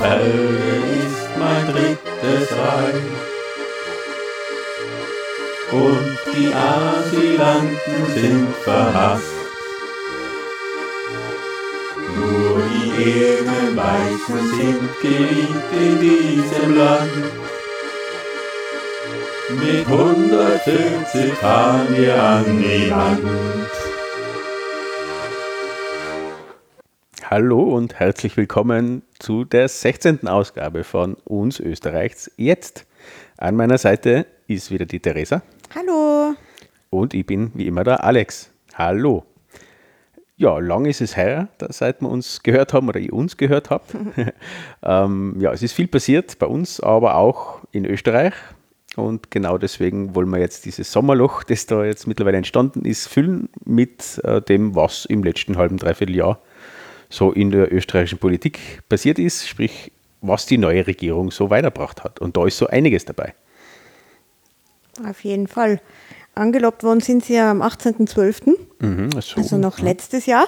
Hölle ist mein drittes Reich. Und die Asylanten sind verhasst. Nur die edlen Weißen sind geliebt in diesem Land. Mit 140 fahren wir an die Wand. Hallo und herzlich willkommen zu der 16. Ausgabe von Uns Österreichs jetzt. An meiner Seite ist wieder die Theresa. Hallo. Und ich bin wie immer der Alex. Hallo. Ja, lang ist es her, seit wir uns gehört haben oder ich uns gehört habe. Ja, es ist viel passiert bei uns, aber auch in Österreich. Und genau deswegen wollen wir jetzt dieses Sommerloch, das da jetzt mittlerweile entstanden ist, füllen mit dem, was im letzten halben, dreiviertel Jahr so in der österreichischen Politik passiert ist, sprich, was die neue Regierung so weitergebracht hat. Und da ist so einiges dabei. Auf jeden Fall. Angelobt worden sind sie ja am 18.12., also noch letztes Jahr.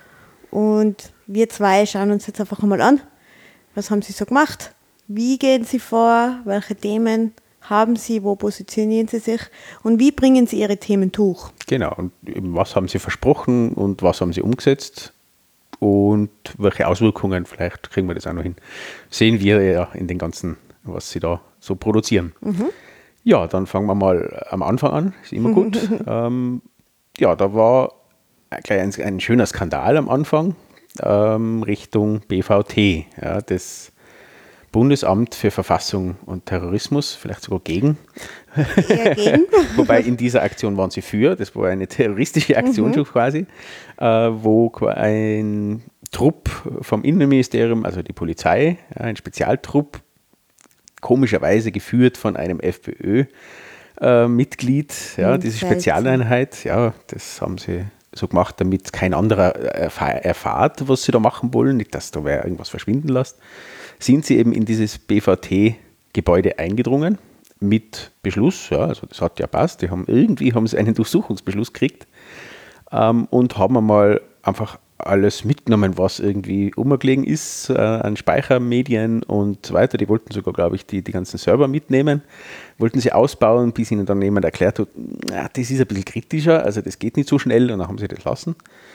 Und wir zwei schauen uns jetzt einfach mal an, was haben sie so gemacht, wie gehen sie vor, welche Themen haben sie, wo positionieren sie sich und wie bringen sie ihre Themen durch. Genau, und was haben sie versprochen und was haben sie umgesetzt und welche Auswirkungen, vielleicht kriegen wir das auch noch hin, sehen wir ja in den ganzen, was sie da so produzieren. Ja, dann fangen wir mal am Anfang an, ist immer gut. Ja, da war gleich ein schöner Skandal am Anfang Richtung BVT, ja, das Bundesamt für Verfassung und Terrorismus, vielleicht sogar gegen. Eher gegen. Wobei in dieser Aktion waren sie für, das war eine terroristische Aktion schon quasi, wo ein Trupp vom Innenministerium, also die Polizei, ja, ein Spezialtrupp, komischerweise geführt von einem FPÖ-Mitglied, ja, diese Spezialeinheit, ja, das haben sie so gemacht, damit kein anderer erfahrt, was sie da machen wollen, nicht, dass da wer irgendwas verschwinden lässt, sind sie eben in dieses BVT-Gebäude eingedrungen mit Beschluss, ja, also das hat ja passt, irgendwie haben sie einen Durchsuchungsbeschluss gekriegt und haben einmal einfach alles mitgenommen, was irgendwie umgelegen ist an Speichermedien und so weiter. Die wollten sogar, glaube ich, die ganzen Server mitnehmen, wollten sie ausbauen, bis ihnen dann jemand erklärt hat, das ist ein bisschen kritischer, also das geht nicht so schnell und dann haben sie das lassen.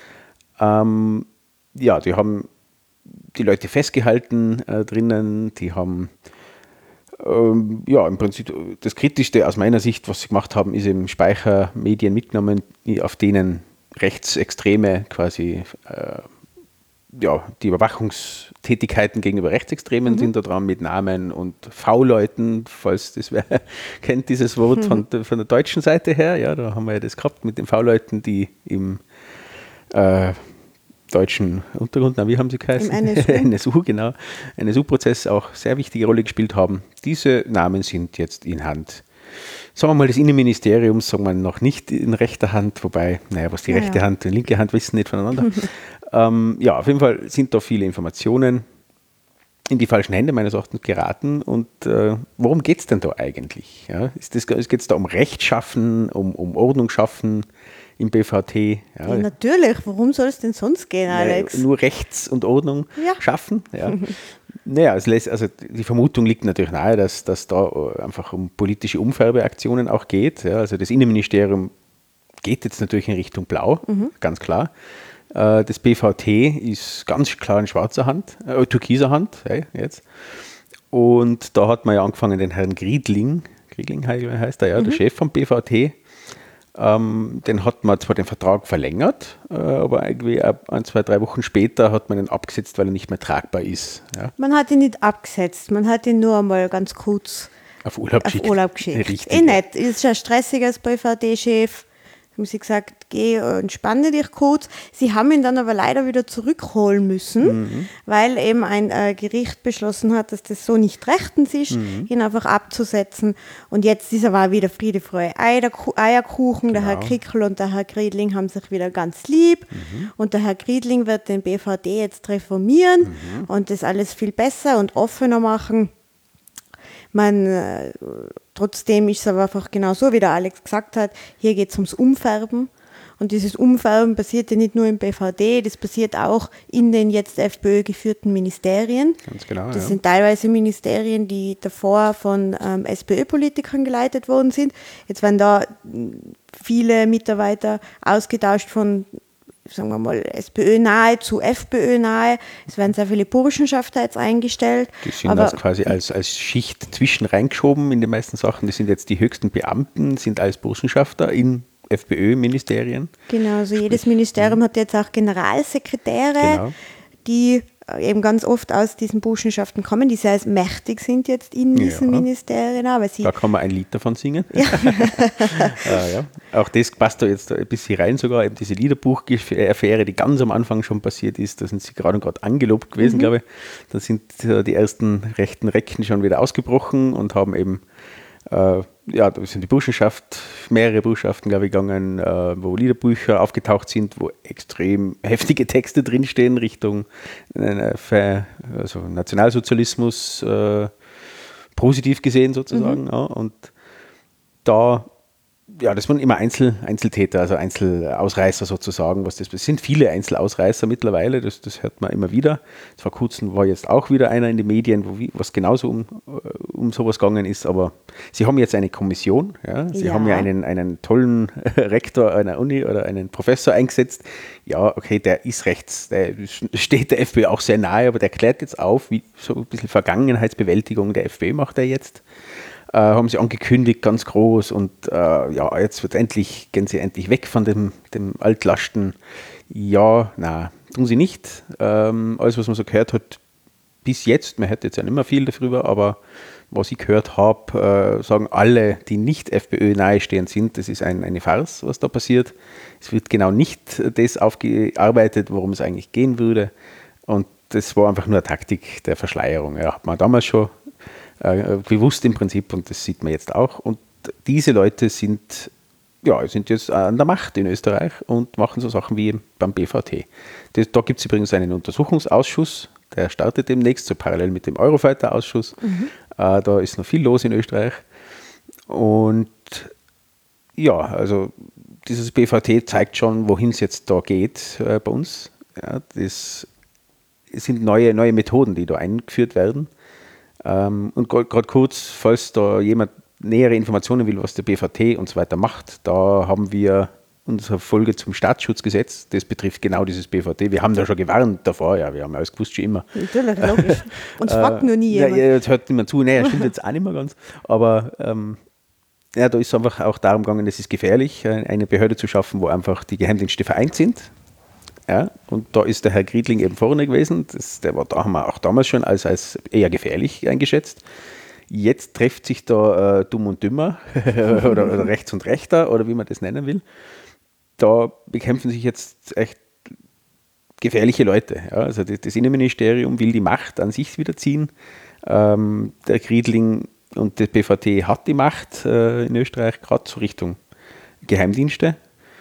Ja, die haben die Leute festgehalten drinnen, die haben ja, im Prinzip das Kritischste aus meiner Sicht, was sie gemacht haben, ist eben Speichermedien mitgenommen, auf denen Rechtsextreme quasi, ja, die Überwachungstätigkeiten gegenüber Rechtsextremen sind da dran mit Namen und V-Leuten, falls das wer kennt, dieses Wort von der deutschen Seite her, ja, da haben wir ja das gehabt mit den V-Leuten, die im deutschen Untergrund, wie haben sie geheißen? Im NSU. NSU, genau. NSU-Prozess auch sehr wichtige Rolle gespielt haben. Diese Namen sind jetzt in Hand, sagen wir mal, des Innenministeriums, sagen wir noch nicht in rechter Hand, wobei, naja, was die rechte Hand und die linke Hand wissen nicht voneinander. Ja, auf jeden Fall sind da viele Informationen in die falschen Hände meines Erachtens geraten. Und worum geht es denn da eigentlich? Ja, geht es da um Recht schaffen, um Ordnung schaffen im BVT? Ja, natürlich, worum soll es denn sonst gehen, Alex? Nur Rechts und Ordnung schaffen. Ja. Naja, also die Vermutung liegt natürlich nahe, dass da einfach um politische Umfärbeaktionen auch geht. Ja. Also das Innenministerium geht jetzt natürlich in Richtung Blau, ganz klar. Das BVT ist ganz klar in schwarzer Hand, türkiser Hand, hey, jetzt. Und da hat man ja angefangen, den Herrn Griedling heißt er, ja, der Chef vom BVT. Den hat man zwar den Vertrag verlängert, aber irgendwie 1, 2, 3 Wochen später hat man ihn abgesetzt, weil er nicht mehr tragbar ist. Ja. Man hat ihn nicht abgesetzt, man hat ihn nur einmal ganz kurz auf Urlaub geschickt. Richtig, nett, ist ein stressiger BVT-Chef. Haben sie gesagt, geh und spanne dich kurz. Sie haben ihn dann aber leider wieder zurückholen müssen, weil eben ein Gericht beschlossen hat, dass das so nicht rechtens ist, ihn einfach abzusetzen. Und jetzt ist aber auch wieder Friede, Freude, Eierkuchen. Genau. Der Herr Kickl und der Herr Griedling haben sich wieder ganz lieb. Und der Herr Griedling wird den BVT jetzt reformieren und das alles viel besser und offener machen. Trotzdem ist es aber einfach genau so, wie der Alex gesagt hat, hier geht es ums Umfärben Und dieses Umfärben passiert ja nicht nur im BVD, das passiert auch in den jetzt FPÖ geführten Ministerien. Ganz genau, Das sind teilweise Ministerien, die davor von SPÖ-Politikern geleitet worden sind. Jetzt werden da viele Mitarbeiter ausgetauscht von, sagen wir mal, SPÖ-nahe zu FPÖ-nahe. Es werden sehr viele Burschenschafter jetzt eingestellt. Die sind also quasi als Schicht zwischen reingeschoben in den meisten Sachen. Das sind jetzt die höchsten Beamten, sind als Burschenschafter in FPÖ-Ministerien. Genau, also jedes Ministerium hat jetzt auch Generalsekretäre, die eben ganz oft aus diesen Burschenschaften kommen, die sehr mächtig sind jetzt in diesen Ministerien. Aber da kann man ein Lied davon singen. Ja. Auch das passt da jetzt ein bisschen rein sogar, eben diese Liederbuch-Affäre, die ganz am Anfang schon passiert ist, da sind sie gerade angelobt gewesen, glaube ich. Da sind die ersten rechten Recken schon wieder ausgebrochen und haben eben da sind die Burschenschaft, mehrere Burschenschaften, glaube ich, gegangen, wo Liederbücher aufgetaucht sind, wo extrem heftige Texte drinstehen Richtung Nationalsozialismus, positiv gesehen sozusagen. Ja, und da, das waren immer Einzeltäter, also Einzelausreißer sozusagen. Es sind viele Einzelausreißer mittlerweile, das hört man immer wieder. Vor kurzem war jetzt auch wieder einer in den Medien, was genauso um sowas gegangen ist, aber sie haben jetzt eine Kommission, sie haben ja einen tollen Rektor einer Uni oder einen Professor eingesetzt. Ja, okay, der ist rechts, der steht der FPÖ auch sehr nahe, aber der klärt jetzt auf, wie so ein bisschen Vergangenheitsbewältigung der FPÖ macht er jetzt. Haben sie angekündigt, ganz groß, und jetzt gehen sie endlich weg von dem Altlasten. Ja, tun sie nicht. Alles, was man so gehört hat, bis jetzt, man hört jetzt ja nicht mehr viel darüber, aber was ich gehört habe, sagen alle, die nicht FPÖ nahestehend sind, das ist eine Farce, was da passiert. Es wird genau nicht das aufgearbeitet, worum es eigentlich gehen würde. Und das war einfach nur eine Taktik der Verschleierung. Ja, hat man damals schon bewusst im Prinzip, und das sieht man jetzt auch. Und diese Leute sind jetzt an der Macht in Österreich und machen so Sachen wie beim BVT. Da gibt es übrigens einen Untersuchungsausschuss, der startet demnächst, so parallel mit dem Eurofighter-Ausschuss. Da ist noch viel los in Österreich. Und also dieses BVT zeigt schon, wohin es jetzt da geht bei uns. Ja, das sind neue Methoden, die da eingeführt werden. Und gerade kurz, falls da jemand nähere Informationen will, was der BVT und so weiter macht, da haben wir unsere Folge zum Staatsschutzgesetz, das betrifft genau dieses BVT. Wir haben da schon gewarnt davor, wir haben alles gewusst schon immer. Natürlich, logisch. Uns fragt nur nie jemand. Jetzt hört niemand zu, stimmt jetzt auch nicht mehr ganz. Aber da ist es einfach auch darum gegangen, es ist gefährlich, eine Behörde zu schaffen, wo einfach die Geheimdienste vereint sind. Ja, und da ist der Herr Griedling eben vorne gewesen. Haben wir auch damals schon als eher gefährlich eingeschätzt. Jetzt trifft sich da Dumm und Dümmer oder Rechts und Rechter oder wie man das nennen will. Da bekämpfen sich jetzt echt gefährliche Leute. Ja, also das Innenministerium will die Macht an sich wiederziehen. Der Griedling und das BVT hat die Macht in Österreich, gerade so Richtung Geheimdienste.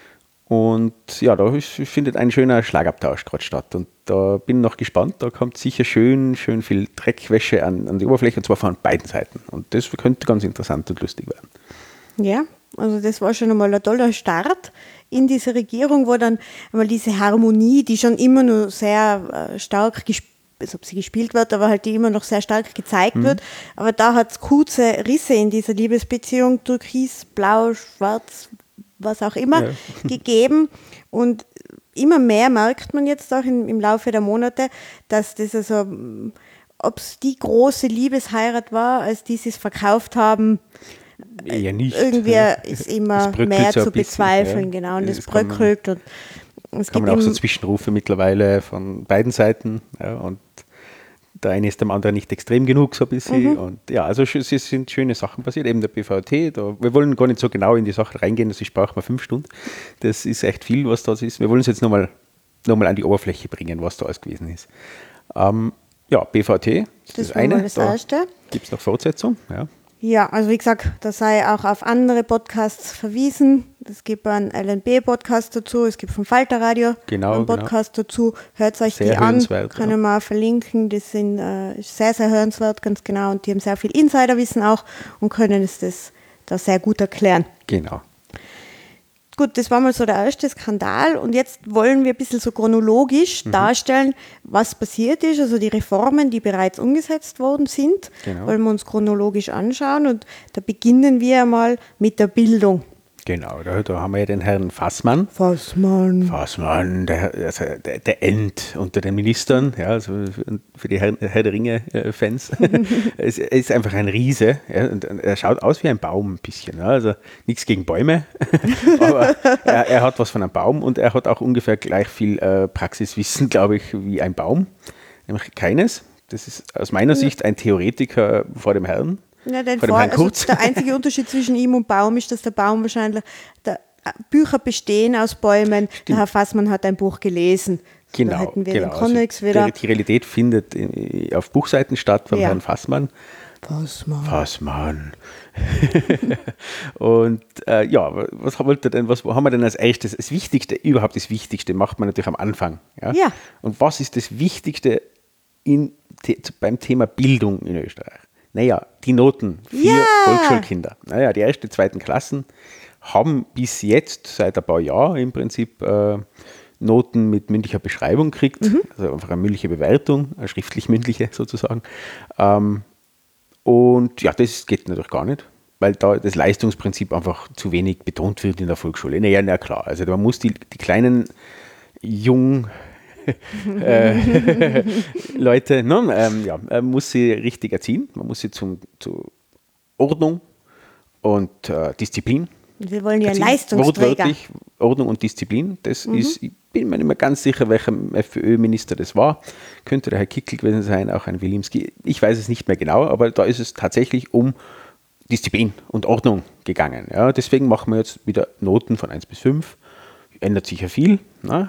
Und da findet ein schöner Schlagabtausch gerade statt. Und da bin ich noch gespannt, da kommt sicher schön viel Dreckwäsche an die Oberfläche, und zwar von beiden Seiten. Und das könnte ganz interessant und lustig werden. Ja, also das war schon einmal ein toller Start in diese Regierung, wo dann einmal diese Harmonie, die schon immer nur sehr stark ob sie gespielt wird, aber halt die immer noch sehr stark gezeigt wird. Aber da hat es kurze Risse in dieser Liebesbeziehung, türkis, blau, schwarz, was auch immer, gegeben. Und immer mehr merkt man jetzt auch im Laufe der Monate, dass das also, ob es die große Liebesheirat war, als die es verkauft haben, eher nicht. Irgendwie ist immer mehr zu bezweifeln, genau, und es bröckelt. Und es gibt auch so Zwischenrufe mittlerweile von beiden Seiten, und der eine ist dem anderen nicht extrem genug, so ein bisschen. Und also es sind schöne Sachen passiert. Eben der BVT, wir wollen gar nicht so genau in die Sache reingehen, das braucht man 5 Stunden. Das ist echt viel, was da ist. Wir wollen es jetzt nochmal an die Oberfläche bringen, was da alles gewesen ist. BVT, das eine. Das erste. Gibt es noch Fortsetzung? Ja, also wie gesagt, da sei auch auf andere Podcasts verwiesen. Es gibt einen LNB-Podcast dazu, es gibt vom Falter-Radio einen Podcast dazu. Hört euch sehr die an, können wir auch verlinken. Das sind sehr, sehr hörenswert, ganz genau. Und die haben sehr viel Insiderwissen auch und können es das da sehr gut erklären. Genau. gut, das war mal so der erste Skandal und jetzt wollen wir ein bisschen so chronologisch darstellen, was passiert ist, also die Reformen, die bereits umgesetzt worden sind, wollen wir uns chronologisch anschauen und da beginnen wir mal mit der Bildung. Genau, da haben wir ja den Herrn Fassmann, der End unter den Ministern, ja, also für die Herr der Ringe-Fans. Er ist einfach ein Riese, ja, und er schaut aus wie ein Baum ein bisschen. Ja, also nichts gegen Bäume, aber er hat was von einem Baum und er hat auch ungefähr gleich viel Praxiswissen, glaube ich, wie ein Baum. Nämlich keines. Das ist aus meiner Sicht ein Theoretiker vor dem Herrn. Ja, der einzige Unterschied zwischen ihm und Baum ist, dass der Baum wahrscheinlich, Bücher bestehen aus Bäumen. Stimmt. Der Herr Fassmann hat ein Buch gelesen. Genau, da hätten wir den Konnex also wieder. Die Realität findet auf Buchseiten statt vom Herrn Fassmann. Fassmann. Und was haben wir denn als erstes? Das Wichtigste macht man natürlich am Anfang. Ja? Und was ist das Wichtigste beim Thema Bildung in Österreich? Naja, die Noten für Volksschulkinder. Naja, die ersten, zweiten Klassen haben bis jetzt, seit ein paar Jahren im Prinzip, Noten mit mündlicher Beschreibung gekriegt. Also einfach eine mündliche Bewertung, eine schriftlich-mündliche sozusagen. Und ja, das geht natürlich gar nicht, weil da das Leistungsprinzip einfach zu wenig betont wird in der Volksschule. Naja, klar, also man muss die kleinen, Leute, man muss sie richtig erziehen, man muss sie zu Ordnung und Disziplin. Wir wollen ja Leistungsträger. Wortwörtlich Ordnung und Disziplin, das ist, ich bin mir nicht mehr ganz sicher, welcher FPÖ-Minister das war. Könnte der Herr Kickl gewesen sein, auch ein Wilimski. Ich weiß es nicht mehr genau, aber da ist es tatsächlich um Disziplin und Ordnung gegangen. Ja, deswegen machen wir jetzt wieder Noten von 1 bis 5. Ändert sich ja viel. Ne?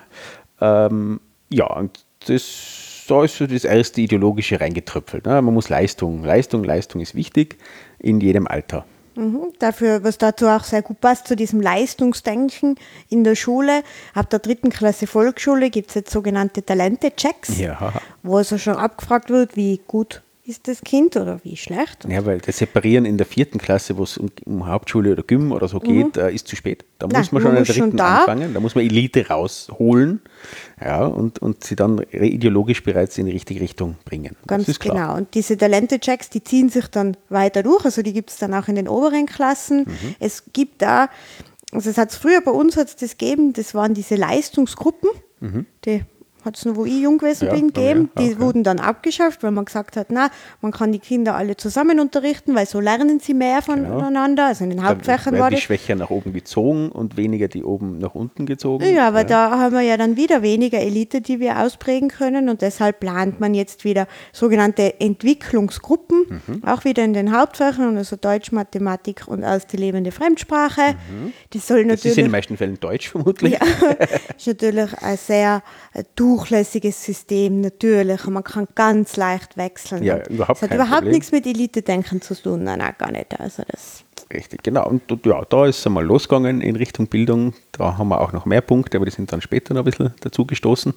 Und da ist so das erste Ideologische reingetröpfelt. Ne? Man muss Leistung ist wichtig in jedem Alter. Was dazu auch sehr gut passt, zu diesem Leistungsdenken in der Schule. Ab der 3. Klasse Volksschule gibt es jetzt sogenannte Talente-Checks, wo also schon abgefragt wird, wie gut ist das Kind oder wie schlecht. Ja, weil das Separieren in der 4. Klasse, wo es um Hauptschule oder Gym oder so geht, ist zu spät. Da muss man schon in der 3. anfangen, da muss man Elite rausholen und sie dann ideologisch bereits in die richtige Richtung bringen. Ganz genau. Und diese Talente-Checks, die ziehen sich dann weiter durch, also die gibt es dann auch in den oberen Klassen. Es gibt da, also es hat es früher bei uns das gegeben, das waren diese Leistungsgruppen, die hat es noch, wo ich jung gewesen bin, gegeben. Die wurden dann abgeschafft, weil man gesagt hat, man kann die Kinder alle zusammen unterrichten, weil so lernen sie mehr voneinander. Also in den Hauptfächern war das. Die Schwächer nach oben gezogen und weniger die oben nach unten gezogen. Ja, weil da haben wir ja dann wieder weniger Elite, die wir ausprägen können und deshalb plant man jetzt wieder sogenannte Entwicklungsgruppen, auch wieder in den Hauptfächern, also Deutsch, Mathematik und erste lebende Fremdsprache. Das ist in den meisten Fällen Deutsch vermutlich. Ja, ist natürlich ein sehr durchlässiges System, natürlich. Und man kann ganz leicht wechseln. Ja, das hat überhaupt nichts mit Elite-Denken zu tun. Nein, gar nicht. Also das richtig, genau. Und da ist es einmal losgegangen in Richtung Bildung. Da haben wir auch noch mehr Punkte, aber die sind dann später noch ein bisschen dazu gestoßen.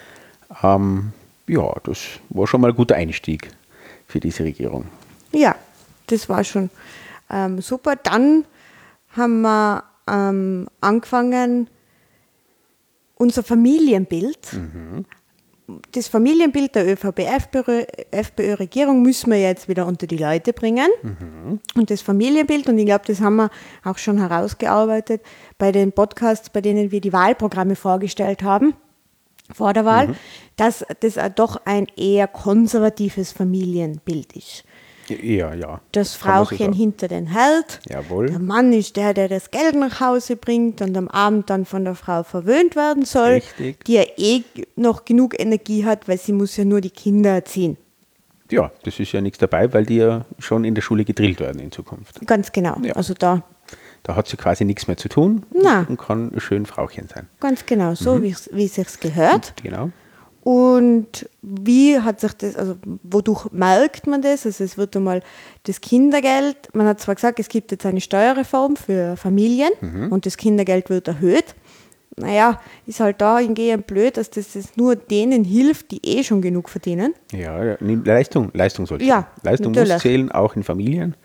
Das war schon mal ein guter Einstieg für diese Regierung. Ja, das war schon super. Dann haben wir angefangen, unser Familienbild, das Familienbild der ÖVP-FPÖ-Regierung müssen wir jetzt wieder unter die Leute bringen. Und das Familienbild, und ich glaube, das haben wir auch schon herausgearbeitet bei den Podcasts, bei denen wir die Wahlprogramme vorgestellt haben, vor der Wahl, dass das doch ein eher konservatives Familienbild ist. Ja. Das Frauchen so hinter den Herd. Jawohl. Der Mann ist der das Geld nach Hause bringt und am Abend dann von der Frau verwöhnt werden soll, richtig, die ja noch genug Energie hat, weil sie muss ja nur die Kinder erziehen. Ja, das ist ja nichts dabei, weil die ja schon in der Schule gedrillt werden in Zukunft. Ganz genau. Ja. Also da hat sie quasi nichts mehr zu tun und kann ein schönes Frauchen sein. Ganz genau, so wie es sich gehört. Genau. Und wie hat sich das, also wodurch merkt man das? Also es wird einmal das Kindergeld, man hat zwar gesagt, es gibt jetzt eine Steuerreform für Familien und das Kindergeld wird erhöht. Naja, ist halt da hingehend blöd, dass das nur denen hilft, die schon genug verdienen. Ja, Leistung sollte. Ja, Leistung natürlich. Muss zählen, auch in Familien.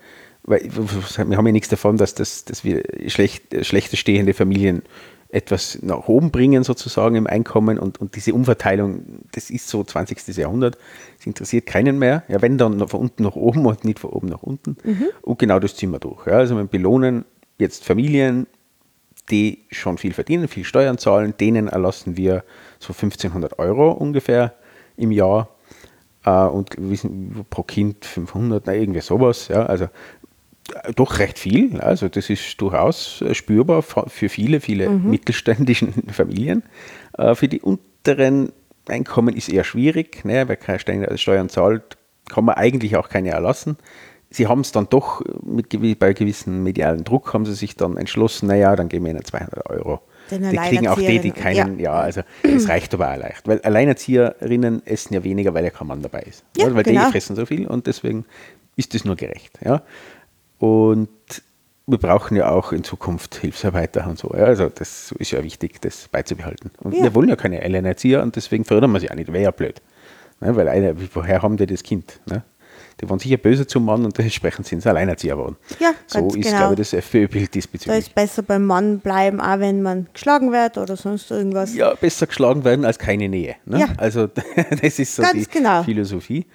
weil wir haben ja nichts davon, dass wir schlecht stehende Familien etwas nach oben bringen sozusagen im Einkommen und diese Umverteilung, das ist so 20. Jahrhundert, das interessiert keinen mehr. Ja, wenn dann von unten nach oben und nicht von oben nach unten. Und genau das ziehen wir durch. Ja, also wir belohnen jetzt Familien, die schon viel verdienen, viel Steuern zahlen, denen erlassen wir so 1.500 € ungefähr im Jahr und pro Kind 500, irgendwie sowas. Ja, also doch recht viel, also das ist durchaus spürbar für viele mittelständischen Familien. Für die unteren Einkommen ist eher schwierig, ne? Wer keine Steuern zahlt, kann man eigentlich auch keine erlassen. Sie haben es dann doch, bei gewissem medialen Druck haben sie sich dann entschlossen, naja, dann geben wir ihnen 200 €. Die kriegen auch die keinen, also das reicht aber auch leicht. Weil Alleinerzieherinnen essen ja weniger, weil ja kein Mann dabei ist. Ja, weil die fressen so viel und deswegen ist das nur gerecht. Ja. Und wir brauchen ja auch in Zukunft Hilfsarbeiter und so. Ja, also das ist ja wichtig, das beizubehalten. Und wir wollen ja keine Alleinerzieher und deswegen fördern wir sie auch nicht. Wäre ja blöd. Ne, weil woher haben die das Kind? Ne? Die waren sicher böse zum Mann und entsprechend sind sie Alleinerzieher geworden. Ja, so ist, glaube ich, das FPÖ-Bild diesbezüglich. Da ist besser beim Mann bleiben, auch wenn man geschlagen wird oder sonst irgendwas. Ja, besser geschlagen werden als keine Nähe. Ne? Ja. Also das ist so die Philosophie.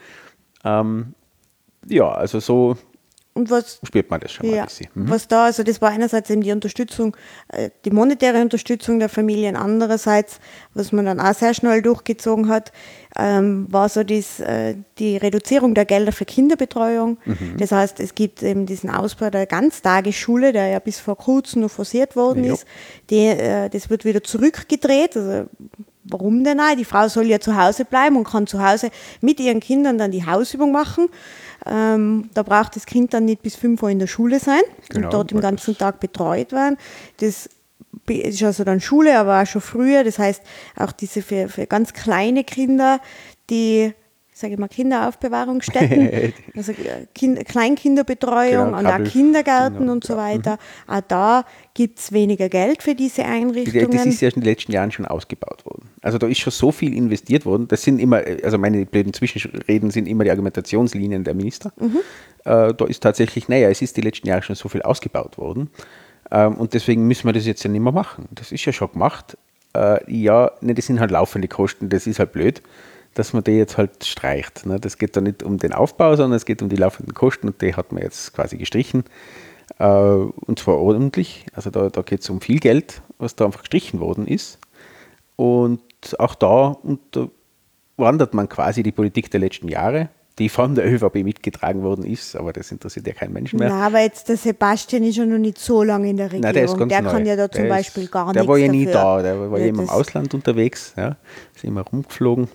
Ja, also so und was spürt man das schon mal ein bisschen. Was da, also das war einerseits eben die Unterstützung, die monetäre Unterstützung der Familien, andererseits, was man dann auch sehr schnell durchgezogen hat, war so die Reduzierung der Gelder für Kinderbetreuung. Das heißt, es gibt eben diesen Ausbau der Ganztagesschule, der ja bis vor kurzem noch forciert worden ist. Das wird wieder zurückgedreht, also warum denn auch? Die Frau soll ja zu Hause bleiben und kann zu Hause mit ihren Kindern dann die Hausübung machen. Da braucht das Kind dann nicht bis 5 Uhr in der Schule sein und dort den ganzen Tag betreut werden. Das ist also dann Schule, aber auch schon früher. Das heißt, auch diese für ganz kleine Kinder, die, sage ich mal, Kinderaufbewahrungsstätten, also Kleinkinderbetreuung und auch Kindergärten und so weiter. Auch da gibt es weniger Geld für diese Einrichtungen. Das ist ja in den letzten Jahren schon ausgebaut worden. Also da ist schon so viel investiert worden. Das sind immer, also meine blöden Zwischenreden sind immer die Argumentationslinien der Minister. Da ist tatsächlich, es ist die letzten Jahre schon so viel ausgebaut worden. Und deswegen müssen wir das jetzt ja nicht mehr machen. Das ist ja schon gemacht. Das sind halt laufende Kosten, das ist halt blöd, dass man die jetzt halt streicht. Ne? Das geht da nicht um den Aufbau, sondern es geht um die laufenden Kosten und die hat man jetzt quasi gestrichen. Und zwar ordentlich. Also da geht es um viel Geld, was da einfach gestrichen worden ist. Und auch da unterwandert man quasi die Politik der letzten Jahre, die von der ÖVP mitgetragen worden ist, aber das interessiert ja keinen Menschen mehr. Na, aber jetzt der Sebastian ist ja noch nicht so lange in der Regierung. Nein, der kann ja da zum Beispiel gar nichts Der war ja nie da, der war ja immer im Ausland unterwegs, ist immer rumgeflogen.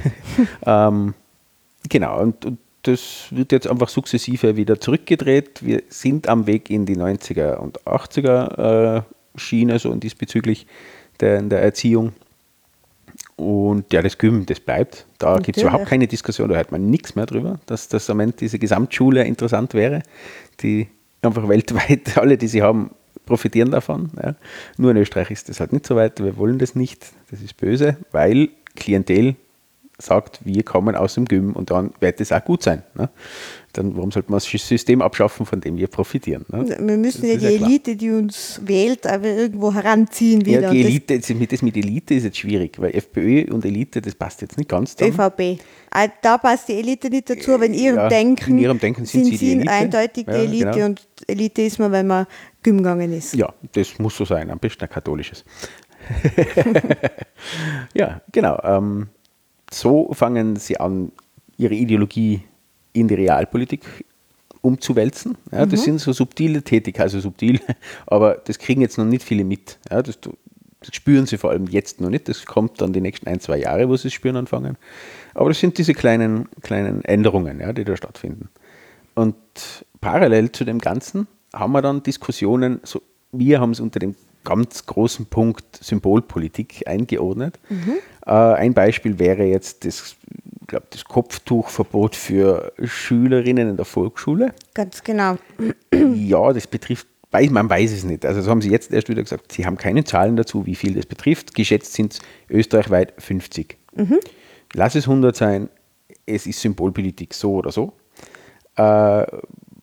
Genau, und das wird jetzt einfach sukzessive wieder zurückgedreht. Wir sind am Weg in die 90er und 80er Schiene, so diesbezüglich in der Erziehung. Und ja, das Gym, das bleibt. Da gibt es überhaupt keine Diskussion, da hört man nichts mehr drüber, dass das am Ende diese Gesamtschule interessant wäre, die einfach weltweit, alle, die sie haben, profitieren davon. Ja. Nur in Österreich ist das halt nicht so weit, wir wollen das nicht, das ist böse, weil Klientel sagt, wir kommen aus dem Gym und dann wird das auch gut sein. Ne? Dann warum sollte man das System abschaffen, von dem wir profitieren? Ne? Wir müssen ja die Elite, die uns wählt, aber irgendwo heranziehen wieder. Ja, die Elite, das mit Elite ist jetzt schwierig, weil FPÖ und Elite, das passt jetzt nicht ganz zusammen. ÖVP. Da passt die Elite nicht dazu, aber in ihrem Denken sind sie die Elite. Eindeutig die Elite, genau. Und Elite ist man, wenn man Gym gegangen ist. Ja, das muss so sein, am besten ein katholisches. Ja, genau. So fangen sie an, ihre Ideologie in die Realpolitik umzuwälzen. Ja, das sind so subtile Tätigkeiten, also subtil, aber das kriegen jetzt noch nicht viele mit. Ja, das spüren sie vor allem jetzt noch nicht. Das kommt dann die nächsten 1-2 Jahre, wo sie es spüren anfangen. Aber das sind diese kleinen Änderungen, die da stattfinden. Und parallel zu dem Ganzen haben wir dann Diskussionen, wir haben es unter dem ganz großen Punkt Symbolpolitik eingeordnet. Ein Beispiel wäre jetzt das Kopftuchverbot für Schülerinnen in der Volksschule. Ganz genau. Ja, das betrifft, man weiß es nicht. Also das haben sie jetzt erst wieder gesagt, sie haben keine Zahlen dazu, wie viel das betrifft. Geschätzt sind es österreichweit 50. Lass es 100 sein, es ist Symbolpolitik so oder so.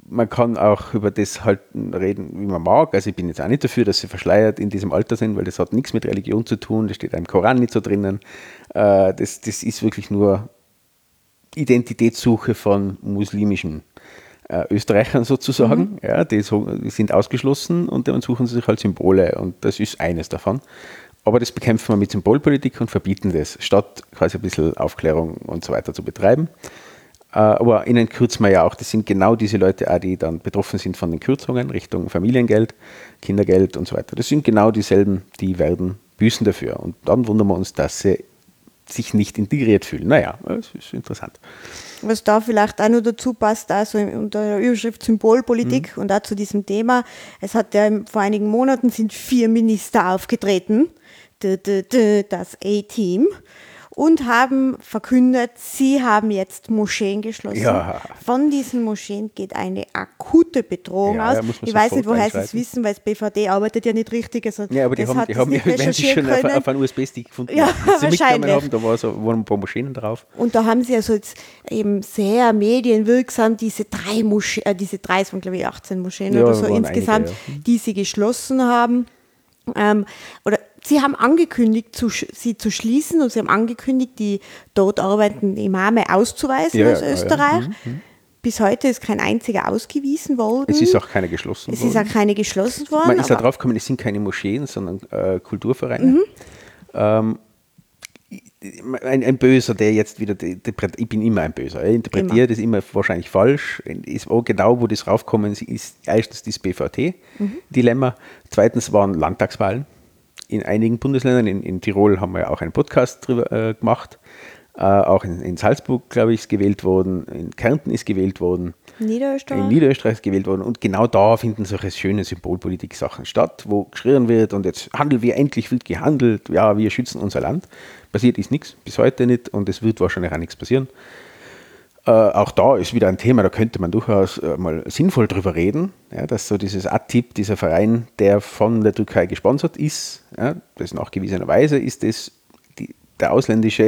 man kann auch über das halt reden, wie man mag. Also ich bin jetzt auch nicht dafür, dass sie verschleiert in diesem Alter sind, weil das hat nichts mit Religion zu tun, das steht im Koran nicht so drinnen. Das ist wirklich nur Identitätssuche von muslimischen Österreichern sozusagen. Ja, die sind ausgeschlossen und dann suchen sie sich halt Symbole und das ist eines davon. Aber das bekämpfen wir mit Symbolpolitik und verbieten das, statt quasi ein bisschen Aufklärung und so weiter zu betreiben. Aber ihnen kürzen wir ja auch, das sind genau diese Leute auch, die dann betroffen sind von den Kürzungen Richtung Familiengeld, Kindergeld und so weiter. Das sind genau dieselben, die werden büßen dafür. Und dann wundern wir uns, dass sie sich nicht integriert fühlen. Naja, das ist interessant. Was da vielleicht auch noch dazu passt, also unter der Überschrift Symbolpolitik und auch zu diesem Thema, es hat ja vor einigen Monaten sind 4 Minister aufgetreten, das A-Team, und haben verkündet, sie haben jetzt Moscheen geschlossen. Ja. Von diesen Moscheen geht eine akute Bedrohung aus. Ich weiß nicht, woher sie es wissen, weil das BVD arbeitet ja nicht richtig. Also ja, aber die haben wenn sie schon auf einen USB-Stick gefunden ja, sie mitgenommen wahrscheinlich. haben, waren ein paar Moscheen drauf. Und da haben sie also jetzt eben sehr medienwirksam diese 3 Moscheen, diese 3, es waren glaube ich 18 Moscheen Ja, oder so waren insgesamt, einige, die sie geschlossen haben. Oder sie haben angekündigt, sie zu schließen und sie haben angekündigt, die dort arbeitenden Imame auszuweisen aus Österreich. Ja. Bis heute ist kein einziger ausgewiesen worden. Es ist auch keine geschlossen worden. Es ist auch keine geschlossen worden. Man ist ja drauf gekommen, es sind keine Moscheen, sondern Kulturvereine. Ein Böser, der jetzt wieder, ich bin immer ein Böser, er interpretiert es immer wahrscheinlich falsch, ist auch genau, wo das raufkommen ist, erstens das BVT-Dilemma, zweitens waren Landtagswahlen in einigen Bundesländern, in Tirol haben wir ja auch einen Podcast drüber gemacht, auch in Salzburg, glaube ich, ist gewählt worden, in Kärnten ist gewählt worden, in Niederösterreich ist gewählt worden und genau da finden solche schöne Symbolpolitik-Sachen statt, wo geschrien wird und jetzt handeln wir, endlich wird gehandelt, ja, wir schützen unser Land. Passiert ist nichts, bis heute nicht und es wird wahrscheinlich auch nichts passieren. Auch da ist wieder ein Thema, da könnte man durchaus mal sinnvoll drüber reden, ja, dass so dieses ATIP, dieser Verein, der von der Türkei gesponsert ist, ja, das nachgewiesenerweise ist das der ausländische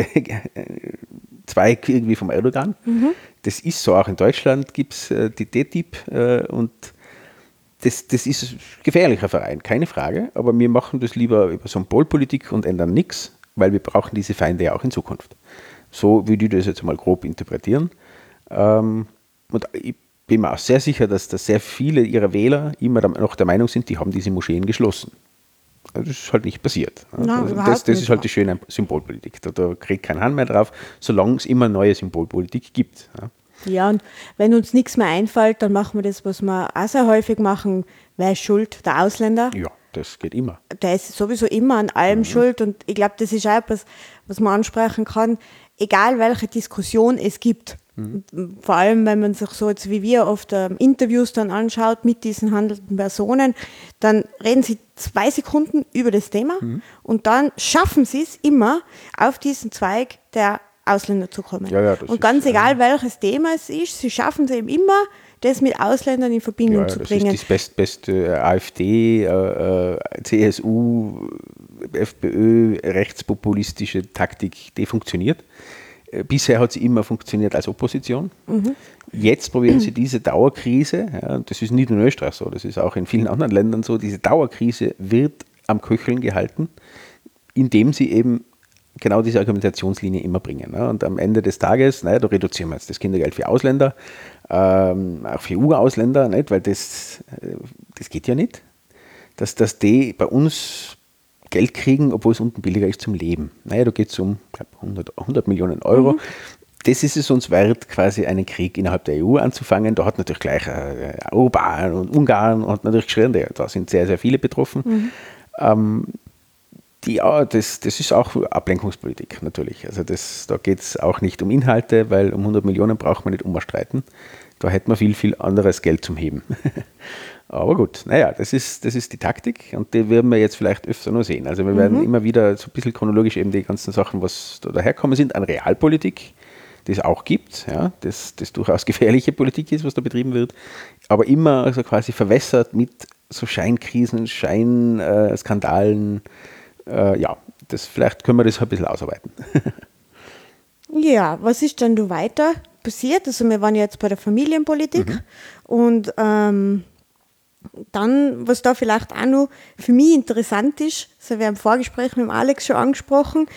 Zweig irgendwie vom Erdogan. Das ist so, auch in Deutschland gibt es die DTIP und das ist ein gefährlicher Verein, keine Frage, aber wir machen das lieber über Symbolpolitik und ändern nichts, weil wir brauchen diese Feinde ja auch in Zukunft. So wie die das jetzt mal grob interpretieren. Und ich bin mir auch sehr sicher, dass sehr viele ihrer Wähler immer noch der Meinung sind, die haben diese Moscheen geschlossen. Das ist halt nicht passiert. Das ist halt die schöne Symbolpolitik. Da kriegt kein Hahn mehr drauf, solange es immer neue Symbolpolitik gibt. Ja, und wenn uns nichts mehr einfällt, dann machen wir das, was wir auch sehr häufig machen. Wer ist schuld? Der Ausländer. Ja, das geht immer. Der ist sowieso immer an allem schuld und ich glaube, das ist auch etwas, was man ansprechen kann, egal welche Diskussion es gibt. Vor allem, wenn man sich so jetzt wie wir oft Interviews dann anschaut mit diesen handelnden Personen, dann reden sie 2 Sekunden über das Thema und dann schaffen sie es immer, auf diesen Zweig der Ausländer zu kommen. Ja, und ganz egal, welches Thema es ist, sie schaffen es eben immer, das mit Ausländern in Verbindung zu bringen. Das ist die beste AfD, CSU, FPÖ, rechtspopulistische Taktik, die funktioniert. Bisher hat sie immer funktioniert als Opposition. Jetzt probieren sie diese Dauerkrise, ja, das ist nicht nur in Österreich so, das ist auch in vielen anderen Ländern so, diese Dauerkrise wird am Köcheln gehalten, indem sie eben genau diese Argumentationslinie immer bringen. Ne? Und am Ende des Tages, da reduzieren wir jetzt das Kindergeld für Ausländer, auch für EU-Ausländer, nicht? Weil das geht ja nicht, dass die bei uns Geld kriegen, obwohl es unten billiger ist zum Leben. Da geht es um 100 Millionen Euro. Das ist es uns wert, quasi einen Krieg innerhalb der EU anzufangen. Da hat natürlich gleich Orban und Ungarn und natürlich geschrien, da sind sehr, sehr viele betroffen. Das ist auch Ablenkungspolitik natürlich. Also da geht es auch nicht um Inhalte, weil um 100 Millionen braucht man nicht streiten. Da hätte man viel, viel anderes Geld zum Heben. Aber gut, das ist die Taktik und die werden wir jetzt vielleicht öfter noch sehen. Also wir werden immer wieder so ein bisschen chronologisch eben die ganzen Sachen, was da daherkommen sind, an Realpolitik, die es auch gibt, ja, das durchaus gefährliche Politik ist, was da betrieben wird, aber immer also quasi verwässert mit so Scheinkrisen, Scheinskandalen. Vielleicht können wir das ein bisschen ausarbeiten. Ja, was ist dann weiter passiert, also wir waren jetzt bei der Familienpolitik und dann, was da vielleicht auch noch für mich interessant ist, das habe ich im Vorgespräch mit dem Alex schon angesprochen,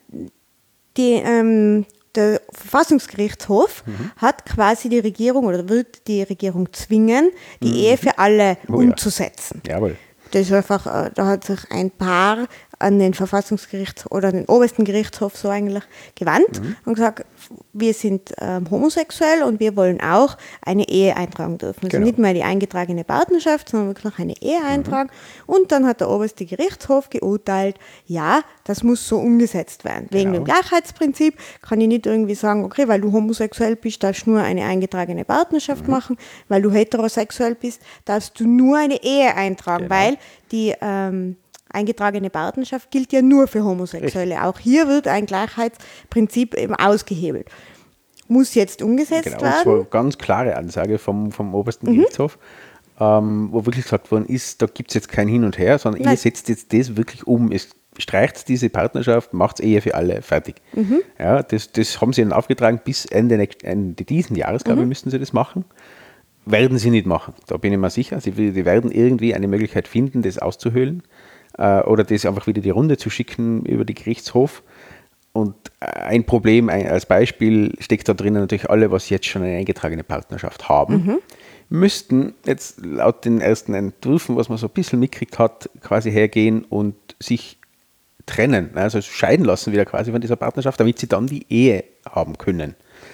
der Verfassungsgerichtshof hat quasi die Regierung oder wird die Regierung zwingen, die Ehe für alle umzusetzen. Jawohl. Das ist einfach, da hat sich ein Paar an den Verfassungsgerichtshof oder den obersten Gerichtshof so eigentlich gewandt und gesagt, wir sind homosexuell und wir wollen auch eine Ehe eintragen dürfen. Also nicht mehr die eingetragene Partnerschaft, sondern wirklich noch eine Ehe eintragen. Und dann hat der oberste Gerichtshof geurteilt, ja, das muss so umgesetzt werden. Wegen dem Gleichheitsprinzip kann ich nicht irgendwie sagen, okay, weil du homosexuell bist, darfst du nur eine eingetragene Partnerschaft machen, weil du heterosexuell bist, darfst du nur eine Ehe eintragen, weil die eingetragene Partnerschaft gilt ja nur für Homosexuelle. Richtig. Auch hier wird ein Gleichheitsprinzip eben ausgehebelt. Muss jetzt umgesetzt werden. Und zwar ganz klare Ansage vom obersten Gerichtshof, wo wirklich gesagt worden ist, da gibt es jetzt kein Hin und Her, sondern ihr setzt jetzt das wirklich um. Es streicht diese Partnerschaft, macht Ehe für alle, fertig. Ja, das haben sie ihnen aufgetragen, bis Ende diesen Jahres, glaube ich, müssten sie das machen. Werden sie nicht machen, da bin ich mir sicher. Die werden irgendwie eine Möglichkeit finden, das auszuhöhlen. Oder das einfach wieder die Runde zu schicken über die Gerichtshof. Und ein Problem, als Beispiel, steckt da drinnen natürlich alle, was jetzt schon eine eingetragene Partnerschaft haben, müssten jetzt laut den ersten Entwürfen, was man so ein bisschen mitgekriegt hat, quasi hergehen und sich trennen, also scheiden lassen wieder quasi von dieser Partnerschaft, damit sie dann die Ehe haben können.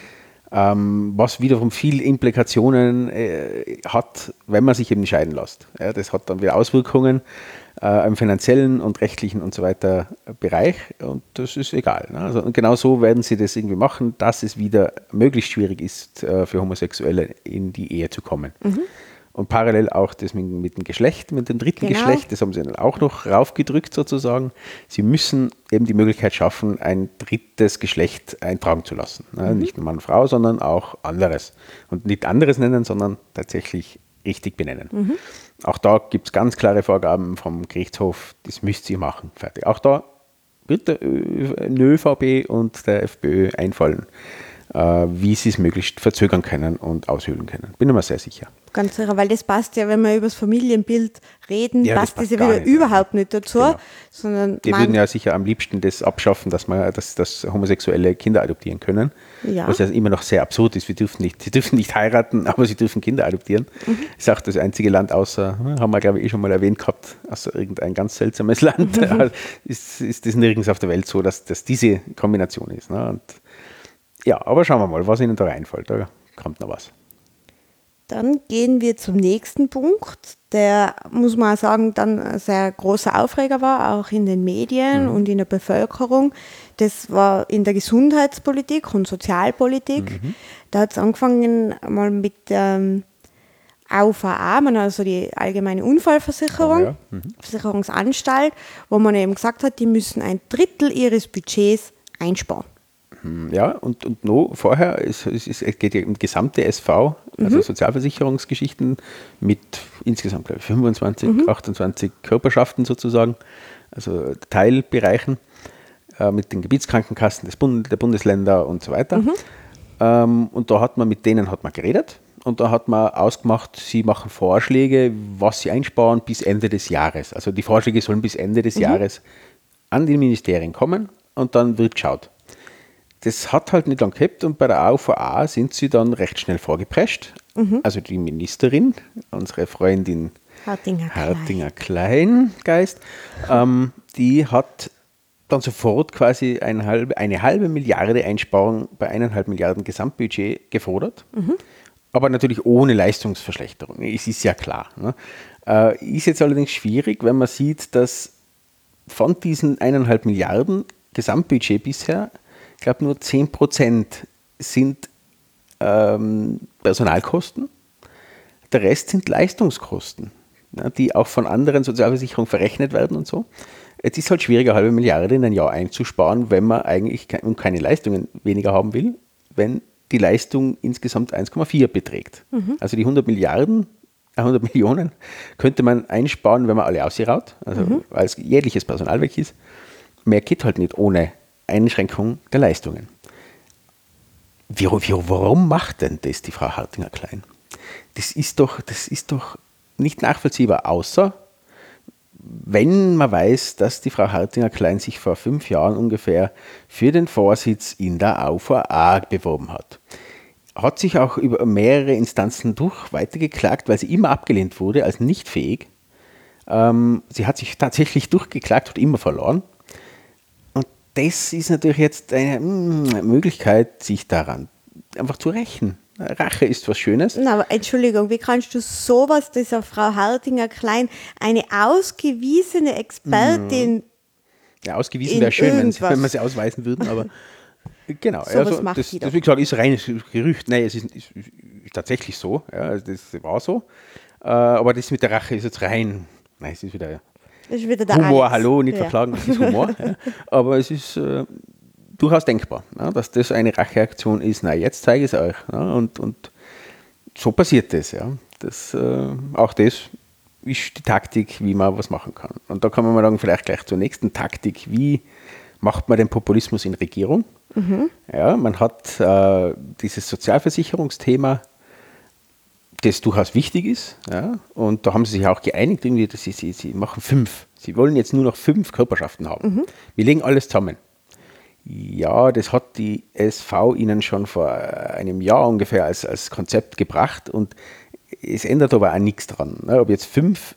Was wiederum viele Implikationen hat, wenn man sich eben scheiden lässt. Ja, das hat dann wieder Auswirkungen im finanziellen und rechtlichen und so weiter Bereich und das ist egal. Ne? Also, und genau so werden sie das irgendwie machen, dass es wieder möglichst schwierig ist, für Homosexuelle in die Ehe zu kommen. Und parallel auch das mit dem Geschlecht, mit dem dritten Geschlecht, das haben sie dann auch noch raufgedrückt sozusagen. Sie müssen eben die Möglichkeit schaffen, ein drittes Geschlecht eintragen zu lassen. Ne? Nicht nur Mann, Frau, sondern auch anderes. Und nicht anderes nennen, sondern tatsächlich richtig benennen. Auch da gibt es ganz klare Vorgaben vom Gerichtshof, das müsst ihr machen. Fertig. Auch da wird der ÖVP und der FPÖ einfallen, wie sie es möglichst verzögern können und aushöhlen können. Bin ich mir sehr sicher. Ganz sicher, weil das passt ja, wenn wir über das Familienbild reden, passt das ja wieder nicht, überhaupt nicht dazu. Genau. Sondern die würden ja sicher am liebsten das abschaffen, dass Homosexuelle Kinder adoptieren können. Ja. Was ja immer noch sehr absurd ist. Sie dürfen nicht heiraten, aber sie dürfen Kinder adoptieren. Das ist auch das einzige Land außer, haben wir glaube ich schon mal erwähnt gehabt, außer irgendein ganz seltsames Land, ist das nirgends auf der Welt so, dass diese Kombination ist. Ne? Und ja, aber schauen wir mal, was Ihnen da einfällt. Da kommt noch was. Dann gehen wir zum nächsten Punkt, der, muss man sagen, dann ein sehr großer Aufreger war, auch in den Medien und in der Bevölkerung. Das war in der Gesundheitspolitik und Sozialpolitik. Da hat es angefangen mal mit AUVA, also die Allgemeine Unfallversicherung, Versicherungsanstalt, wo man eben gesagt hat, die müssen 1/3 ihres Budgets einsparen. Ja, und noch vorher, es geht ja um gesamte SV, also Sozialversicherungsgeschichten mit insgesamt, glaube ich, 25, 28 Körperschaften sozusagen, also Teilbereichen mit den Gebietskrankenkassen der Bundesländer und so weiter. Und da hat man mit denen geredet und da hat man ausgemacht, sie machen Vorschläge, was sie einsparen bis Ende des Jahres. Also die Vorschläge sollen bis Ende des Jahres an die Ministerien kommen und dann wird geschaut. Das hat halt nicht lang gehabt und bei der AUVA sind sie dann recht schnell vorgeprescht. Also die Ministerin, unsere Freundin Hartinger Kleingeist, die hat dann sofort quasi eine halbe Milliarde Einsparung bei 1,5 Milliarden Gesamtbudget gefordert. Aber natürlich ohne Leistungsverschlechterung. Es ist ja klar. Ne? Ist jetzt allerdings schwierig, wenn man sieht, dass von diesen 1,5 Milliarden Gesamtbudget bisher, ich glaube nur 10% sind Personalkosten, der Rest sind Leistungskosten, ja, die auch von anderen Sozialversicherungen verrechnet werden und so. Es ist halt schwierig, 1,5 Milliarde in ein Jahr einzusparen, wenn man eigentlich keine Leistungen weniger haben will, wenn die Leistung insgesamt 1,4 beträgt. Also die 100 Millionen könnte man einsparen, wenn man alle ausraut, also als jährliches Personal weg ist. Mehr geht halt nicht ohne Einschränkung der Leistungen. Warum macht denn das die Frau Hartinger-Klein? Das ist doch nicht nachvollziehbar, außer wenn man weiß, dass die Frau Hartinger-Klein sich vor 5 Jahren ungefähr für den Vorsitz in der AVA beworben hat. Hat sich auch über mehrere Instanzen weitergeklagt, weil sie immer abgelehnt wurde als nicht fähig. Sie hat sich tatsächlich durchgeklagt und immer verloren. Und das ist natürlich jetzt eine Möglichkeit, sich daran einfach zu rächen. Rache ist was Schönes. Na, aber Entschuldigung, wie kannst du sowas dieser Frau Hartinger-Klein, eine ausgewiesene Expertin, Ja, ausgewiesen wäre schön, wenn wir sie ausweisen würden, aber genau. Also, das, wie gesagt, ist reines Gerücht. Nein, es ist tatsächlich so. Ja, das war so. Aber das mit der Rache ist jetzt rein. Nein, es ist wieder der Humor. Alex. Hallo, nicht verklagen, das ist Humor. Ja. Aber es ist durchaus denkbar, ja, dass das eine Racheaktion ist. Na, jetzt zeige ich es euch. Ja, und so passiert das. Ja. Auch das ist die Taktik, wie man was machen kann. Und da kann man mal sagen, vielleicht gleich zur nächsten Taktik. Wie macht man den Populismus in Regierung? Ja, man hat dieses Sozialversicherungsthema, das durchaus wichtig ist. Ja, und da haben sie sich auch geeinigt, irgendwie, dass sie machen 5. Sie wollen jetzt nur noch 5 Körperschaften haben. Wir legen alles zusammen. Ja, das hat die SV ihnen schon vor einem Jahr ungefähr als Konzept gebracht und es ändert aber auch nichts dran. Ob ich jetzt 5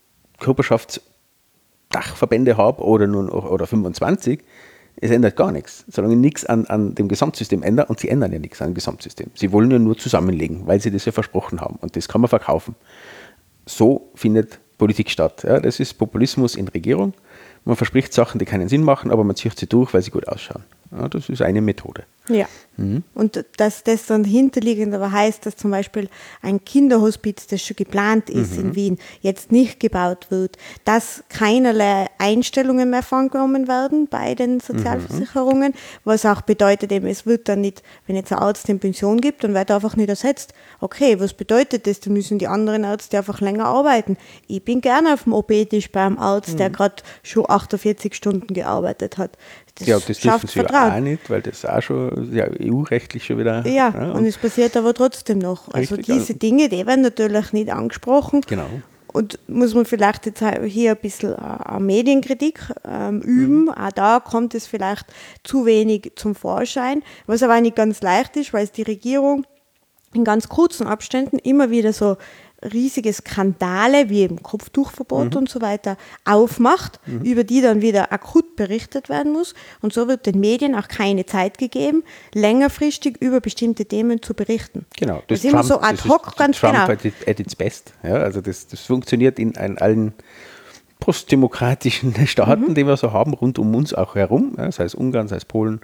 Körperschaftsdachverbände habe oder 25, es ändert gar nichts. Solange nichts an dem Gesamtsystem ändert, und sie ändern ja nichts an dem Gesamtsystem. Sie wollen ja nur zusammenlegen, weil sie das ja versprochen haben und das kann man verkaufen. So findet Politik statt. Ja, das ist Populismus in Regierung. Man verspricht Sachen, die keinen Sinn machen, aber man zieht sie durch, weil sie gut ausschauen. Ja, das ist eine Methode. Ja. Und dass das dann hinterliegend aber heißt, dass zum Beispiel ein Kinderhospiz, das schon geplant ist in Wien, jetzt nicht gebaut wird, dass keinerlei Einstellungen mehr vorgenommen werden bei den Sozialversicherungen, was auch bedeutet eben, es wird dann nicht, wenn jetzt ein Arzt in Pension gibt, dann wird er einfach nicht ersetzt. Okay, was bedeutet das? Dann müssen die anderen Ärzte einfach länger arbeiten. Ich bin gerne auf dem OP-Tisch beim Arzt, der gerade schon 48 Stunden gearbeitet hat. Das dürfen sie ja auch nicht, weil das auch schon EU-rechtlich schon wieder... Ja, und es passiert aber trotzdem noch. Also diese Dinge, die werden natürlich nicht angesprochen. Genau. Und muss man vielleicht jetzt hier ein bisschen Medienkritik üben. Auch da kommt es vielleicht zu wenig zum Vorschein, was aber auch nicht ganz leicht ist, weil es die Regierung in ganz kurzen Abständen immer wieder so riesige Skandale wie eben Kopftuchverbot und so weiter aufmacht, über die dann wieder akut berichtet werden muss. Und so wird den Medien auch keine Zeit gegeben, längerfristig über bestimmte Themen zu berichten. Genau. Das ist immer so ad hoc, ganz Trump genau. At its best. Ja, also das funktioniert in allen postdemokratischen Staaten, die wir so haben, rund um uns auch herum, ja, sei es Ungarn, sei es Polen.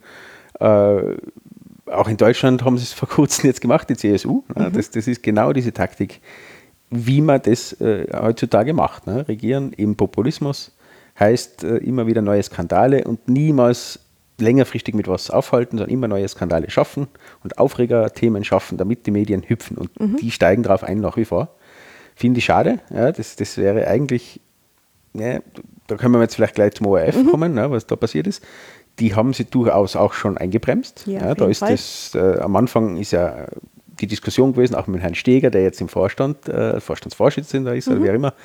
Auch in Deutschland haben sie es vor kurzem jetzt gemacht, die CSU. Ja, das ist genau diese Taktik, wie man das heutzutage macht. Ne? Regieren im Populismus heißt immer wieder neue Skandale und niemals längerfristig mit was aufhalten, sondern immer neue Skandale schaffen und Aufregerthemen schaffen, damit die Medien hüpfen. Und die steigen darauf ein nach wie vor. Finde ich schade. Ja, das wäre eigentlich, ja, da können wir jetzt vielleicht gleich zum ORF kommen, ne, was da passiert ist. Die haben sie durchaus auch schon eingebremst. Ja, da ist das, am Anfang ist ja die Diskussion gewesen, auch mit Herrn Steger, der jetzt im Vorstandsvorsitzender ist, oder wie auch immer,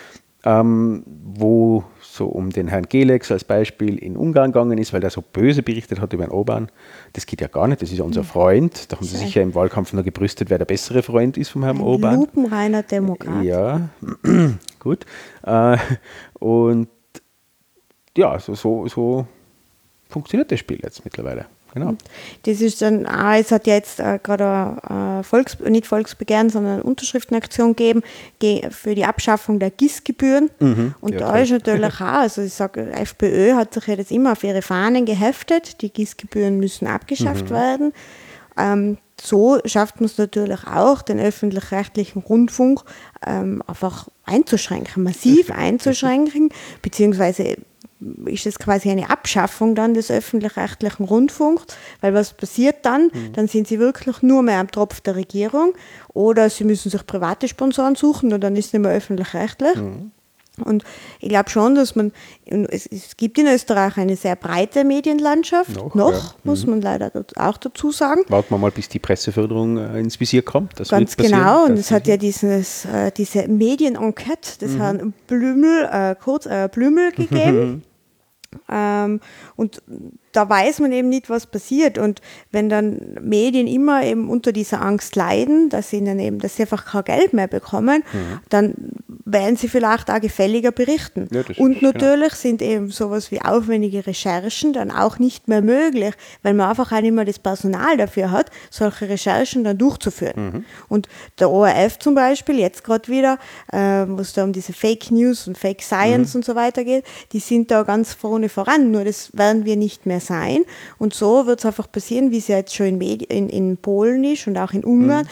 wo so um den Herrn Gelex als Beispiel in Ungarn gegangen ist, weil der so böse berichtet hat über den Orban. Das geht ja gar nicht, das ist ja unser Freund. Da haben sie sich ja im Wahlkampf nur gebrüstet, wer der bessere Freund ist vom Herrn Orban. Lupenreiner Demokrat. Ja, gut. Und ja, so funktioniert das Spiel jetzt mittlerweile. Genau. Das ist dann, es hat jetzt gerade nicht Volksbegehren, sondern eine Unterschriftenaktion gegeben für die Abschaffung der GIS-Gebühren. Und ja, da ist natürlich auch, also ich sage, FPÖ hat sich jetzt immer auf ihre Fahnen geheftet, die GIS-Gebühren müssen abgeschafft werden. So schafft man es natürlich auch, den öffentlich-rechtlichen Rundfunk einfach einzuschränken, massiv einzuschränken, beziehungsweise ist es quasi eine Abschaffung dann des öffentlich-rechtlichen Rundfunks, weil was passiert dann? Dann sind sie wirklich nur mehr am Tropf der Regierung oder sie müssen sich private Sponsoren suchen und dann ist es nicht mehr öffentlich-rechtlich. Und ich glaube schon, dass es gibt in Österreich eine sehr breite Medienlandschaft, muss man leider auch dazu sagen. Warten wir mal, bis die Presseförderung ins Visier kommt. Das Ganz genau, und es hat ja diese Medienenquete des Herrn Blümel gegeben. Und da weiß man eben nicht, was passiert. Und wenn dann Medien immer eben unter dieser Angst leiden, dass sie einfach kein Geld mehr bekommen, dann werden sie vielleicht auch gefälliger berichten. Ja, und natürlich sind eben sowas wie aufwendige Recherchen dann auch nicht mehr möglich, weil man einfach auch nicht mehr das Personal dafür hat, solche Recherchen dann durchzuführen. Und der ORF zum Beispiel, jetzt gerade wieder, wo es da um diese Fake News und Fake Science und so weiter geht, die sind da ganz vorne voran, nur das werden wir nicht mehr sein. Und so wird es einfach passieren, wie es ja jetzt schon in Polen ist und auch in Ungarn.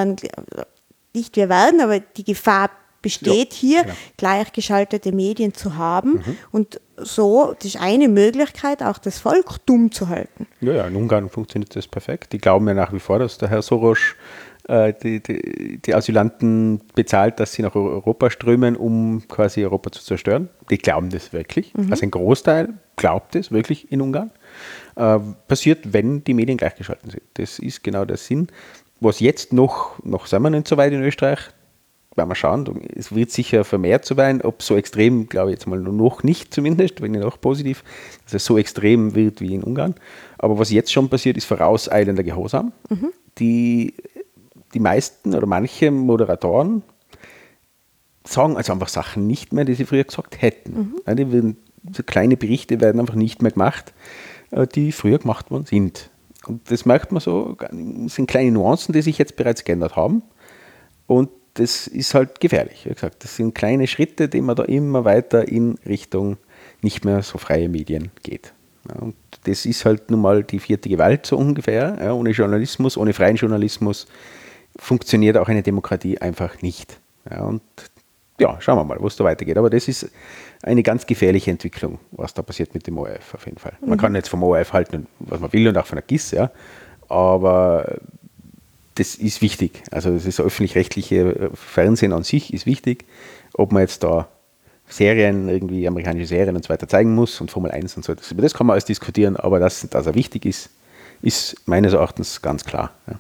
Aber die Gefahr besteht hier, gleichgeschaltete Medien zu haben. Und so, das ist eine Möglichkeit, auch das Volk dumm zu halten. Ja, in Ungarn funktioniert das perfekt. Die glauben ja nach wie vor, dass der Herr Soros die Asylanten bezahlt, dass sie nach Europa strömen, um quasi Europa zu zerstören. Die glauben das wirklich. Also ein Großteil glaubt das wirklich in Ungarn. Passiert, wenn die Medien gleichgeschaltet sind. Das ist genau der Sinn. Was jetzt noch sind wir nicht so weit in Österreich, werden wir schauen. Es wird sicher vermehrt so sein, ob so extrem, glaube ich jetzt mal noch nicht zumindest, wenn nicht auch positiv, dass es so extrem wird wie in Ungarn. Aber was jetzt schon passiert, ist vorauseilender Gehorsam. Die meisten oder manche Moderatoren sagen also einfach Sachen nicht mehr, die sie früher gesagt hätten. So kleine Berichte werden einfach nicht mehr gemacht, die früher gemacht worden sind. Und das merkt man so, das sind kleine Nuancen, die sich jetzt bereits geändert haben. Und das ist halt gefährlich. Wie gesagt, das sind kleine Schritte, die man da immer weiter in Richtung nicht mehr so freie Medien geht. Ja, und das ist halt nun mal die vierte Gewalt so ungefähr. Ja, ohne Journalismus, ohne freien Journalismus funktioniert auch eine Demokratie einfach nicht. Ja, und ja, schauen wir mal, wo es da weitergeht. Aber das ist eine ganz gefährliche Entwicklung, was da passiert mit dem ORF auf jeden Fall. Man kann jetzt vom ORF halten, was man will und auch von der GIS, ja, aber das ist wichtig. Also das ist öffentlich-rechtliche Fernsehen an sich ist wichtig. Ob man jetzt da Serien, irgendwie amerikanische Serien und so weiter zeigen muss und Formel 1 und so, über das kann man alles diskutieren, aber dass er wichtig ist, ist meines Erachtens ganz klar. Ja.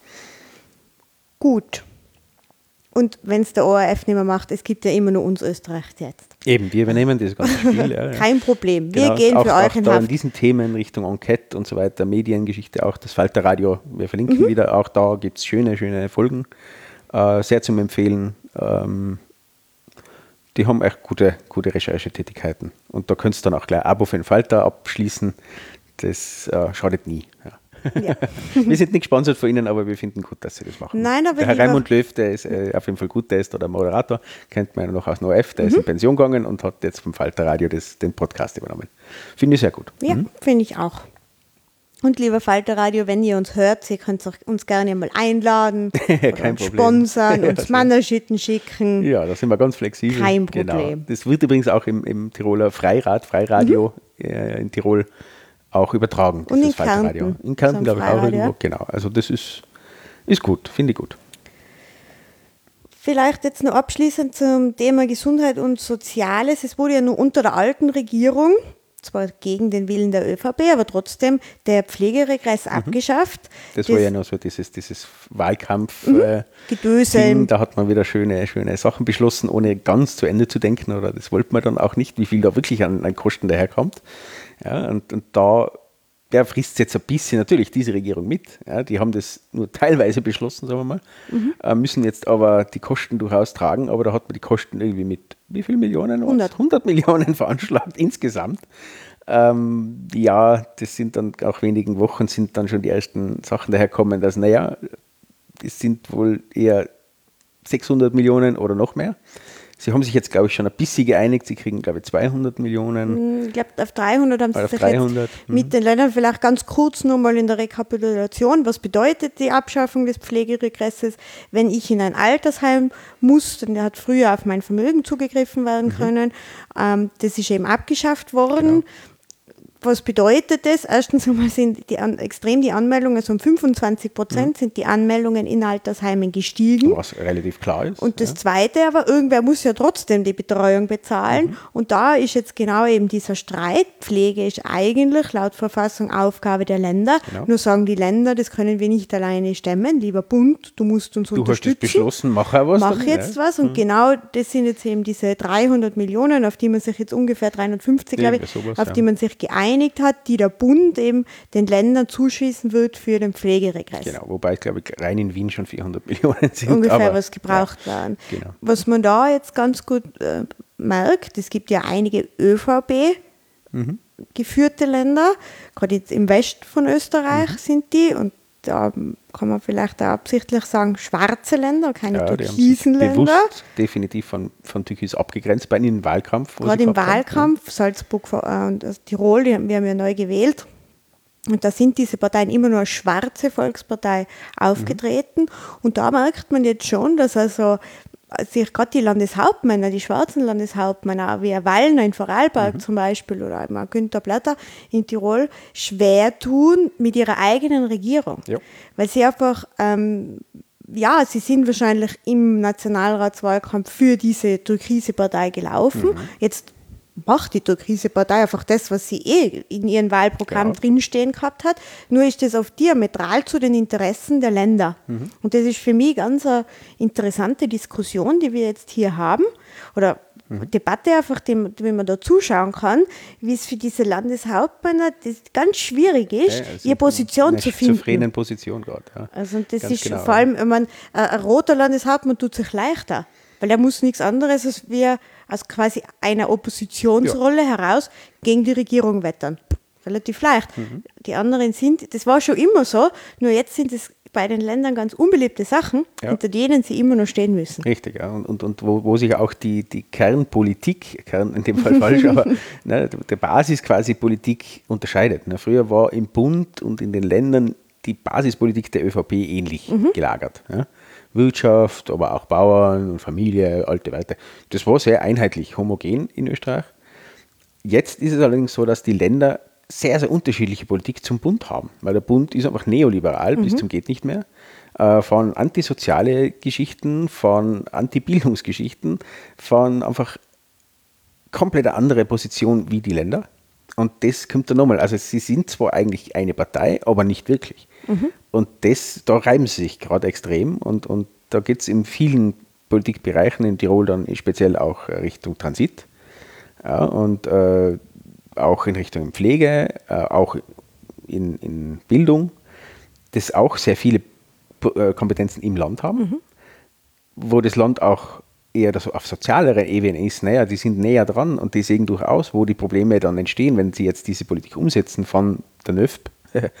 Gut. Und wenn es der ORF nicht mehr macht, es gibt ja immer nur uns Österreich jetzt. Eben, wir übernehmen das ganze Spiel. Ja. Kein Problem. Wir Genau, gehen auch, für auch euch in da Haft. in diesen Themen Richtung Enquete und so weiter, Mediengeschichte, auch das Falter-Radio, wir verlinken wieder, auch da gibt es schöne Folgen, sehr zum Empfehlen. Die haben echt gute Recherchetätigkeiten. Und da könnt ihr dann auch gleich ein Abo für den Falter abschließen. Das schadet nie. Ja. Ja. Wir sind nicht gesponsert von Ihnen, aber wir finden gut, dass Sie das machen. Nein, aber der Herr Raimund Löw, der ist auf jeden Fall gut, der ist da der Moderator, kennt man ja noch aus dem ORF, der ist in Pension gegangen und hat jetzt vom Falter Radio den Podcast übernommen. Finde ich sehr gut. Ja, finde ich auch. Und lieber Falter Radio, wenn ihr uns hört, ihr könnt uns gerne mal einladen, Kein oder Problem. sponsern, uns Mannerschitten schicken. Ja, da sind wir ganz flexibel. Kein Problem. Genau. Das wird übrigens auch im Tiroler Freiradio in Tirol auch übertragen. Und in Falterradio. Kärnten. In Kärnten, glaube ich, auch Freiradio. irgendwo. Genau. Also das ist gut, finde ich gut. Vielleicht jetzt noch abschließend zum Thema Gesundheit und Soziales. Es wurde ja nur unter der alten Regierung, zwar gegen den Willen der ÖVP, aber trotzdem der Pflegeregress abgeschafft. Das war ja noch so dieses Wahlkampf Gedöse. Ding. Da hat man wieder schöne Sachen beschlossen, ohne ganz zu Ende zu denken. Oder das wollte man dann auch nicht, wie viel da wirklich an Kosten daherkommt. Ja, und da der frisst jetzt ein bisschen natürlich diese Regierung mit. Ja, die haben das nur teilweise beschlossen, sagen wir mal, müssen jetzt aber die Kosten durchaus tragen, aber da hat man die Kosten irgendwie mit wie viel Millionen? 100 Millionen veranschlagt insgesamt. Ja, das sind dann auch wenigen Wochen sind dann schon die ersten Sachen daherkommen, dass naja, es sind wohl eher 600 Millionen oder noch mehr. Sie haben sich jetzt, glaube ich, schon ein bisschen geeinigt. Sie kriegen, glaube ich, 200 Millionen. Ich glaube, auf 300 haben sie sich 300. jetzt mit den Ländern vielleicht ganz kurz nochmal in der Rekapitulation. Was bedeutet die Abschaffung des Pflegeregresses? Wenn ich in ein Altersheim muss, denn der hat früher auf mein Vermögen zugegriffen werden können, das ist eben abgeschafft worden. Genau. was bedeutet das? Erstens einmal sind die Anmeldungen, also um 25% sind die Anmeldungen in Altersheimen gestiegen. Was relativ klar ist. Und das Zweite aber, irgendwer muss ja trotzdem die Betreuung bezahlen. Und da ist jetzt genau eben dieser Streit. Pflege ist eigentlich laut Verfassung Aufgabe der Länder. Genau. Nur sagen die Länder, das können wir nicht alleine stemmen. Lieber Bund, du musst uns unterstützen. Du hast das beschlossen, mach auch was. Mach jetzt was. Und genau das sind jetzt eben diese 300 Millionen, auf die man sich jetzt ungefähr 350, glaube ich, sowas, auf die man sich geeinigt hat, die der Bund eben den Ländern zuschießen wird für den Pflegeregress. Genau, wobei ich glaube, rein in Wien schon 400 Millionen sind. Ungefähr, aber, was gebraucht waren. Genau. Was man da jetzt ganz gut merkt, es gibt ja einige ÖVP-geführte Länder, gerade jetzt im Westen von Österreich sind die, und da kann man vielleicht auch absichtlich sagen, schwarze Länder, keine türkisen die haben sich Länder. bewusst definitiv von Türkis abgegrenzt, bei ihnen im Wahlkampf. Gerade im Wahlkampf, Salzburg und Tirol, wir haben ja neu gewählt. Und da sind diese Parteien immer nur als schwarze Volkspartei aufgetreten. Und da merkt man jetzt schon, dass also sich gerade die Landeshauptmänner, die schwarzen Landeshauptmänner, wie Wallner in Vorarlberg zum Beispiel oder auch Günther Blätter in Tirol, schwer tun mit ihrer eigenen Regierung. Ja. Weil sie einfach, sie sind wahrscheinlich im Nationalratswahlkampf für diese türkise Partei gelaufen. Jetzt macht die türkise Partei einfach das, was sie in ihrem Wahlprogramm drinstehen gehabt hat. Nur ist das oft diametral zu den Interessen der Länder. Und das ist für mich ganz eine interessante Diskussion, die wir jetzt hier haben. Oder Debatte einfach, wenn man da zuschauen kann, wie es für diese Landeshauptmänner das ganz schwierig ist, ihre Position zu finden. Schizophrenen Position gerade. Ja. Also das ganz ist genau, vor allem, ein roter Landeshauptmann tut sich leichter, weil er muss nichts anderes als wir aus quasi einer Oppositionsrolle heraus gegen die Regierung wettern. Relativ leicht. Die anderen das war schon immer so, nur jetzt sind es bei den Ländern ganz unbeliebte Sachen, hinter denen sie immer noch stehen müssen. Richtig, ja. Und wo sich auch die Kernpolitik, in dem Fall falsch, aber der Basis quasi Politik unterscheidet. Früher war im Bund und in den Ländern die Basispolitik der ÖVP ähnlich gelagert. Ja. Wirtschaft, aber auch Bauern und Familie, alte Werte. Das war sehr einheitlich, homogen in Österreich. Jetzt ist es allerdings so, dass die Länder sehr, sehr unterschiedliche Politik zum Bund haben, weil der Bund ist einfach neoliberal bis zum geht nicht mehr. Von antisoziale Geschichten, von Antibildungsgeschichten, von einfach komplett eine andere Position wie die Länder. Und das kommt dann nochmal. Also sie sind zwar eigentlich eine Partei, aber nicht wirklich. Und da reiben sie sich gerade extrem. Und da geht es in vielen Politikbereichen, in Tirol dann speziell auch Richtung Transit. Ja, und auch in Richtung Pflege, auch in Bildung, das auch sehr viele Kompetenzen im Land haben, wo das Land auch eher so auf sozialere Ebene ist, die sind näher dran und die sehen durchaus, wo die Probleme dann entstehen, wenn sie jetzt diese Politik umsetzen von der NÖFP.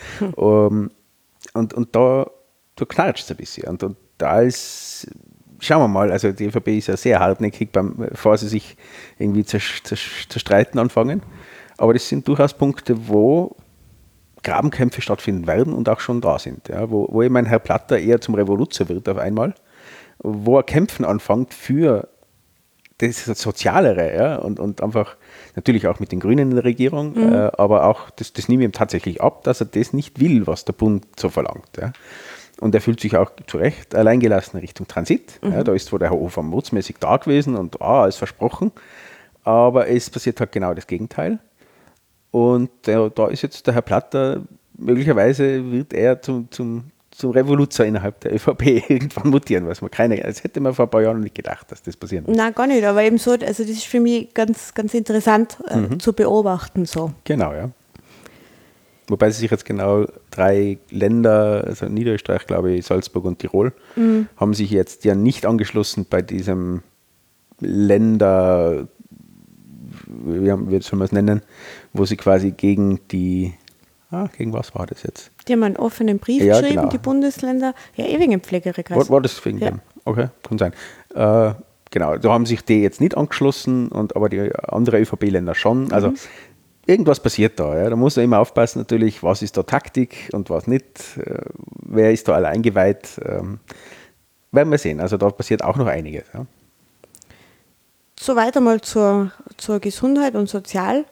Und da knatscht es ein bisschen. Und da schauen wir mal, also die ÖVP ist ja sehr hartnäckig, bevor sie sich irgendwie zerstreiten anfangen. Aber das sind durchaus Punkte, wo Grabenkämpfe stattfinden werden und auch schon da sind. Ja, wo ich mein Herr Platter eher zum Revoluzer wird auf einmal, wo er kämpfen anfängt für das Sozialere, ja, und einfach natürlich auch mit den Grünen in der Regierung, aber auch, das nehme ich ihm tatsächlich ab, dass er das nicht will, was der Bund so verlangt. Ja. Und er fühlt sich auch zu Recht alleingelassen in Richtung Transit. Ja, da ist zwar der Herr Hofer mutsmäßig da gewesen und alles versprochen, aber es passiert halt genau das Gegenteil. Und da ist jetzt der Herr Platter, möglicherweise wird er zum Revoluzer innerhalb der ÖVP irgendwann mutieren, das hätte man vor ein paar Jahren nicht gedacht, dass das passieren wird. Nein, gar nicht, aber eben so, also das ist für mich ganz, ganz interessant zu beobachten. So. Genau, ja. Wobei sich jetzt genau 3 Länder, also Niederösterreich, glaube ich, Salzburg und Tirol, haben sich jetzt ja nicht angeschlossen bei diesem Länder, wie soll man es nennen, wo sie quasi gegen was war das jetzt? Die haben einen offenen Brief geschrieben, genau. Die Bundesländer, wegen dem Pflegeregress. War das wegen dem? Okay, kann sein. Genau, da haben sich die jetzt nicht angeschlossen, aber die anderen ÖVP-Länder schon. Also irgendwas passiert da. Ja. Da muss man immer aufpassen natürlich, was ist da Taktik und was nicht. Wer ist da alle eingeweiht? Werden wir sehen. Also da passiert auch noch einiges. Ja. Soweit einmal zur Gesundheit und Sozialpolitik.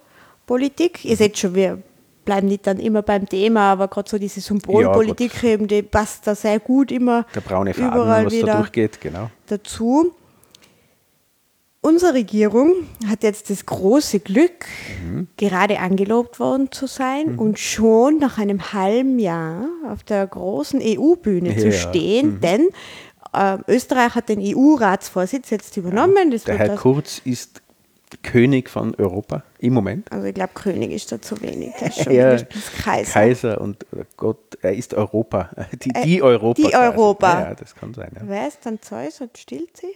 Politik. Ihr seht schon, wir bleiben nicht dann immer beim Thema, aber gerade so diese Symbolpolitik eben, die passt da sehr gut immer Der braune Faden, überall was wieder da durchgeht, genau. dazu. Unsere Regierung hat jetzt das große Glück, gerade angelobt worden zu sein und schon nach einem halben Jahr auf der großen EU-Bühne zu stehen, denn Österreich hat den EU-Ratsvorsitz jetzt übernommen. Das Der wird Herr Kurz ist König von Europa im Moment. also ich glaube, König ist da zu wenig. Der ist schon Ja, mindestens Kaiser. Kaiser und Gott, er ist Europa. Die Europa. die Europa. Ja, das kann sein. Ja. Wer ist dann Zeus und Stilze?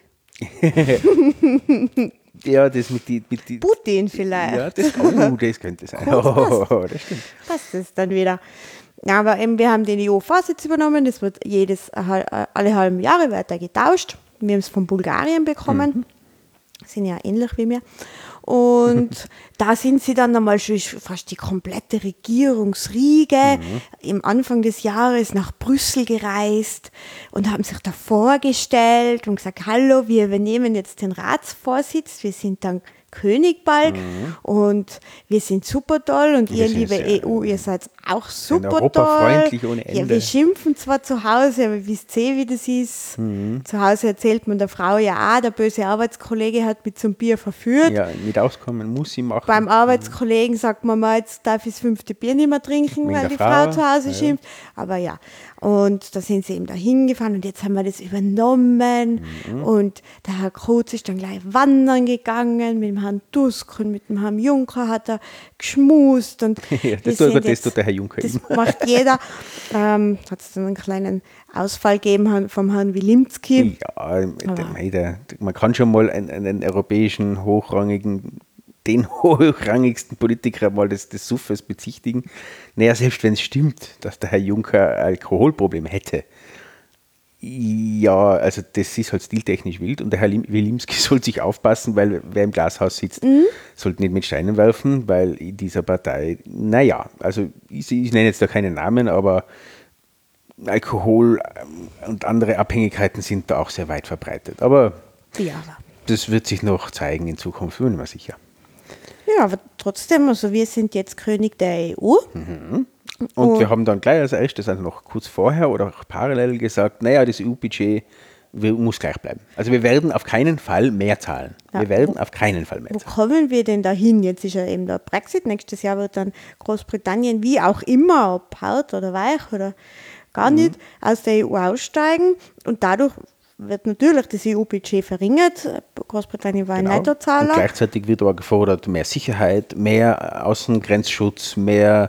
Ja, das mit die Putin vielleicht. ja, das könnte sein. Oh, das stimmt. Passt es dann wieder. Ja, aber eben, wir haben den EU-Vorsitz übernommen, das wird alle halben Jahre weiter getauscht. Wir haben es von Bulgarien bekommen, sind ja ähnlich wie wir. Und da sind sie dann einmal schon fast die komplette Regierungsriege im Anfang des Jahres nach Brüssel gereist und haben sich da vorgestellt und gesagt, hallo, wir übernehmen jetzt den Ratsvorsitz, wir sind dann König bald und wir sind super toll und ihr, sind liebe sehr, EU, ihr seid auch super toll. europafreundlich ohne Ja, Ende. wir schimpfen zwar zu Hause, aber wisst ihr, wie das ist? Zu Hause erzählt man der Frau ja auch, der böse Arbeitskollege hat mich zum Bier verführt. Ja, mit auskommen muss sie machen. Beim Arbeitskollegen sagt man mal, jetzt darf ich das 5. Bier nicht mehr trinken, Wegen weil der die Frau, Frau zu Hause ja. schimpft. Aber ja, und da sind sie eben da hingefahren und jetzt haben wir das übernommen. Und der Herr Kurz ist dann gleich wandern gegangen mit dem Herrn Tusk und mit dem Herrn Juncker hat er geschmust. Und Ja, wir das sind tut der Herr Juncker Das immer. macht jeder. Hat es dann einen kleinen Ausfall gegeben vom Herrn Wilimski. Ja, man kann schon mal einen europäischen den hochrangigsten Politiker mal des Suffes bezichtigen. Naja, selbst wenn es stimmt, dass der Herr Juncker ein Alkoholproblem hätte. Ja, also das ist halt stiltechnisch wild und der Herr Wilimski soll sich aufpassen, weil wer im Glashaus sitzt, sollte nicht mit Steinen werfen, weil in dieser Partei, naja, also ich nenne jetzt da keine Namen, aber Alkohol und andere Abhängigkeiten sind da auch sehr weit verbreitet. Aber Ja, das wird sich noch zeigen in Zukunft, bin ich mir sicher. ja, aber trotzdem, also wir sind jetzt König der EU. Und wir haben dann gleich als erstes, also noch kurz vorher oder auch parallel gesagt, naja, das EU-Budget muss gleich bleiben. Also wir werden auf keinen Fall mehr zahlen. Ja. Wir werden auf keinen Fall mehr Wo zahlen. kommen wir denn dahin? Jetzt ist ja eben der Brexit, nächstes Jahr wird dann Großbritannien, wie auch immer, ob hart oder weich oder gar nicht, aus der EU aussteigen und dadurch wird natürlich das EU-Budget verringert. Großbritannien war ein Genau. Und Nettozahler. gleichzeitig wird aber gefordert, mehr Sicherheit, mehr Außengrenzschutz, mehr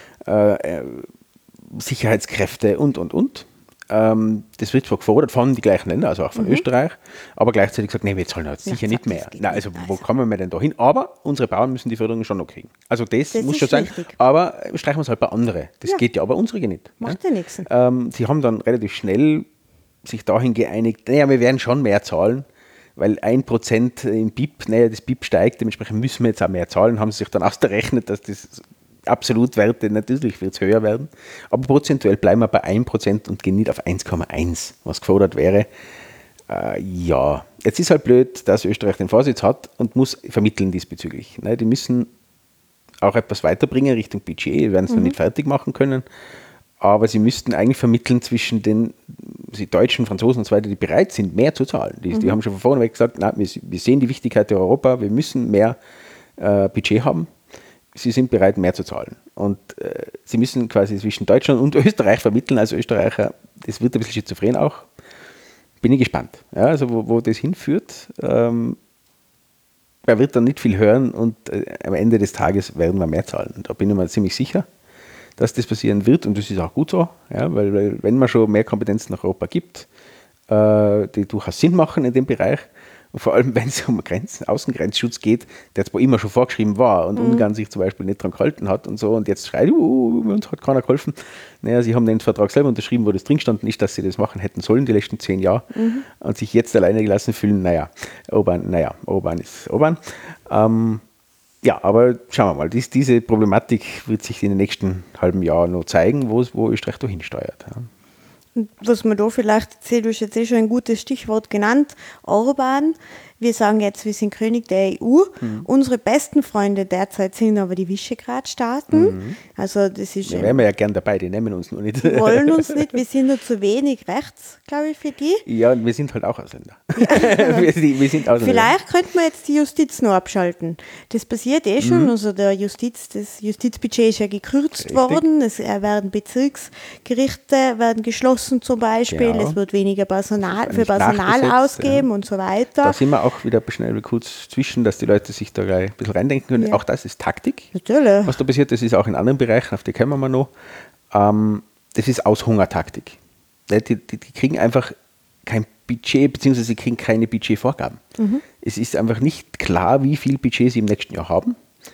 Sicherheitskräfte und. Das wird zwar gefordert von den gleichen Ländern, also auch von Österreich, aber gleichzeitig gesagt, nee, wir zahlen jetzt sicher Ja, nicht das mehr. geht Na, nicht. also wo kommen wir denn da hin? Aber unsere Bauern müssen die Förderung schon noch kriegen. Also das muss ist schon sein, wichtig. aber streichen wir es halt bei anderen. Das Ja. geht ja, aber unsere nicht. Macht ja nichts. Sie haben dann relativ schnell sich dahin geeinigt, naja, wir werden schon mehr zahlen, weil 1% im BIP, naja, das BIP steigt, dementsprechend müssen wir jetzt auch mehr zahlen, haben sie sich dann ausgerechnet, dass das Absolutwerte natürlich wird es höher werden, aber prozentuell bleiben wir bei 1% und gehen nicht auf 1,1, was gefordert wäre. Ja, jetzt ist halt blöd, dass Österreich den Vorsitz hat und muss vermitteln diesbezüglich. Ne, die müssen auch etwas weiterbringen Richtung Budget, werden es noch nicht fertig machen können, aber sie müssten eigentlich vermitteln zwischen den Deutschen, Franzosen und so weiter, die bereit sind, mehr zu zahlen. Die haben schon von vornherein gesagt, na, wir sehen die Wichtigkeit der Europa, wir müssen mehr Budget haben. Sie sind bereit, mehr zu zahlen. Und sie müssen quasi zwischen Deutschland und Österreich vermitteln, als Österreicher. Das wird ein bisschen schizophren auch. Bin ich gespannt. Ja, also wo das hinführt, er wird dann nicht viel hören und am Ende des Tages werden wir mehr zahlen. Da bin ich mir ziemlich sicher, dass das passieren wird und das ist auch gut so, ja, weil wenn man schon mehr Kompetenzen nach Europa gibt, die durchaus Sinn machen in dem Bereich, und vor allem, wenn es um Außengrenzschutz geht, der zwar immer schon vorgeschrieben war und Ungarn sich zum Beispiel nicht dran gehalten hat und so und jetzt schreit, uns hat keiner geholfen. Naja, sie haben den Vertrag selber unterschrieben, wo das drin stand, nicht, dass sie das machen hätten sollen, die letzten 10 Jahre und sich jetzt alleine gelassen fühlen. Orban ist Orban. Ja, aber schauen wir mal, diese Problematik wird sich in den nächsten halben Jahr noch zeigen, wo Österreich da hinsteuert. Ja. Was man da vielleicht, du hast jetzt schon ein gutes Stichwort genannt, Orban. wir sagen jetzt, wir sind König der EU. Unsere besten Freunde derzeit sind aber die Visegrad-Staaten. Also das ist, Da wären wir ja gern dabei, die nehmen uns nur nicht. wollen uns nicht, wir sind nur zu wenig rechts, glaube ich, für die. Ja, und wir sind halt auch Ausländer. wir sind Ausländer. Vielleicht könnte man jetzt die Justiz noch abschalten. Das passiert schon. Also das Justizbudget ist ja gekürzt worden. Es werden Bezirksgerichte werden geschlossen zum Beispiel. Genau. Es wird weniger Personal für Nicht Personal nachbesetzt, ausgeben und so weiter. Da sind wir auch wieder schnell kurz zwischen, dass die Leute sich da gleich ein bisschen reindenken können. Ja. Auch das ist Taktik. Natürlich. Was da passiert, das ist auch in anderen Bereichen, auf die kommen wir noch. Das ist Aushungertaktik. Die kriegen einfach kein Budget, beziehungsweise sie kriegen keine Budgetvorgaben. Es ist einfach nicht klar, wie viel Budget sie im nächsten Jahr haben.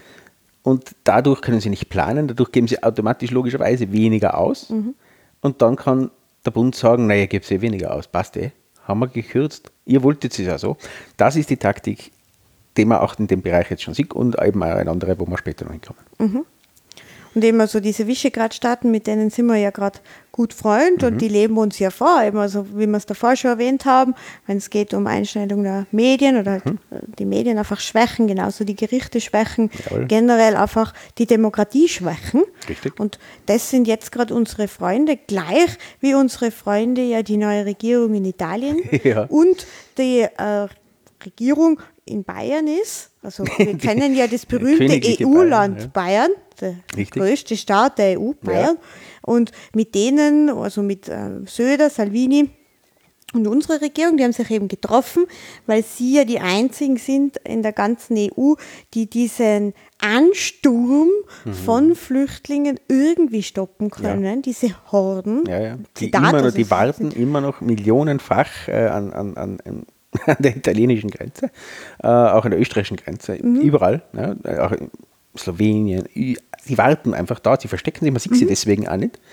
Und dadurch können sie nicht planen, dadurch geben sie automatisch logischerweise weniger aus. Und dann kann der Bund sagen, naja, gebt ihr weniger aus, passt haben wir gekürzt, ihr wolltet es ja so. Das ist die Taktik, die man auch in dem Bereich jetzt schon sieht und eben auch eine andere, wo wir später noch hinkommen. Und eben also diese Visegrad-Staaten, mit denen sind wir ja gerade gut Freund und die leben uns ja vor, eben also wie wir es davor schon erwähnt haben, wenn es geht um Einschneidung der Medien oder halt die Medien einfach schwächen, genauso die Gerichte schwächen, Jawohl. generell einfach die Demokratie schwächen. Richtig. Und das sind jetzt gerade unsere Freunde, gleich wie unsere Freunde ja die neue Regierung in Italien Ja. und die Regierung in Bayern ist. Also wir kennen ja das berühmte königliche EU-Land Bayern, ja. Bayern, der Richtig. größte Staat der EU, Bayern. Und mit denen, also mit Söder, Salvini und unsere Regierung, die haben sich eben getroffen, weil sie ja die einzigen sind in der ganzen EU, die diesen Ansturm von Flüchtlingen irgendwie stoppen können, diese Horden. Ja. Die, Zitat, immer noch, also die es warten immer noch millionenfach an der italienischen Grenze, auch an der österreichischen Grenze, überall, ja, auch in Slowenien, die warten einfach da, sie verstecken sich, man sieht sie deswegen auch nicht.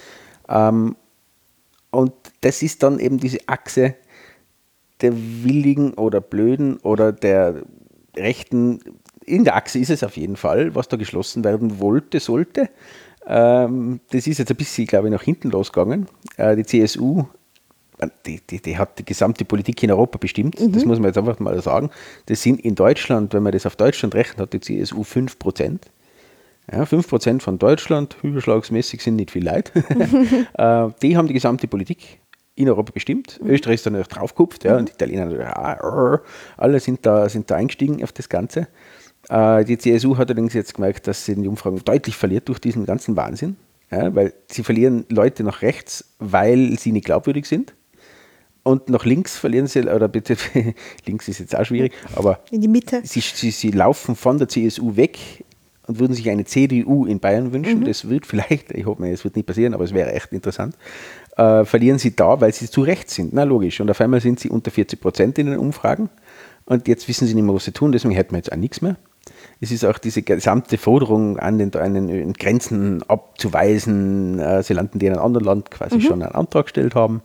Und das ist dann eben diese Achse der Willigen oder Blöden oder der Rechten. In der Achse ist es auf jeden Fall, was da geschlossen werden sollte. Das ist jetzt ein bisschen, glaube ich, nach hinten losgegangen. Die CSU, die hat die gesamte Politik in Europa bestimmt. Das muss man jetzt einfach mal sagen. Das sind in Deutschland, wenn man das auf Deutschland rechnet, hat die CSU 5%. Ja, 5% von Deutschland, überschlagsmäßig sind nicht viel Leute. Die haben die gesamte Politik in Europa bestimmt. Österreich ist da noch draufgekupft, und die Italiener natürlich, alle sind da eingestiegen auf das Ganze. Die CSU hat allerdings jetzt gemerkt, dass sie in den Umfragen deutlich verliert durch diesen ganzen Wahnsinn, weil sie verlieren Leute nach rechts, weil sie nicht glaubwürdig sind. Und nach links verlieren sie, oder bitte, links ist jetzt auch schwierig, aber in die Mitte. Sie laufen von der CSU weg und würden sich eine CDU in Bayern wünschen. Das wird vielleicht, ich hoffe, es wird nicht passieren, aber es wäre echt interessant. Verlieren sie da, weil sie zu rechts sind. Na logisch. Und auf einmal sind sie unter 40% in den Umfragen. Und jetzt wissen sie nicht mehr, was sie tun. Deswegen hätten wir jetzt auch nichts mehr. Es ist auch diese gesamte Forderung an den Grenzen abzuweisen. Sie landen, die in einem anderen Land quasi schon einen Antrag gestellt haben.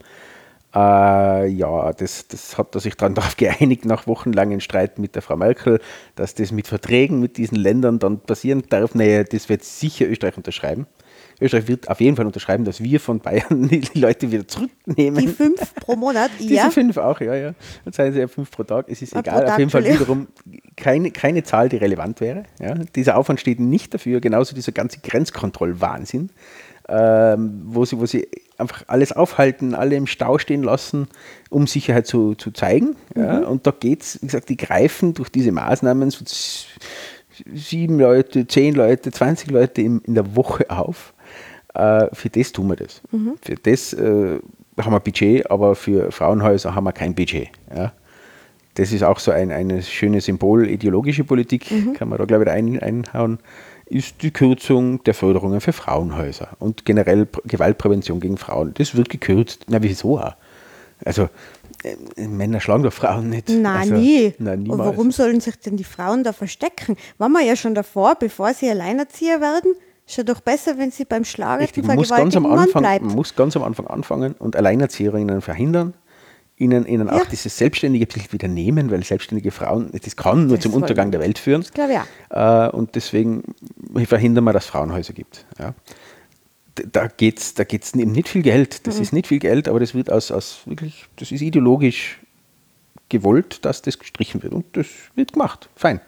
Das hat er sich dann darauf geeinigt, nach wochenlangen Streit mit der Frau Merkel, dass das mit Verträgen mit diesen Ländern dann passieren darf. Naja, das wird sicher Österreich unterschreiben. Österreich wird auf jeden Fall unterschreiben, dass wir von Bayern die Leute wieder zurücknehmen. Die 5 pro Monat, Diese 5 auch, ja. Dann seien sie ja 5 pro Tag. Es ist egal, Tag, auf jeden Fall wiederum keine Zahl, die relevant wäre. Ja. Dieser Aufwand steht nicht dafür, genauso dieser ganze Grenzkontrollwahnsinn, wo sie einfach alles aufhalten, alle im Stau stehen lassen, um Sicherheit zu zeigen. Ja. Und da geht es, wie gesagt, die greifen durch diese Maßnahmen so 7 Leute, 10 Leute, 20 Leute in der Woche auf. Für das tun wir das. Für das haben wir Budget, aber für Frauenhäuser haben wir kein Budget. Ja. Das ist auch so eine schöne symbolideologische Politik, kann man da, glaube ich, einhauen, ist die Kürzung der Förderungen für Frauenhäuser und generell Gewaltprävention gegen Frauen. Das wird gekürzt. Na, wieso auch? Also, Männer schlagen doch Frauen nicht. Nein, also, nie. Nein, Und niemals. warum sollen sich denn die Frauen da verstecken? Waren wir ja schon davor, bevor sie Alleinerzieher werden? Ist ja doch besser, wenn sie beim schlagenden, Man muss ganz vergewaltigten Mann bleibt. Man muss ganz am Anfang anfangen und Alleinerzieherinnen verhindern, ihnen auch dieses Selbstständige ein bisschen wieder nehmen, weil selbstständige Frauen, das kann nur Das zum wollen Untergang der Welt führen. Das glaube ich auch. Und deswegen verhindern wir, dass es Frauenhäuser gibt. Ja. Da geht's nicht viel Geld. Das ist nicht viel Geld, aber das wird aus wirklich, das ist ideologisch gewollt, dass das gestrichen wird. Und das wird gemacht. Fein.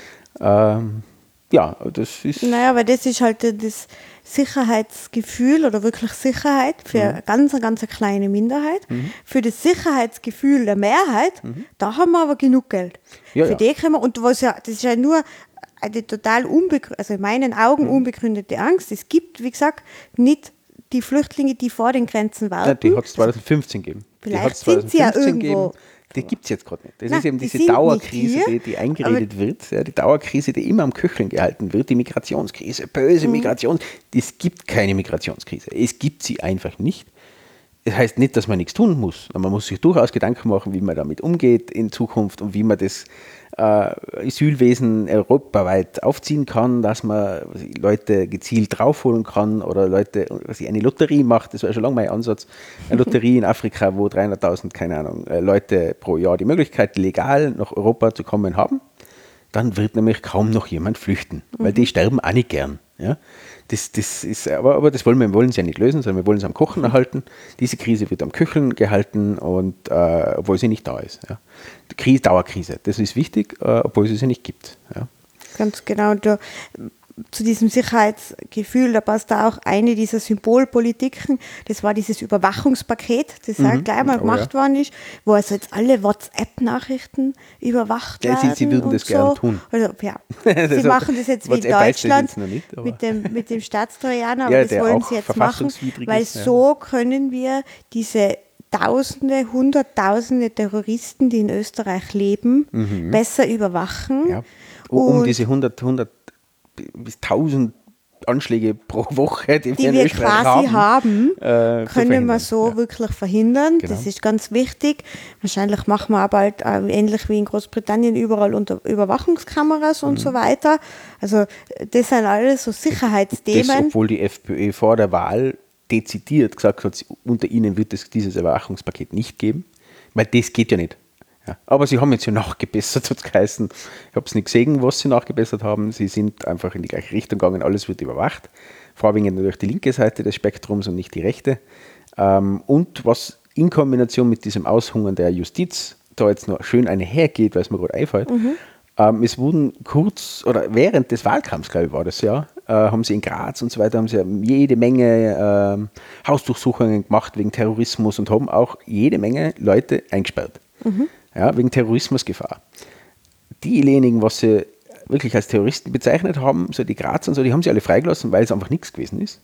Ja, das ist... Naja, aber das ist halt das Sicherheitsgefühl oder wirklich Sicherheit für eine ganz kleine Minderheit. Für das Sicherheitsgefühl der Mehrheit, da haben wir aber genug Geld. Ja, für ja. die können wir, und das ist ja nur eine total also in meinen Augen unbegründete Angst. Es gibt, wie gesagt, nicht die Flüchtlinge, die vor den Grenzen warten. Ja, die hat es 2015 gegeben. Vielleicht sind sie ja irgendwo. Die gibt es jetzt gerade nicht. Das Nein, ist eben die diese sind nicht Dauerkrise, hier, die eingeredet wird. Ja, die Dauerkrise, die immer am Köcheln gehalten wird. Die Migrationskrise, böse Migration. Es gibt keine Migrationskrise. Es gibt sie einfach nicht. Das heißt nicht, dass man nichts tun muss. Man muss sich durchaus Gedanken machen, wie man damit umgeht in Zukunft und wie man das Asylwesen europaweit aufziehen kann, dass man Leute gezielt draufholen kann oder Leute, dass ich eine Lotterie macht, das war schon lange mein Ansatz, eine Lotterie in Afrika, wo 300.000, keine Ahnung, Leute pro Jahr die Möglichkeit, legal nach Europa zu kommen haben, dann wird nämlich kaum noch jemand flüchten, weil die sterben auch nicht gern. Ja? Das ist, aber das wollen sie ja nicht lösen, sondern wir wollen es am Kochen erhalten. Diese Krise wird am Köcheln gehalten, und obwohl sie nicht da ist. Ja. Die Dauerkrise, das ist wichtig, obwohl es sie nicht gibt. Ja. Ganz genau. Zu diesem Sicherheitsgefühl, da passt da auch eine dieser Symbolpolitiken, das war dieses Überwachungspaket, das auch gleich mal gemacht worden ist, wo also jetzt alle WhatsApp-Nachrichten überwacht werden. Sie würden das gerne tun. Also, ja. Sie machen das jetzt wie in Deutschland nicht, mit dem Staatstrojaner, aber ja, das wollen sie jetzt machen, weil so können wir diese Tausende, Hunderttausende Terroristen, die in Österreich leben, besser überwachen. Ja. Um diese 100 bis 1000 Anschläge pro Woche, die wir in wir Österreich quasi haben, können wir verhindern. so wirklich verhindern. Genau. Das ist ganz wichtig. Wahrscheinlich machen wir auch bald ähnlich wie in Großbritannien überall Überwachungskameras und so weiter. Also das sind alles so Sicherheitsthemen. Das, obwohl die FPÖ vor der Wahl dezidiert gesagt hat, unter ihnen wird es dieses Überwachungspaket nicht geben, weil das geht ja nicht. Ja. Aber sie haben jetzt ja nachgebessert, hat es geheißen. Ich habe es nicht gesehen, was sie nachgebessert haben. Sie sind einfach in die gleiche Richtung gegangen, alles wird überwacht. Vorwiegend natürlich die linke Seite des Spektrums und nicht die rechte. Und was in Kombination mit diesem Aushungern der Justiz da jetzt noch schön einhergeht, weil es mir gerade einfällt, es wurden kurz oder während des Wahlkampfs, glaube ich, war das ja, haben sie in Graz und so weiter, haben sie jede Menge Hausdurchsuchungen gemacht wegen Terrorismus und haben auch jede Menge Leute eingesperrt. Ja, wegen Terrorismusgefahr. Diejenigen, was sie wirklich als Terroristen bezeichnet haben, so die Graz und so, die haben sie alle freigelassen, weil es einfach nichts gewesen ist.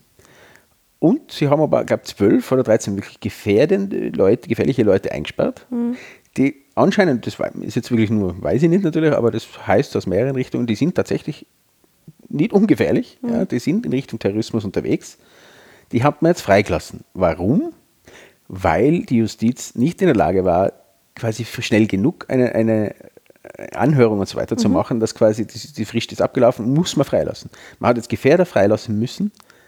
Und sie haben aber, ich glaube, 12 oder 13 wirklich gefährliche Leute eingesperrt, die anscheinend, das ist jetzt wirklich nur, weiß ich nicht natürlich, aber das heißt aus mehreren Richtungen, die sind tatsächlich nicht ungefährlich, ja, die sind in Richtung Terrorismus unterwegs. Die hat man jetzt freigelassen. Warum? Weil die Justiz nicht in der Lage war, quasi schnell genug eine Anhörung und so weiter zu machen, dass quasi die Frist ist abgelaufen, muss man freilassen. Man hat jetzt Gefährder freilassen müssen,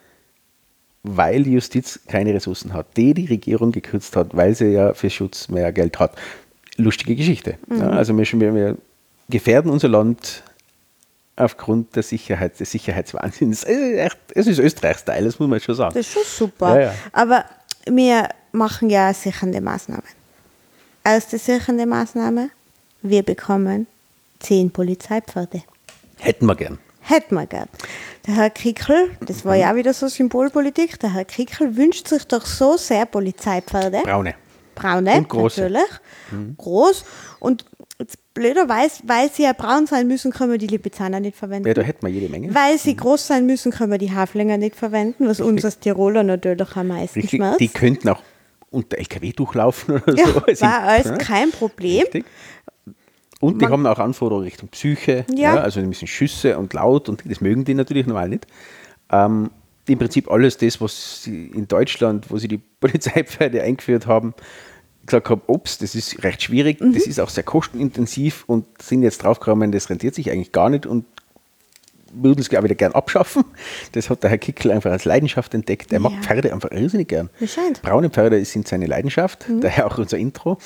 weil die Justiz keine Ressourcen hat, die Regierung gekürzt hat, weil sie ja für Schutz mehr Geld hat. Lustige Geschichte. Ja, also wir gefährden unser Land aufgrund des Sicherheitswahnsinns. Es ist Österreich-Style, das muss man schon sagen. Das ist schon super. Ja. Aber wir machen ja sichernde Maßnahmen. Erste sichernde Maßnahme, wir bekommen 10 Polizeipferde. Hätten wir gern. Hätten wir gern. Der Herr Kickl, das war ja auch wieder so Symbolpolitik, der Herr Kickl wünscht sich doch so sehr Polizeipferde. Braune, und große. Natürlich. Groß. Und jetzt blöderweise, weil sie ja braun sein müssen, können wir die Lipizzaner nicht verwenden. Ja, da hätten wir jede Menge. Weil sie groß sein müssen, können wir die Haflinger nicht verwenden, was uns als Tiroler natürlich am meisten Richtig. schmerzt. Die könnten auch unter LKW durchlaufen oder Ja, so. war alles kein Problem. Richtig. Und die haben auch Anforderungen Richtung Psyche, Ja. also ein bisschen Schüsse und laut, und das mögen die natürlich normal nicht. Im Prinzip alles das, was sie in Deutschland, wo sie die Polizeipferde eingeführt haben, gesagt haben, das ist recht schwierig, das ist auch sehr kostenintensiv, und sind jetzt draufgekommen, das rentiert sich eigentlich gar nicht und würden es auch wieder gern abschaffen. Das hat der Herr Kickl einfach als Leidenschaft entdeckt. Er mag Pferde einfach irrsinnig gern. Das scheint. Braune Pferde sind seine Leidenschaft, daher auch unser Intro.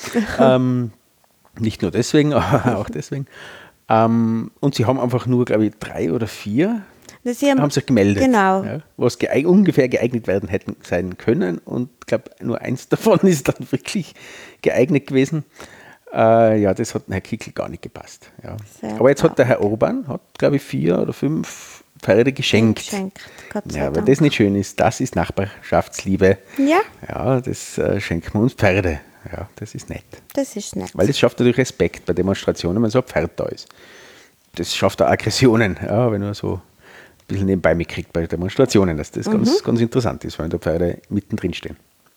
Nicht nur deswegen, aber auch deswegen. Und sie haben einfach nur, glaube ich, 3 oder 4 haben sich gemeldet, Genau. ja, was ungefähr geeignet hätten sein können. Und ich glaube, nur 1 davon ist dann wirklich geeignet gewesen. Ja, das hat Herr Kickl gar nicht gepasst. Ja. Aber jetzt hat der Herr Orban, glaube ich, 4 oder 5 Pferde geschenkt. Gott sei Ja, wenn Dank. das nicht schön ist, das ist Nachbarschaftsliebe. Ja, Ja, das schenken wir uns Pferde. Ja, das ist nett. das ist nett. Weil das schafft natürlich Respekt bei Demonstrationen, wenn so ein Pferd da ist. Das schafft auch Aggressionen, ja, wenn man so ein bisschen nebenbei mitkriegt bei Demonstrationen, dass das ganz interessant ist, wenn da Pferde mittendrin stehen.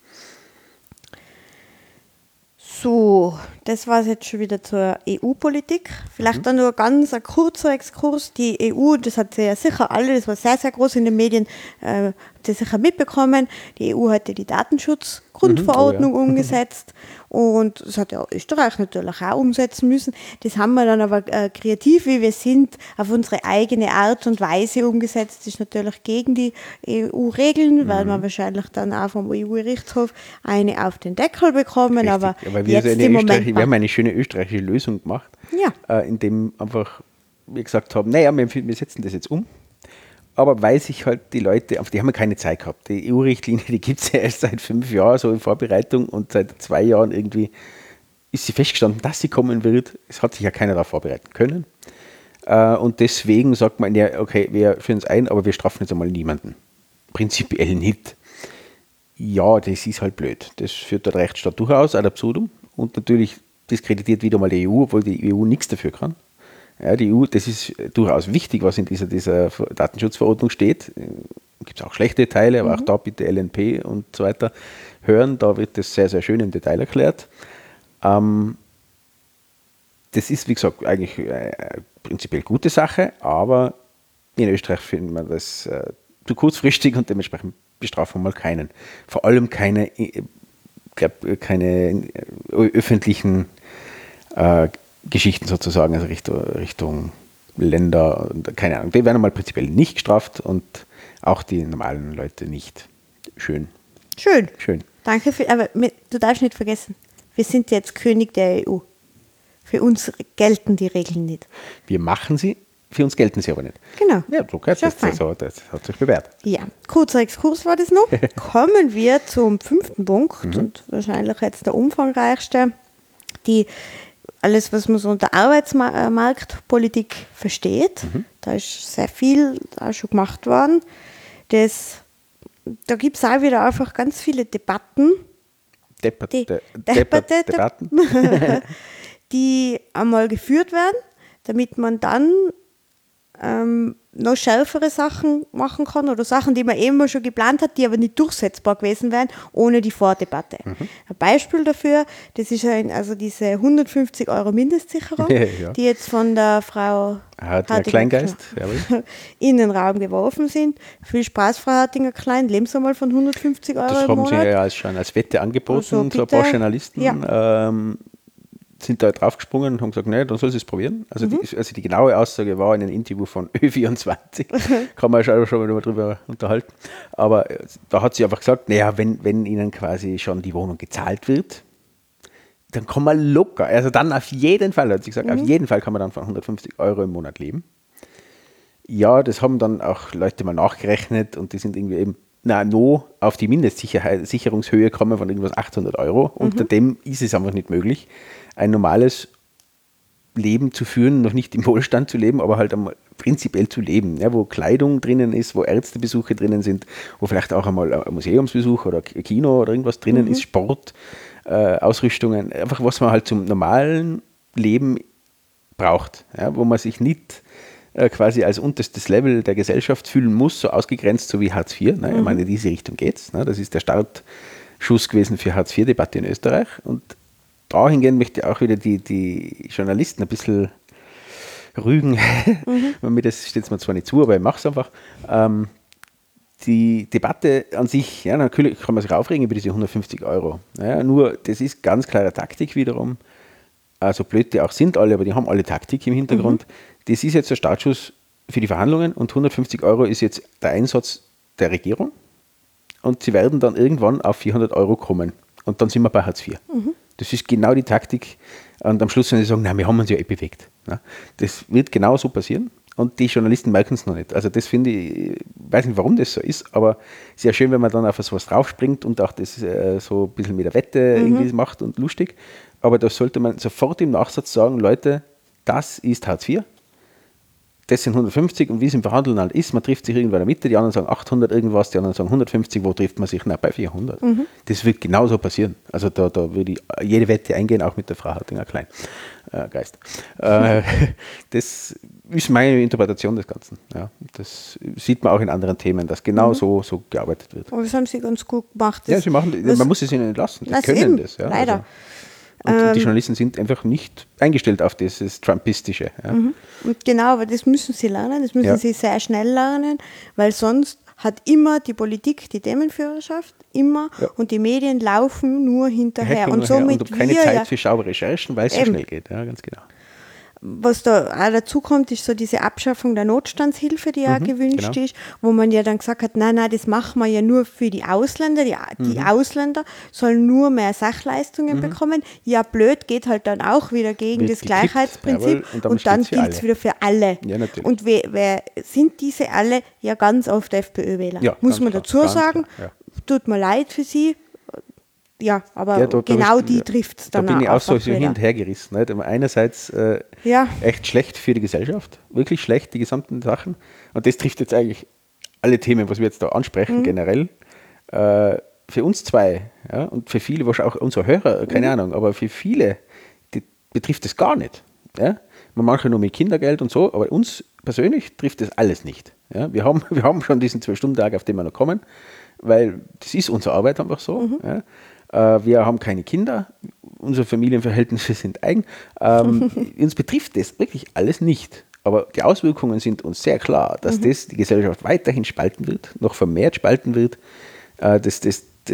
So, das war es jetzt schon wieder zur EU-Politik. Vielleicht dann nur ganz ein kurzer Exkurs. Die EU, das hat sie ja sicher alle, das war sehr, sehr groß in den Medien, habt ihr sicher mitbekommen. Die EU hat ja die Datenschutzgrundverordnung umgesetzt und das hat ja Österreich natürlich auch umsetzen müssen. Das haben wir dann aber kreativ, wie wir sind, auf unsere eigene Art und Weise umgesetzt. Das ist natürlich gegen die EU-Regeln, weil wir wahrscheinlich dann auch vom EU-Gerichtshof eine auf den Deckel bekommen. Richtig, Aber wir, jetzt im Moment wir haben eine schöne österreichische Lösung gemacht, Ja. indem einfach wir gesagt haben, naja, wir setzen das jetzt um. Aber weil sich halt die Leute, die haben ja keine Zeit gehabt. Die EU-Richtlinie, die gibt es ja erst seit 5 Jahren so in Vorbereitung und seit 2 Jahren irgendwie ist sie festgestanden, dass sie kommen wird. Es hat sich ja keiner darauf vorbereiten können. Und deswegen sagt man, ja, okay, wir führen es ein, aber wir strafen jetzt einmal niemanden. Prinzipiell nicht. Ja, das ist halt blöd. Das führt der Rechtsstaat durchaus ad absurdum und natürlich diskreditiert wieder mal die EU, obwohl die EU nichts dafür kann. Ja, die EU, das ist durchaus wichtig, was in dieser Datenschutzverordnung steht. Gibt es auch schlechte Teile, aber auch da bitte LNP und so weiter hören. Da wird das sehr, sehr schön im Detail erklärt. Das ist, wie gesagt, eigentlich eine prinzipiell gute Sache, aber in Österreich finden wir das zu kurzfristig und dementsprechend bestrafen wir mal keinen. Vor allem keine öffentlichen Geschichten sozusagen, also Richtung Länder, keine Ahnung. Die werden mal prinzipiell nicht gestraft und auch die normalen Leute nicht. Schön. Schön. Schön. Danke aber du darfst nicht vergessen, wir sind jetzt König der EU. Für uns gelten die Regeln nicht. Wir machen sie, für uns gelten sie aber nicht. Genau. Ja, so gehört das, das hat sich bewährt. Ja, kurzer Exkurs war das noch. Kommen wir zum 5. Punkt und wahrscheinlich jetzt der umfangreichste. Alles, was man so unter Arbeitsmarktpolitik versteht, da ist sehr viel auch schon gemacht worden. Da gibt es auch wieder einfach ganz viele Debatten, Debatten. die einmal geführt werden, damit man dann noch schärfere Sachen machen kann oder Sachen, die man immer schon geplant hat, die aber nicht durchsetzbar gewesen wären, ohne die Vordebatte. Ein Beispiel dafür, das ist also diese 150 € Mindestsicherung, die jetzt von der Frau Hartinger Kleingeist in den Raum geworfen sind. Viel Spaß, Frau Hartinger Klein, leben Sie mal von 150 € das im Monat. Das haben Sie ja schon als Wette angeboten, so ein paar Journalisten. Sind da draufgesprungen und haben gesagt, nee, dann soll sie es probieren. Also, die genaue Aussage war in einem Interview von Ö24, kann man schon mal drüber unterhalten. Aber da hat sie einfach gesagt, naja, wenn ihnen quasi schon die Wohnung gezahlt wird, dann kann man locker, also dann auf jeden Fall, hat sie gesagt, auf jeden Fall kann man dann von 150 € im Monat leben. Ja, das haben dann auch Leute mal nachgerechnet und die sind irgendwie eben noch auf die Mindestsicherungshöhe kommen von irgendwas 800 €. Unter dem ist es einfach nicht möglich, ein normales Leben zu führen, noch nicht im Wohlstand zu leben, aber halt einmal prinzipiell zu leben, ja, wo Kleidung drinnen ist, wo Ärztebesuche drinnen sind, wo vielleicht auch einmal ein Museumsbesuch oder Kino oder irgendwas drinnen ist, Sport, Ausrüstungen, einfach was man halt zum normalen Leben braucht, ja, wo man sich nicht quasi als unterstes Level der Gesellschaft fühlen muss, so ausgegrenzt, so wie Hartz IV. Ich meine, in diese Richtung geht's. Das ist der Startschuss gewesen für Hartz-IV-Debatte in Österreich. Und dahingehend möchte ich auch wieder die Journalisten ein bisschen rügen. Das steht mir zwar nicht zu, aber ich mache es einfach. Die Debatte an sich, ja, natürlich kann man sich aufregen über diese 150 €. Ja, nur, das ist ganz klare Taktik wiederum. Also blöd die auch sind alle, aber die haben alle Taktik im Hintergrund. Das ist jetzt der Startschuss für die Verhandlungen und 150 € ist jetzt der Einsatz der Regierung und sie werden dann irgendwann auf 400 € kommen und dann sind wir bei Hartz IV. Das ist genau die Taktik und am Schluss, wenn sie sagen, nein, wir haben uns ja bewegt. Das wird genau so passieren und die Journalisten merken es noch nicht. Also das finde ich weiß nicht, warum das so ist, aber sehr schön, wenn man dann auf sowas draufspringt und auch das so ein bisschen mit der Wette irgendwie macht und lustig. aber da sollte man sofort im Nachsatz sagen, Leute, das ist Hartz IV, das sind 150 und wie es im Verhandeln halt ist, man trifft sich irgendwo in der Mitte, die anderen sagen 800 irgendwas, die anderen sagen 150, wo trifft man sich? Na, bei 400. Das wird genauso passieren. Also da würde ich jede Wette eingehen, auch mit der Frau Hartinger-Klein. Geist. Das ist meine Interpretation des Ganzen. Ja, das sieht man auch in anderen Themen, dass genau so gearbeitet wird. Aber das haben sie ganz gut gemacht. Ja, man muss es ihnen nicht lassen. Die können eben, das. Ja, leider. Also. Und die Journalisten sind einfach nicht eingestellt auf dieses Trumpistische. Ja. Und genau, aber das müssen sie lernen, das müssen sie sehr schnell lernen, weil sonst hat immer die Politik die Themenführerschaft, immer, und die Medien laufen nur hinterher. Und somit und keine Zeit für saubere Recherchen, weil es so schnell geht. Ja, ganz genau. Was da auch dazu kommt, ist so diese Abschaffung der Notstandshilfe, die ja gewünscht ist, wo man ja dann gesagt hat, nein, das machen wir ja nur für die Ausländer. Die Ausländer sollen nur mehr Sachleistungen bekommen. Ja, blöd, geht halt dann auch wieder gegen das Gleichheitsprinzip. Jawohl, und dann gilt es wieder für alle. Ja, natürlich. Und wer sind diese alle? Ja, ganz oft FPÖ-Wähler. Ja, muss man klar, dazu sagen. Klar, Tut mir leid für sie. Ja, aber die trifft es dann auch. Da bin ich auch so hin und her gerissen. Nicht? Einerseits echt schlecht für die Gesellschaft, wirklich schlecht, die gesamten Sachen. Und das trifft jetzt eigentlich alle Themen, was wir jetzt da ansprechen, generell. Für uns zwei, ja, und für viele, wahrscheinlich auch unsere Hörer, keine Ahnung, aber für viele betrifft das gar nicht. Ja? Manche nur mit Kindergeld und so, aber uns persönlich trifft das alles nicht. Ja? Wir haben schon diesen 12-Stunden-Tag, auf den wir noch kommen, weil das ist unsere Arbeit einfach so. Ja? Wir haben keine Kinder, unsere Familienverhältnisse sind eigen. Uns betrifft das wirklich alles nicht. Aber die Auswirkungen sind uns sehr klar, dass das die Gesellschaft weiterhin spalten wird, noch vermehrt spalten wird. Das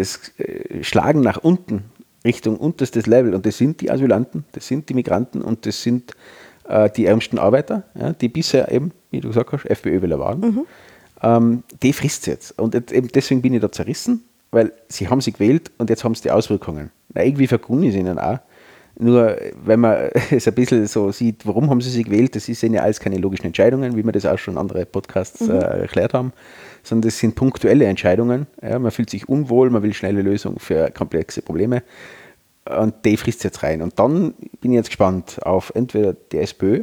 Schlagen nach unten, Richtung unterstes Level. Und das sind die Asylanten, das sind die Migranten und das sind die ärmsten Arbeiter, ja, die bisher eben, wie du gesagt hast, FPÖ-Wähler waren. Die frisst jetzt. Und eben deswegen bin ich da zerrissen. Weil sie haben sie gewählt und jetzt haben sie die Auswirkungen. Na, irgendwie vergunne ich es ihnen auch. Nur wenn man es ein bisschen so sieht, warum haben sie gewählt, das sind ja alles keine logischen Entscheidungen, wie wir das auch schon in anderen Podcasts erklärt haben, sondern das sind punktuelle Entscheidungen. Ja, man fühlt sich unwohl, man will schnelle Lösungen für komplexe Probleme und die frisst jetzt rein. Und dann bin ich jetzt gespannt auf entweder die SPÖ,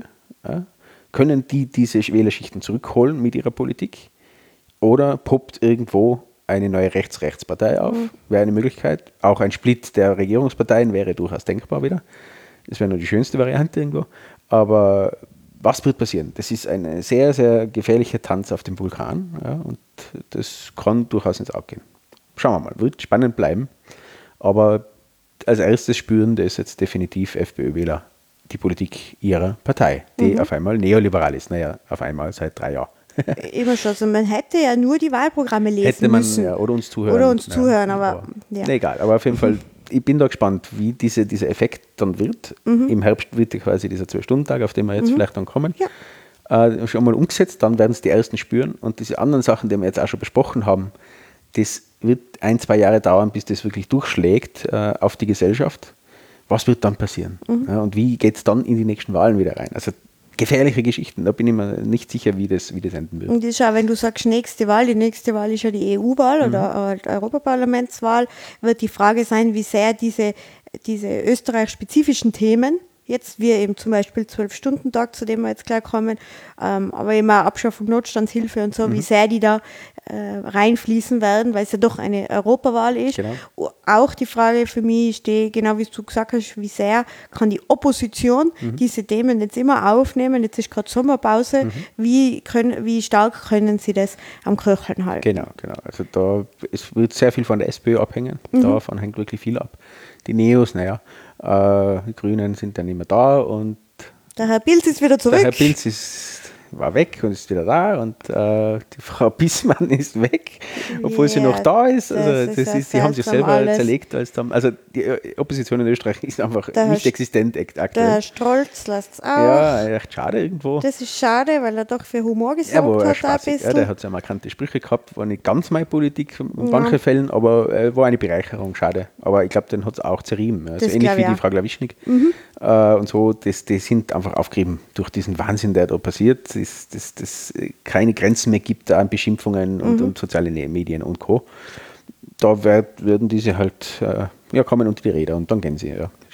können die diese Wählerschichten zurückholen mit ihrer Politik oder poppt irgendwo eine neue Rechts-Rechts-Partei auf, wäre eine Möglichkeit. Auch ein Split der Regierungsparteien wäre durchaus denkbar wieder. Das wäre nur die schönste Variante irgendwo. Aber was wird passieren? Das ist ein sehr, sehr gefährlicher Tanz auf dem Vulkan. Ja, und das kann durchaus ins Auge gehen. Schauen wir mal, wird spannend bleiben. Aber als erstes spüren das jetzt definitiv FPÖ-Wähler die Politik ihrer Partei, die auf einmal neoliberal ist. Naja, auf einmal seit 3 Jahren. Immer schon. Also man hätte ja nur die Wahlprogramme lesen müssen. Ja, oder uns zuhören. Aber ja. Nee, egal. Aber auf jeden Fall, ich bin da gespannt, wie dieser Effekt dann wird. Im Herbst wird quasi dieser 12-Stunden-Tag, auf den wir jetzt vielleicht dann kommen, schon mal umgesetzt. Dann werden es die Ersten spüren. Und diese anderen Sachen, die wir jetzt auch schon besprochen haben, das wird 1-2 Jahre dauern, bis das wirklich durchschlägt auf die Gesellschaft. Was wird dann passieren? Ja, und wie geht es dann in die nächsten Wahlen wieder rein? Also gefährliche Geschichten, da bin ich mir nicht sicher, wie das enden wird. Und schau, wenn du sagst, die nächste Wahl ist ja die EU-Wahl oder Europaparlamentswahl, wird die Frage sein, wie sehr diese österreich-spezifischen Themen, jetzt wir eben zum Beispiel 12-Stunden-Tag, zu dem wir jetzt gleich kommen, aber eben auch Abschaffung Notstandshilfe und so, wie sehr die da reinfließen werden, weil es ja doch eine Europawahl ist. Genau. Auch die Frage für mich steht, genau wie du gesagt hast, wie sehr kann die Opposition diese Themen jetzt immer aufnehmen, jetzt ist gerade Sommerpause, wie stark können sie das am Köcheln halten? Genau. Also es wird sehr viel von der SPÖ abhängen, davon hängt wirklich viel ab. Die Neos, die Grünen sind dann immer da und der Herr Pilz ist wieder zurück. Der Herr Pilz war weg und ist wieder da und die Frau Bissmann ist weg, obwohl sie noch da ist. Also die haben sich selber alles zerlegt. Also die Opposition in Österreich ist einfach nicht existent aktuell. Der Herr Strolz lässt es auch. Ja, echt schade irgendwo. Das ist schade, weil er doch für Humor gesorgt hat. Der hat sehr markante Sprüche gehabt, war nicht ganz meine Politik in manchen Fällen, aber war eine Bereicherung, schade. Aber ich glaube, den hat es auch zerrieben. Also ähnlich wie die Frau Glawischnik. Und so, die sind einfach aufgerieben durch diesen Wahnsinn, der da passiert. Das keine Grenzen mehr gibt an Beschimpfungen und soziale Medien und Co. Da würden diese halt kommen unter die Räder und dann gehen sie. Ja. Schade.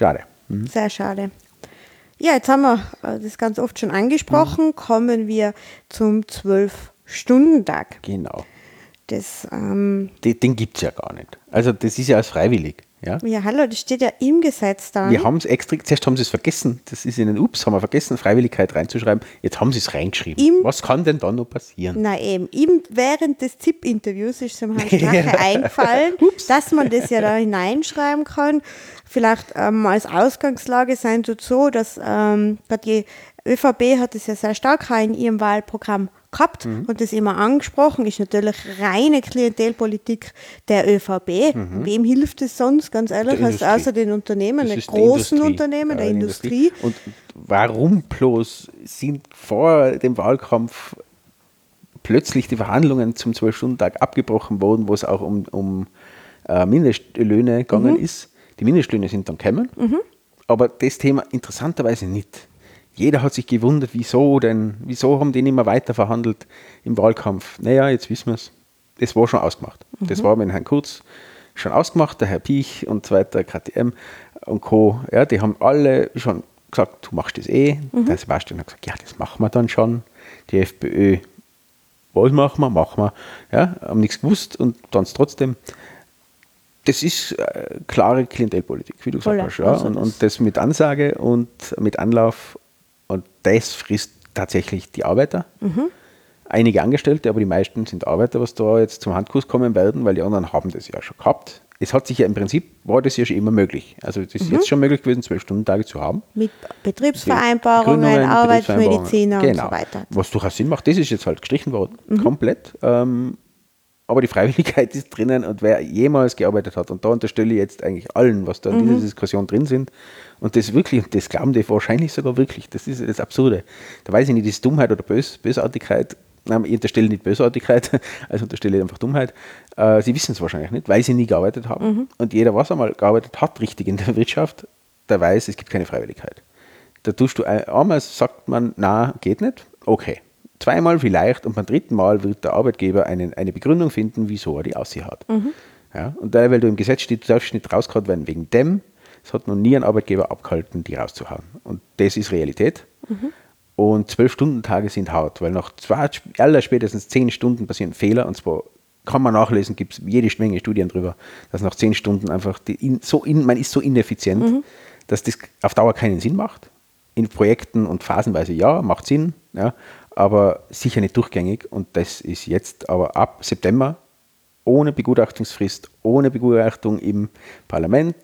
Sehr schade. Ja, jetzt haben wir das ganz oft schon angesprochen. Kommen wir zum 12-Stunden-Tag. Genau. Das, Den gibt es ja gar nicht. Also das ist ja alles freiwillig. Ja? ja, hallo, das steht ja im Gesetz da. Wir haben es extra, zuerst haben sie es vergessen, das ist ihnen, haben wir vergessen, Freiwilligkeit reinzuschreiben, jetzt haben sie es reingeschrieben. Was kann denn da noch passieren? Na eben, während des ZIP-Interviews ist dem Herrn Strache eingefallen, dass man das ja da hineinschreiben kann. Vielleicht als Ausgangslage sein tut so, dass gerade die ÖVP hat es ja sehr stark in ihrem Wahlprogramm gehabt und das immer angesprochen, ist natürlich reine Klientelpolitik der ÖVP. Wem hilft es sonst, ganz ehrlich, außer den Unternehmen, den großen Unternehmen, der Industrie. Und warum bloß sind vor dem Wahlkampf plötzlich die Verhandlungen zum 12-Stunden-Tag abgebrochen worden, wo es auch um Mindestlöhne gegangen ist? Die Mindestlöhne sind dann gekommen, aber das Thema interessanterweise nicht. Jeder hat sich gewundert, wieso haben die nicht mehr weiter verhandelt im Wahlkampf? Naja, jetzt wissen wir es. Das war schon ausgemacht. Das war mit Herrn Kurz schon ausgemacht, der Herr Piech und so weiter, KTM und Co. Ja, die haben alle schon gesagt, du machst das eh. Der Sebastian hat gesagt, ja, das machen wir dann schon. Die FPÖ, was machen wir? Machen wir. Ja, haben nichts gewusst und dann trotzdem. Das ist klare Klientelpolitik, wie du gesagt hast. Ja. Und das mit Ansage und mit Anlauf. Und das frisst tatsächlich die Arbeiter. Einige Angestellte, aber die meisten sind Arbeiter, was da jetzt zum Handkuss kommen werden, weil die anderen haben das ja schon gehabt. Es hat sich ja im Prinzip, war das ja schon immer möglich. Also das ist jetzt schon möglich gewesen, 12-Stunden-Tage zu haben. Mit Betriebsvereinbarungen, Arbeitsmediziner und so weiter. Was durchaus Sinn macht, das ist jetzt halt gestrichen worden, komplett. Aber die Freiwilligkeit ist drinnen und wer jemals gearbeitet hat, und da unterstelle ich jetzt eigentlich allen, was da in dieser Diskussion drin sind, und das wirklich, und das glauben die wahrscheinlich sogar wirklich, das ist das Absurde. Da weiß ich nicht, ist Dummheit oder Bösartigkeit. Nein, ich unterstelle nicht Bösartigkeit, also unterstelle ich einfach Dummheit. Sie wissen es wahrscheinlich nicht, weil sie nie gearbeitet haben. Und jeder, was einmal gearbeitet hat, richtig in der Wirtschaft, der weiß, es gibt keine Freiwilligkeit. Da tust du einmal, sagt man, na, geht nicht, okay. Zweimal vielleicht und beim dritten Mal wird der Arbeitgeber eine Begründung finden, wieso er die aussehen hat. Ja, und da, weil du im Gesetz steht, du darfst nicht rausgehauen werden wegen dem, es hat noch nie ein Arbeitgeber abgehalten, die rauszuhauen. Und das ist Realität. Und 12-Stunden-Tage sind hart, weil nach spätestens 10 Stunden passieren Fehler, und zwar kann man nachlesen, gibt es jede Menge Studien drüber, dass nach 10 Stunden einfach man ist so ineffizient, dass das auf Dauer keinen Sinn macht. In Projekten und phasenweise ja, macht Sinn, ja, aber sicher nicht durchgängig, und das ist jetzt aber ab September ohne Begutachtungsfrist, ohne Begutachtung im Parlament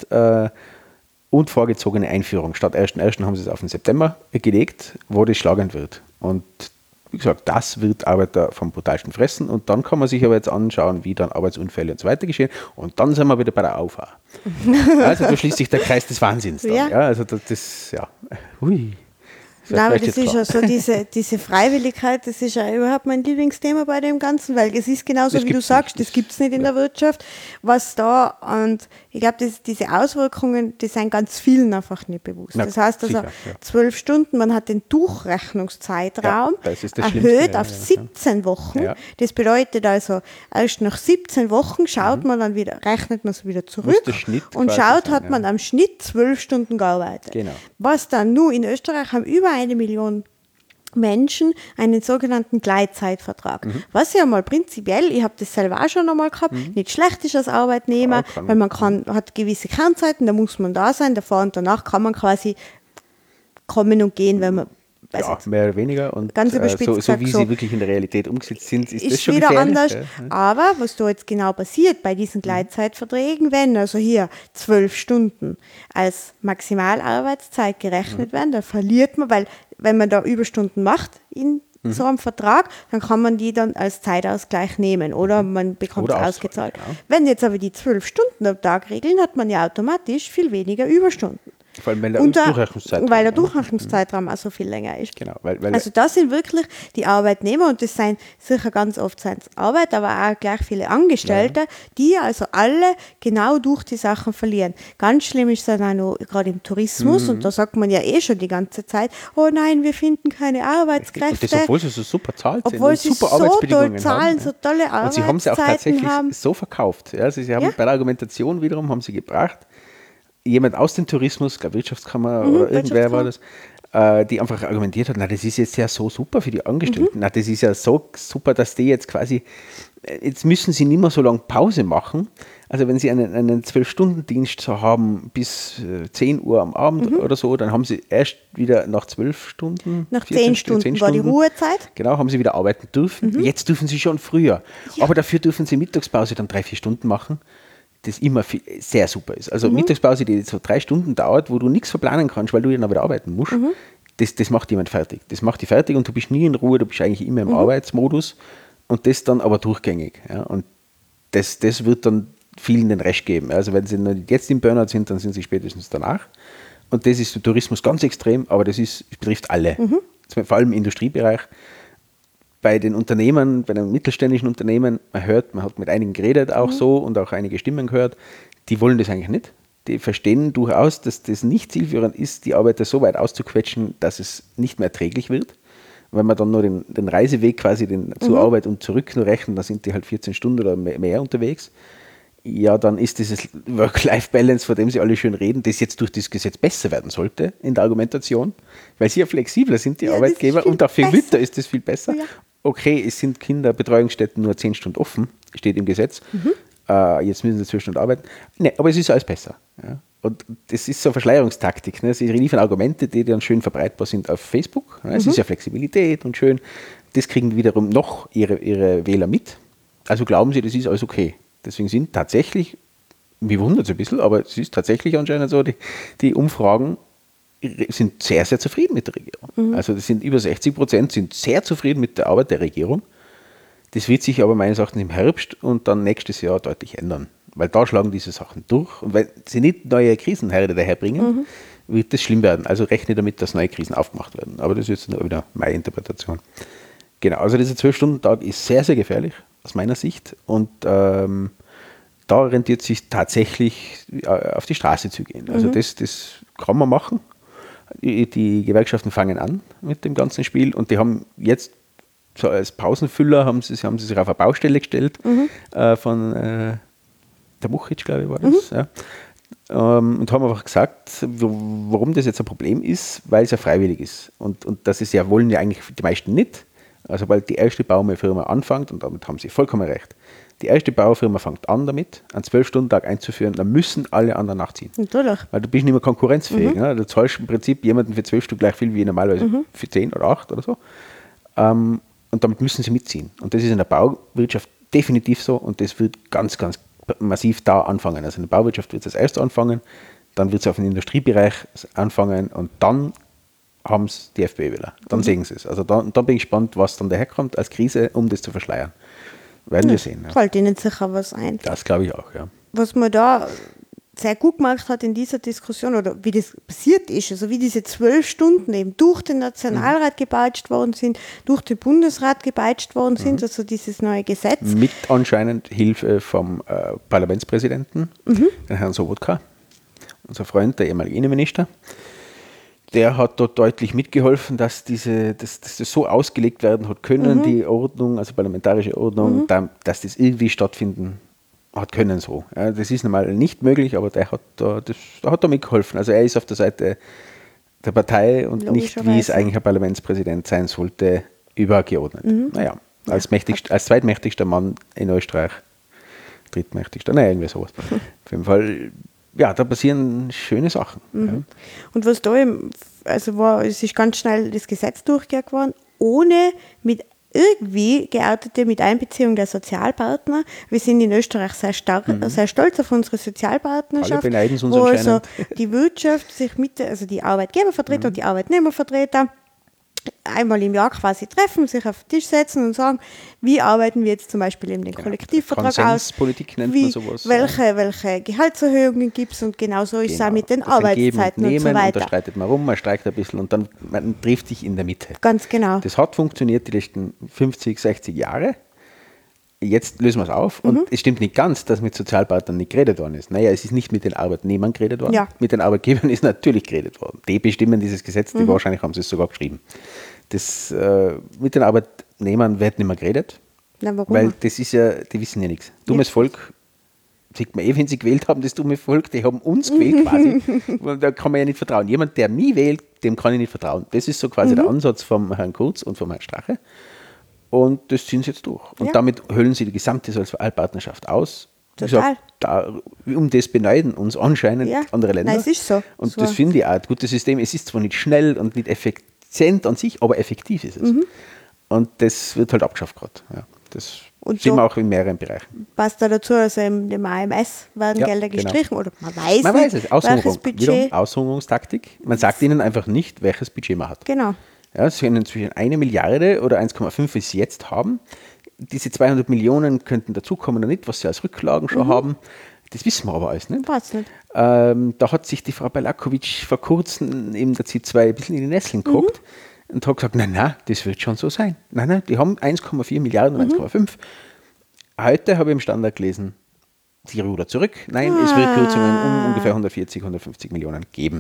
und vorgezogene Einführung. Statt 1.1. haben sie es auf den September gelegt, wo das schlagend wird. Und wie gesagt, das wird Arbeiter vom brutalsten fressen, und dann kann man sich aber jetzt anschauen, wie dann Arbeitsunfälle und so weiter geschehen, und dann sind wir wieder bei der AUFA. Also da schließt sich der Kreis des Wahnsinns dann. Ja, also das hui. Nein, aber das ist ja so, diese Freiwilligkeit, das ist ja überhaupt mein Lieblingsthema bei dem Ganzen, weil es ist genauso, wie du sagst, das gibt es nicht in der Wirtschaft, was da, und ich glaube, diese Auswirkungen, die sind ganz vielen einfach nicht bewusst. Das heißt also, 12 Stunden, man hat den Durchrechnungszeitraum erhöht auf 17 Wochen. Ja. Das bedeutet also, erst nach 17 Wochen schaut man dann wieder, rechnet man es wieder zurück und schaut, hat man am Schnitt 12 Stunden gearbeitet. Genau. Was dann nur in Österreich haben über 1 Million Menschen einen sogenannten Gleitzeitvertrag. Was ja mal prinzipiell, ich habe das selber auch schon einmal gehabt, nicht schlecht ist als Arbeitnehmer, weil man hat gewisse Kernzeiten, da muss man da sein, davor und danach kann man quasi kommen und gehen, wenn man mehr oder weniger, und ganz überspitzt so wie sie wirklich in der Realität umgesetzt sind, ist das schon wieder gefährlich. Anders. Ja. Aber was da jetzt genau passiert bei diesen Gleitzeitverträgen, wenn also hier 12 Stunden als Maximalarbeitszeit gerechnet werden, dann verliert man, weil wenn man da Überstunden macht in so einem Vertrag, dann kann man die dann als Zeitausgleich nehmen oder man bekommt es ausgezahlt. Genau. Wenn jetzt aber die 12 Stunden am Tag regeln, hat man ja automatisch viel weniger Überstunden. Vor allem, weil der Durchrechnungszeitraum auch so viel länger ist. Genau, also das sind wirklich die Arbeitnehmer, und das sind sicher ganz oft Arbeiter, aber auch gleich viele Angestellte, die also alle genau durch die Sachen verlieren. Ganz schlimm ist es dann auch noch gerade im Tourismus, und da sagt man ja eh schon die ganze Zeit, oh nein, wir finden keine Arbeitskräfte. Und das, obwohl sie so super zahlt sind, obwohl sie super so toll zahlen, so tolle Arbeitszeiten haben. Und sie haben sie auch tatsächlich so verkauft. Ja, also sie haben bei der Argumentation wiederum haben sie gebracht, jemand aus dem Tourismus, ich glaube Wirtschaftskammer oder irgendwer war das, die einfach argumentiert hat, na, das ist jetzt ja so super für die Angestellten, na, das ist ja so super, dass die jetzt quasi, jetzt müssen sie nicht mehr so lange Pause machen. Also wenn sie einen 12-Stunden-Dienst so haben bis 10 Uhr am Abend oder so, dann haben sie erst wieder nach 12 Stunden, Nach 10 Stunden war die Ruhezeit. Genau, haben sie wieder arbeiten dürfen. Jetzt dürfen sie schon früher. Ja. Aber dafür dürfen sie Mittagspause dann 3-4 Stunden machen, das immer sehr super ist. Also Mittagspause, die so 3 Stunden dauert, wo du nichts verplanen kannst, weil du dann wieder arbeiten musst, das macht jemand fertig. Das macht die fertig und du bist nie in Ruhe, du bist eigentlich immer im Arbeitsmodus und das dann aber durchgängig. Ja. Und das wird dann vielen den Rest geben. Also wenn sie nicht jetzt im Burnout sind, dann sind sie spätestens danach. Und das ist im Tourismus ganz extrem, aber das betrifft alle. Vor allem im Industriebereich. Bei den Unternehmen, bei den mittelständischen Unternehmen, man hat mit einigen geredet auch so und auch einige Stimmen gehört, die wollen das eigentlich nicht. Die verstehen durchaus, dass das nicht zielführend ist, die Arbeiter so weit auszuquetschen, dass es nicht mehr erträglich wird. Wenn man dann nur den Reiseweg quasi zur Arbeit und zurück nur rechnet, dann sind die halt 14 Stunden oder mehr unterwegs. Ja, dann ist dieses Work-Life-Balance, von dem sie alle schön reden, das jetzt durch das Gesetz besser werden sollte in der Argumentation, weil sie ja flexibler sind, die Arbeitgeber, und auch für Mütter ist das viel besser. Ja. Okay, es sind Kinderbetreuungsstätten nur 10 Stunden offen, steht im Gesetz. Jetzt müssen sie 12 Stunden arbeiten. Nee, aber es ist alles besser. Ja. Und das ist so eine Verschleierungstaktik. Ne? Sie liefern Argumente, die dann schön verbreitbar sind auf Facebook. Ne? Es ist ja Flexibilität und schön. Das kriegen wiederum noch ihre Wähler mit. Also glauben sie, das ist alles okay. Deswegen sind tatsächlich, mich wundert es ein bisschen, aber es ist tatsächlich anscheinend so, die Umfragen sind sehr, sehr zufrieden mit der Regierung. Also das sind über 60% sind sehr zufrieden mit der Arbeit der Regierung. Das wird sich aber meines Erachtens im Herbst und dann nächstes Jahr deutlich ändern. Weil da schlagen diese Sachen durch. Und wenn sie nicht neue Krisenherde daherbringen, wird das schlimm werden. Also rechne damit, dass neue Krisen aufgemacht werden. Aber das ist jetzt nur wieder meine Interpretation. Genau, also dieser 12-Stunden-Tag ist sehr, sehr gefährlich aus meiner Sicht. Und da rentiert sich tatsächlich auf die Straße zu gehen. Also das kann man machen. Die Gewerkschaften fangen an mit dem ganzen Spiel und die haben jetzt so als Pausenfüller haben sie sich auf eine Baustelle gestellt von der Muchitsch, glaube ich, war das. Ja. Und haben einfach gesagt, warum das jetzt ein Problem ist, weil es ja freiwillig ist. Und das ist ja, wollen ja eigentlich die meisten nicht. Also sobald die erste Baufirma anfängt, und damit haben sie vollkommen recht, die erste Baufirma fängt an damit, einen 12-Stunden-Tag einzuführen, dann müssen alle anderen nachziehen. Natürlich. Weil du bist nicht mehr konkurrenzfähig. Ne? Du zahlst im Prinzip jemanden für 12 Stunden gleich viel wie normalerweise für 10 oder 8 oder so. Und damit müssen sie mitziehen. Und das ist in der Bauwirtschaft definitiv so und das wird ganz, ganz massiv da anfangen. Also in der Bauwirtschaft wird es als erstes anfangen, dann wird es auf den Industriebereich anfangen und dann haben es die FPÖ-Wähler. Dann sehen sie es. Also dann bin ich gespannt, was dann daherkommt als Krise, um das zu verschleiern. Werden wir sehen. Ja. Fällt ihnen sicher was ein. Das glaube ich auch, ja. Was man da sehr gut gemacht hat in dieser Diskussion oder wie das passiert ist, also wie diese 12 Stunden eben durch den Nationalrat gepeitscht worden sind, durch den Bundesrat gepeitscht worden sind, also dieses neue Gesetz. Mit anscheinend Hilfe vom Parlamentspräsidenten, den Herrn Sobotka, unser Freund, der ehemalige Innenminister. Der hat dort deutlich mitgeholfen, dass das so ausgelegt werden hat können, die Ordnung, also parlamentarische Ordnung, dass das irgendwie stattfinden hat können so. Ja, das ist normal nicht möglich, aber der hat da mitgeholfen. Also er ist auf der Seite der Partei und nicht, wie es eigentlich ein Parlamentspräsident sein sollte, übergeordnet. Naja, als zweitmächtigster Mann in Österreich, drittmächtigster, irgendwie sowas. Auf jeden Fall, ja, da passieren schöne Sachen. Ja. Und was da eben, also es ist ganz schnell das Gesetz durchgegangen worden, ohne mit irgendwie geartete mit Einbeziehung der Sozialpartner. Wir sind in Österreich sehr stolz auf unsere Sozialpartnerschaft, alle beneiden es uns wo also die Wirtschaft sich also die Arbeitgebervertreter und die Arbeitnehmervertreter einmal im Jahr quasi treffen, sich auf den Tisch setzen und sagen, wie arbeiten wir jetzt zum Beispiel eben den Kollektivvertrag aus, Konsenspolitik nennt man sowas. Welche Gehaltserhöhungen gibt es und genauso ist es auch mit den Arbeitszeiten und so weiter. Und da streitet man rum, man streikt ein bisschen und dann man trifft sich in der Mitte. Ganz genau. Das hat funktioniert die letzten 50, 60 Jahre. Jetzt lösen wir es auf und es stimmt nicht ganz, dass mit Sozialpartnern nicht geredet worden ist. Naja, es ist nicht mit den Arbeitnehmern geredet worden, mit den Arbeitgebern ist natürlich geredet worden. Die bestimmen dieses Gesetz, die wahrscheinlich haben sie es sogar geschrieben. Mit den Arbeitnehmern wird nicht mehr geredet, na, warum? weil das ist ja, die wissen ja nichts. Dummes Volk sieht man wenn sie gewählt haben, das dumme Volk, die haben uns gewählt quasi. Da kann man ja nicht vertrauen. Jemand, der mich wählt, dem kann ich nicht vertrauen. Das ist so quasi der Ansatz vom Herrn Kurz und vom Herrn Strache. Und das ziehen sie jetzt durch. Und damit hüllen sie die gesamte Sozialpartnerschaft aus. Total. Um das beneiden uns anscheinend andere Länder. Nein, es ist so. Und das finde ich auch ein gutes System. Es ist zwar nicht schnell und nicht effizient an sich, aber effektiv ist es. Und das wird halt abgeschafft gerade. Ja, das und sehen so wir auch in mehreren Bereichen. passt da dazu, also im AMS werden Gelder gestrichen oder man weiß es. nicht, welches Budget. Aushungerungstaktik. Man sagt ihnen einfach nicht, welches Budget man hat. Genau. Ja, sie können zwischen 1 Milliarde oder 1,5, wie sie jetzt haben. Diese 200 Millionen könnten dazukommen oder nicht, was sie als Rücklagen schon haben. Das wissen wir aber alles nicht. Weiß nicht. Da hat sich die Frau Balakovic vor kurzem eben der C2 ein bisschen in die Nesseln geguckt und hat gesagt, nein, das wird schon so sein. Nein, die haben 1,4 Milliarden und 1,5. Heute habe ich im Standard gelesen, die rudert zurück. Nein, es wird Kürzungen um ungefähr 140, 150 Millionen geben.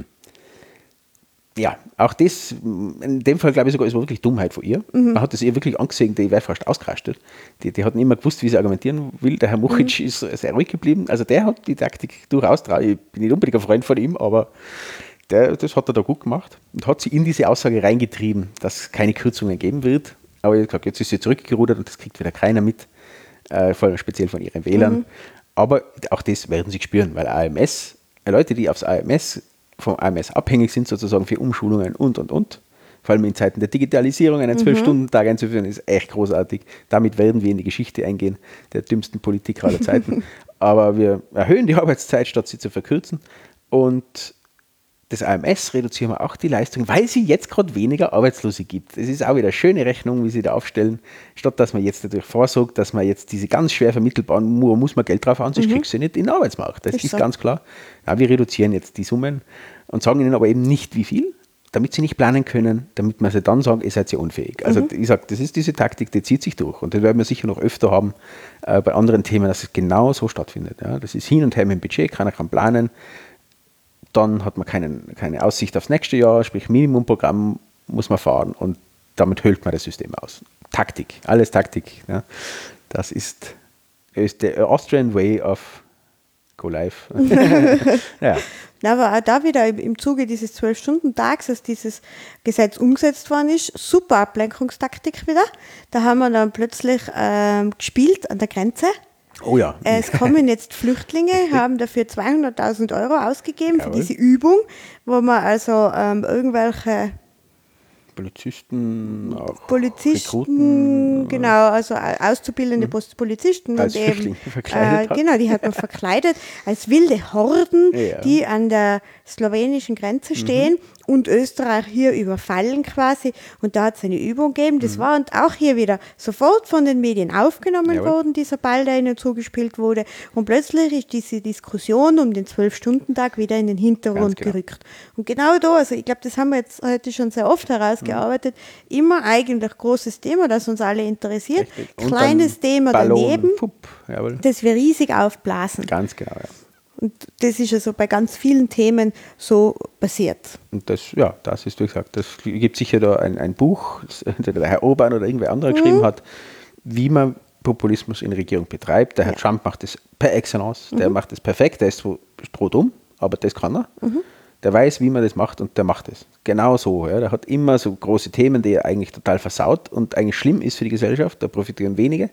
Ja, auch das, in dem Fall glaube ich sogar, es war wirklich Dummheit von ihr. Man hat es ihr wirklich angesehen, die wäre fast ausgerastet. Die hat nicht immer gewusst, wie sie argumentieren will. Der Herr Muchic ist sehr ruhig geblieben. Also der hat die Taktik durchaus drauf. Ich bin nicht unbedingt ein Freund von ihm, aber das hat er da gut gemacht und hat sie in diese Aussage reingetrieben, dass es keine Kürzungen geben wird. Aber ich habe gesagt, jetzt ist sie zurückgerudert und das kriegt wieder keiner mit, speziell von ihren Wählern. Aber auch das werden sie spüren, weil AMS, Leute, die vom AMS abhängig sind, sozusagen für Umschulungen und. Vor allem in Zeiten der Digitalisierung einen 12-Stunden-Tag einzuführen, ist echt großartig. Damit werden wir in die Geschichte eingehen, der dümmsten Politiker aller Zeiten. Aber wir erhöhen die Arbeitszeit, statt sie zu verkürzen. Und das AMS reduzieren wir auch die Leistung, weil sie jetzt gerade weniger Arbeitslose gibt. Das ist auch wieder eine schöne Rechnung, wie sie da aufstellen. Statt dass man jetzt natürlich vorsorgt, dass man jetzt diese ganz schwer vermittelbaren, muss man Geld drauf haben, sonst kriegst du nicht in den Arbeitsmarkt. Das ist so. Ganz klar. Ja, wir reduzieren jetzt die Summen und sagen ihnen aber eben nicht, wie viel, damit sie nicht planen können, damit man sie dann sagen, ihr seid ja unfähig. Also ich sage, das ist diese Taktik, die zieht sich durch. Und das werden wir sicher noch öfter haben bei anderen Themen, dass es genau so stattfindet. Ja, das ist hin und her mit dem Budget, keiner kann planen. Dann hat man keine Aussicht aufs nächste Jahr, sprich Minimumprogramm muss man fahren und damit höhlt man das System aus. Taktik, alles Taktik. Ja. Das ist the Austrian way of go live. Ja. Aber auch da wieder im Zuge dieses 12-Stunden-Tags, als dieses Gesetz umgesetzt worden ist, super Ablenkungstaktik wieder. Da haben wir dann plötzlich gespielt an der Grenze. Oh ja. Es kommen jetzt Flüchtlinge, haben dafür 200.000 € ausgegeben für diese Übung, wo man also irgendwelche Polizisten, Rekruten, genau, also auszubildende Polizisten als und eben verkleidet genau, die hat man verkleidet als wilde Horden, die an der slowenischen Grenze stehen und Österreich hier überfallen quasi. Und da hat es eine Übung gegeben. Das war und auch hier wieder sofort von den Medien aufgenommen worden, dieser Ball, der ihnen zugespielt wurde. Und plötzlich ist diese Diskussion um den 12-Stunden-Tag wieder in den Hintergrund gerückt. Und genau da, also ich glaube, das haben wir jetzt heute schon sehr oft herausgearbeitet, immer eigentlich großes Thema, das uns alle interessiert. Kleines Thema daneben, das wir riesig aufblasen. Ganz genau, ja. Und das ist also bei ganz vielen Themen so passiert. Und das ist, wie gesagt, das gibt sicher da ein Buch, das der Herr Orban oder irgendwer anderer geschrieben hat, wie man Populismus in Regierung betreibt. Der Herr Trump macht das per excellence, der macht das perfekt, der ist so strohdumm, aber das kann er. Der weiß, wie man das macht und der macht es. Genau so. Ja. Der hat immer so große Themen, die er eigentlich total versaut und eigentlich schlimm ist für die Gesellschaft, da profitieren wenige.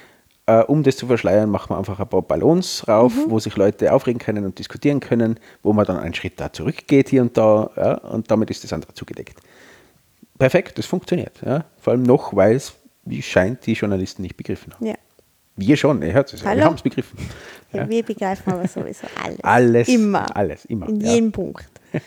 Um das zu verschleiern, macht man einfach ein paar Ballons rauf, wo sich Leute aufregen können und diskutieren können, wo man dann einen Schritt da zurückgeht hier und da, ja, und damit ist das andere zugedeckt. Perfekt, das funktioniert. Ja. Vor allem noch, weil es, wie es scheint, die Journalisten nicht begriffen haben. Ja. Wir schon, wir haben es begriffen. Ja, wir begreifen aber sowieso alles. Alles. Immer. In jedem Punkt.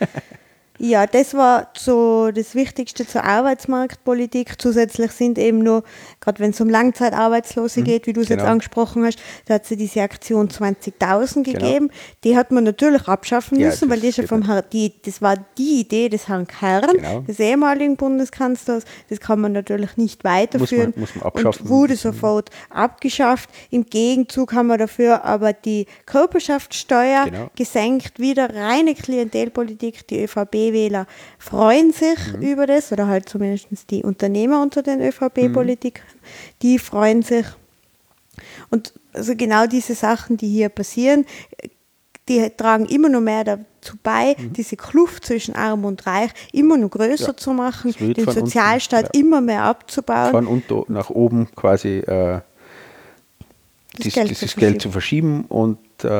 Ja, das war so das Wichtigste zur Arbeitsmarktpolitik. Zusätzlich sind eben nur, gerade wenn es um Langzeitarbeitslose geht, wie du es jetzt angesprochen hast, da hat es diese Aktion 20.000 gegeben. Die hat man natürlich abschaffen müssen, weil das war die Idee des Herrn Kern, des ehemaligen Bundeskanzlers. Das kann man natürlich nicht weiterführen. Muss man abschaffen. Und wurde sofort abgeschafft. Im Gegenzug haben wir dafür aber die Körperschaftssteuer gesenkt. Wieder reine Klientelpolitik. Die ÖVP-Wähler freuen sich über das, oder halt zumindest die Unternehmer unter den ÖVP-Politikern, die freuen sich. Und also genau diese Sachen, die hier passieren, die tragen immer noch mehr dazu bei, diese Kluft zwischen Arm und Reich immer noch größer zu machen, Es wird den von Sozialstaat unten, immer mehr abzubauen. Von unten nach oben quasi dieses Geld zu verschieben und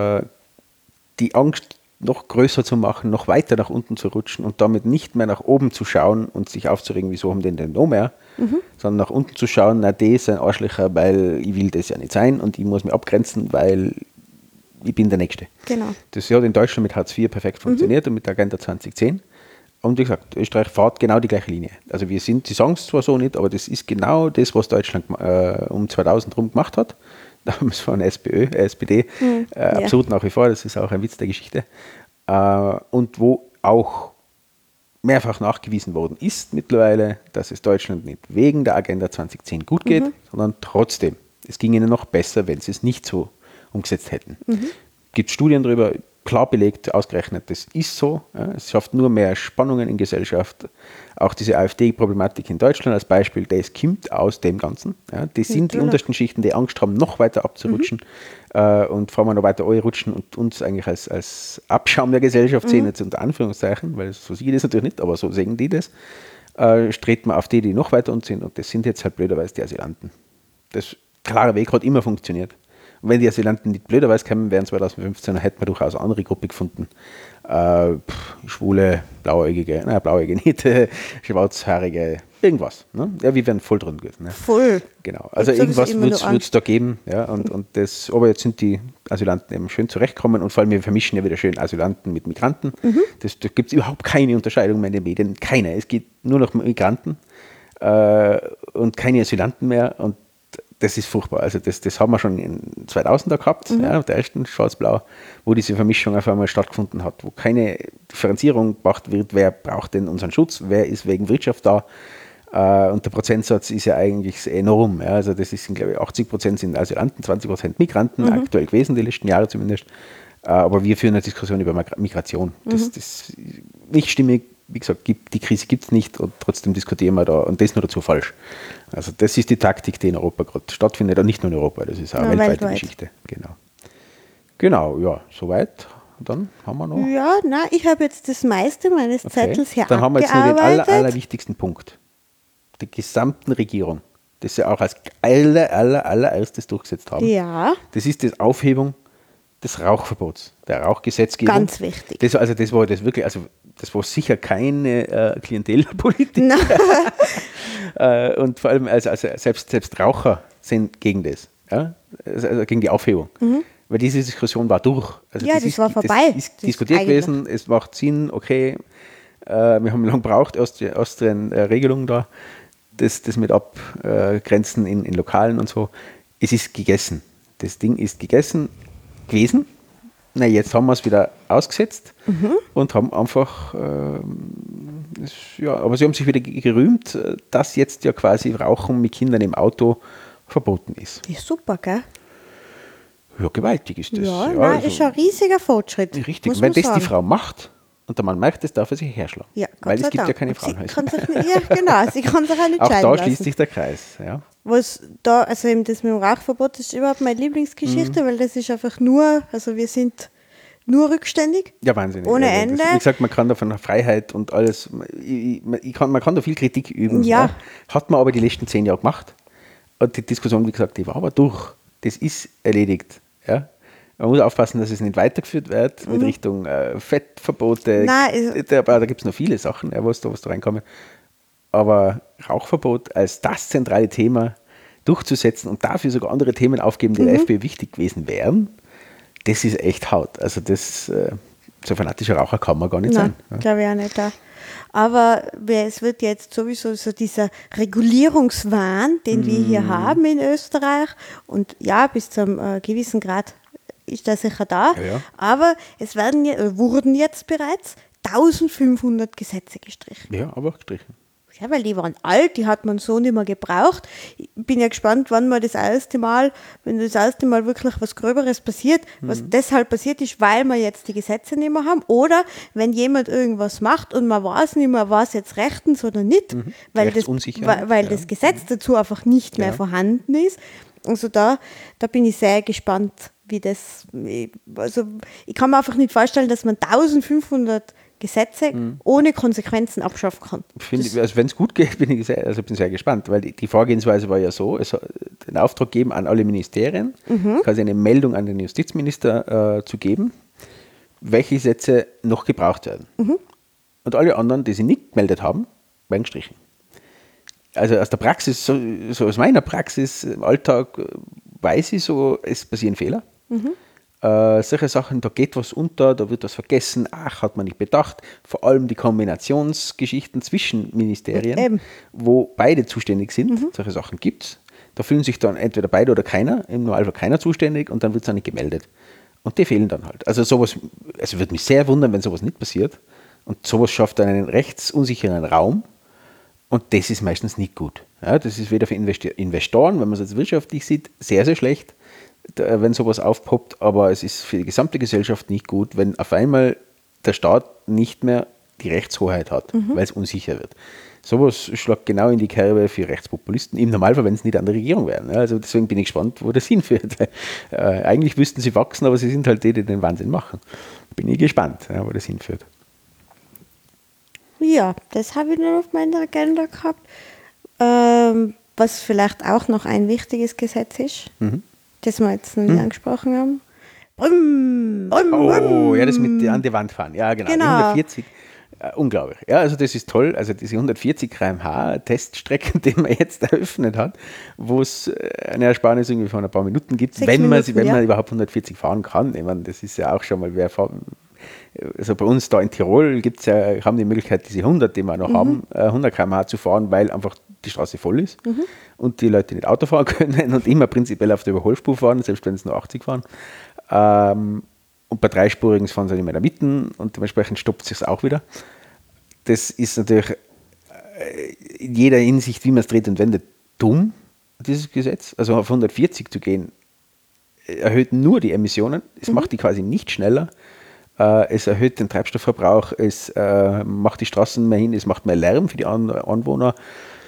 die Angst noch größer zu machen, noch weiter nach unten zu rutschen und damit nicht mehr nach oben zu schauen und sich aufzuregen, wieso haben die denn noch mehr, sondern nach unten zu schauen, na, das ist ein Arschlöcher, weil ich will das ja nicht sein und ich muss mich abgrenzen, weil ich bin der Nächste. Genau. Das hat in Deutschland mit Hartz IV perfekt funktioniert und mit der Agenda 2010. Und wie gesagt, Österreich fährt genau die gleiche Linie. Also sie sagen es zwar so nicht, aber das ist genau das, was Deutschland um 2000 rum gemacht hat. Damals von SPD, absurd nach wie vor, das ist auch ein Witz der Geschichte. Und wo auch mehrfach nachgewiesen worden ist mittlerweile, dass es Deutschland nicht wegen der Agenda 2010 gut geht, sondern trotzdem. Es ging ihnen noch besser, wenn sie es nicht so umgesetzt hätten. Gibt Studien darüber, klar belegt, ausgerechnet, das ist so. Ja, es schafft nur mehr Spannungen in Gesellschaft. Auch diese AfD-Problematik in Deutschland als Beispiel, das kommt aus dem Ganzen. Ja, die sind die untersten Schichten, die Angst haben, noch weiter abzurutschen und vor allem noch weiter rutschen und uns eigentlich als Abschaum der Gesellschaft sehen, jetzt unter Anführungszeichen, weil so sehe ich das natürlich nicht, aber so sehen die das. Strebt man auf die noch weiter uns sind und das sind jetzt halt blöderweise die Asylanten. Das klare Weg hat immer funktioniert. Und wenn die Asylanten nicht blöderweise kämen, wären 2015, dann hätten wir durchaus eine andere Gruppe gefunden. Schwule, Blauäugige, nicht, Schwarzhaarige, irgendwas. Ne? Ja, wir wären voll drin gewesen. Ne? Voll. Genau. Also irgendwas wird es da geben. Ja? Und das, aber jetzt sind die Asylanten eben schön zurechtgekommen und vor allem wir vermischen ja wieder schön Asylanten mit Migranten. Da gibt es überhaupt keine Unterscheidung mehr in den Medien. Keine. Es geht nur noch Migranten und keine Asylanten mehr. Und das ist furchtbar. Also das haben wir schon in 2000er gehabt, ja, der ersten Schwarz-Blau, wo diese Vermischung auf einmal stattgefunden hat, wo keine Differenzierung gemacht wird, wer braucht denn unseren Schutz, wer ist wegen Wirtschaft da. Und der Prozentsatz ist ja eigentlich enorm. Ja. Also das sind, glaube ich, 80% sind Asylanten, 20% Migranten, aktuell gewesen, die letzten Jahre zumindest. Aber wir führen eine Diskussion über Migration. Das ist nicht stimmig. Wie gesagt, die Krise gibt es nicht und trotzdem diskutieren wir da und das ist nur dazu falsch. Also das ist die Taktik, die in Europa gerade stattfindet und nicht nur in Europa, das ist auch eine weltweite Geschichte. Genau, ja, soweit. Dann haben wir noch... Ja, nein, ich habe jetzt das meiste meines Zettels hier Dann haben wir jetzt nur den allerwichtigsten Punkt. Der gesamten Regierung, das sie auch als allererstes durchgesetzt haben. Ja. Das ist die Aufhebung des Rauchverbots, der Rauchgesetzgebung. Ganz wichtig. Das war sicher keine Klientelpolitik. Und vor allem, also selbst Raucher sind gegen das, ja? Also gegen die Aufhebung. Weil diese Diskussion war durch. Also das war vorbei. Das ist diskutiert gewesen, es macht Sinn, okay, wir haben lange gebraucht, Austrian Regelung da, das mit Abgrenzen in Lokalen und so. Es ist gegessen. Das Ding ist gegessen gewesen. Na, jetzt haben wir es wieder ausgesetzt und haben einfach, aber sie haben sich wieder gerühmt, dass jetzt ja quasi Rauchen mit Kindern im Auto verboten ist. Ist super, gell? Ja, gewaltig ist das. Ja, nein, ist ein riesiger Fortschritt. Richtig, und wenn das die Frau macht und der Mann merkt das, darf er sich herschlagen. Ja, weil es gibt ja keine Frauenhäuser. Ja, genau, sie kann sich auch nicht auch scheiden da lassen. schließt sich der Kreis. Ja. Was da, also eben das mit dem Rauchverbot, das ist überhaupt meine Lieblingsgeschichte, weil das ist einfach nur, also wir sind nur rückständig. Ja, wahnsinnig. Ohne Ende. Wie gesagt, man kann da von der Freiheit und alles, man kann da viel Kritik üben. Ja. Hat man aber die letzten 10 Jahre gemacht. Und die Diskussion, wie gesagt, die war aber durch. Das ist erledigt. Ja. Man muss aufpassen, dass es nicht weitergeführt wird mit Richtung Fettverbote. Nein, da gibt es noch viele Sachen, was da reinkommen. Aber Rauchverbot als das zentrale Thema durchzusetzen und dafür sogar andere Themen aufgeben, die der FPÖ wichtig gewesen wären, das ist echt hart. Also das, so fanatischer Raucher kann man gar nicht sein. Ja. Glaube ich auch nicht. Aber es wird jetzt sowieso so dieser Regulierungswahn, den wir hier haben in Österreich, und ja, bis zu einem gewissen Grad ist der sicher da, Ja. aber es wurden jetzt bereits 1500 Gesetze gestrichen. Ja, aber gestrichen. Ja, weil die waren alt, die hat man so nicht mehr gebraucht. Ich bin ja gespannt, wenn das erste Mal wirklich was Gröberes passiert, was deshalb passiert ist, weil wir jetzt die Gesetze nicht mehr haben, oder wenn jemand irgendwas macht und man weiß nicht mehr, was jetzt rechtens oder nicht, weil das Gesetz dazu einfach nicht mehr vorhanden ist. Also da bin ich sehr gespannt, wie das, also ich kann mir einfach nicht vorstellen, dass man 1500 Gesetze ohne Konsequenzen abschaffen kann. Also wenn es gut geht, bin ich sehr gespannt, weil die Vorgehensweise war ja so, es hat den Auftrag gegeben an alle Ministerien, quasi eine Meldung an den Justizminister zu geben, welche Gesetze noch gebraucht werden. Und alle anderen, die sie nicht gemeldet haben, werden gestrichen. Also aus der Praxis, so aus meiner Praxis im Alltag weiß ich so, es passieren Fehler. Solche Sachen, da geht was unter, da wird was vergessen, hat man nicht bedacht. Vor allem die Kombinationsgeschichten zwischen Ministerien, wo beide zuständig sind, solche Sachen gibt es. Da fühlen sich dann entweder beide oder keiner, im Normalfall keiner zuständig und dann wird es dann nicht gemeldet. Und die fehlen dann halt. Also sowas, also würde mich sehr wundern, wenn sowas nicht passiert. Und sowas schafft dann einen rechtsunsicheren Raum. Und das ist meistens nicht gut. Ja, das ist weder für Investoren, wenn man es jetzt wirtschaftlich sieht, sehr, sehr schlecht, wenn sowas aufpoppt. Aber es ist für die gesamte Gesellschaft nicht gut, wenn auf einmal der Staat nicht mehr die Rechtshoheit hat, weil es unsicher wird. Sowas schlägt genau in die Kerbe für Rechtspopulisten, im Normalfall, wenn es nicht an der Regierung wären. Ja, also deswegen bin ich gespannt, wo das hinführt. Eigentlich müssten sie wachsen, aber sie sind halt die den Wahnsinn machen. Bin ich gespannt, wo das hinführt. Ja, das habe ich noch auf meiner Agenda gehabt. Was vielleicht auch noch ein wichtiges Gesetz ist, das wir jetzt noch nicht angesprochen haben. Ja, das mit an die Wand fahren. Ja, genau. Die 140, unglaublich. Ja, also das ist toll. Also diese 140 km/h Teststrecken, die man jetzt eröffnet hat, wo es eine Ersparnis irgendwie von ein paar Minuten gibt, wenn man überhaupt 140 fahren kann. Ich meine, das ist ja auch schon mal, also bei uns da in Tirol haben die Möglichkeit, diese 100, die wir noch haben, 100 km/h zu fahren, weil einfach die Straße voll ist und die Leute nicht Auto fahren können und immer prinzipiell auf der Überholspur fahren, selbst wenn es nur 80 fahren. Und bei dreispurigen fahren sie nicht mehr in der Mitte und dementsprechend stoppt es sich auch wieder. Das ist natürlich in jeder Hinsicht, wie man es dreht und wendet, dumm, dieses Gesetz. Also auf 140 zu gehen, erhöht nur die Emissionen, es macht die quasi nicht schneller. Es erhöht den Treibstoffverbrauch, es macht die Straßen mehr hin, es macht mehr Lärm für die Anwohner.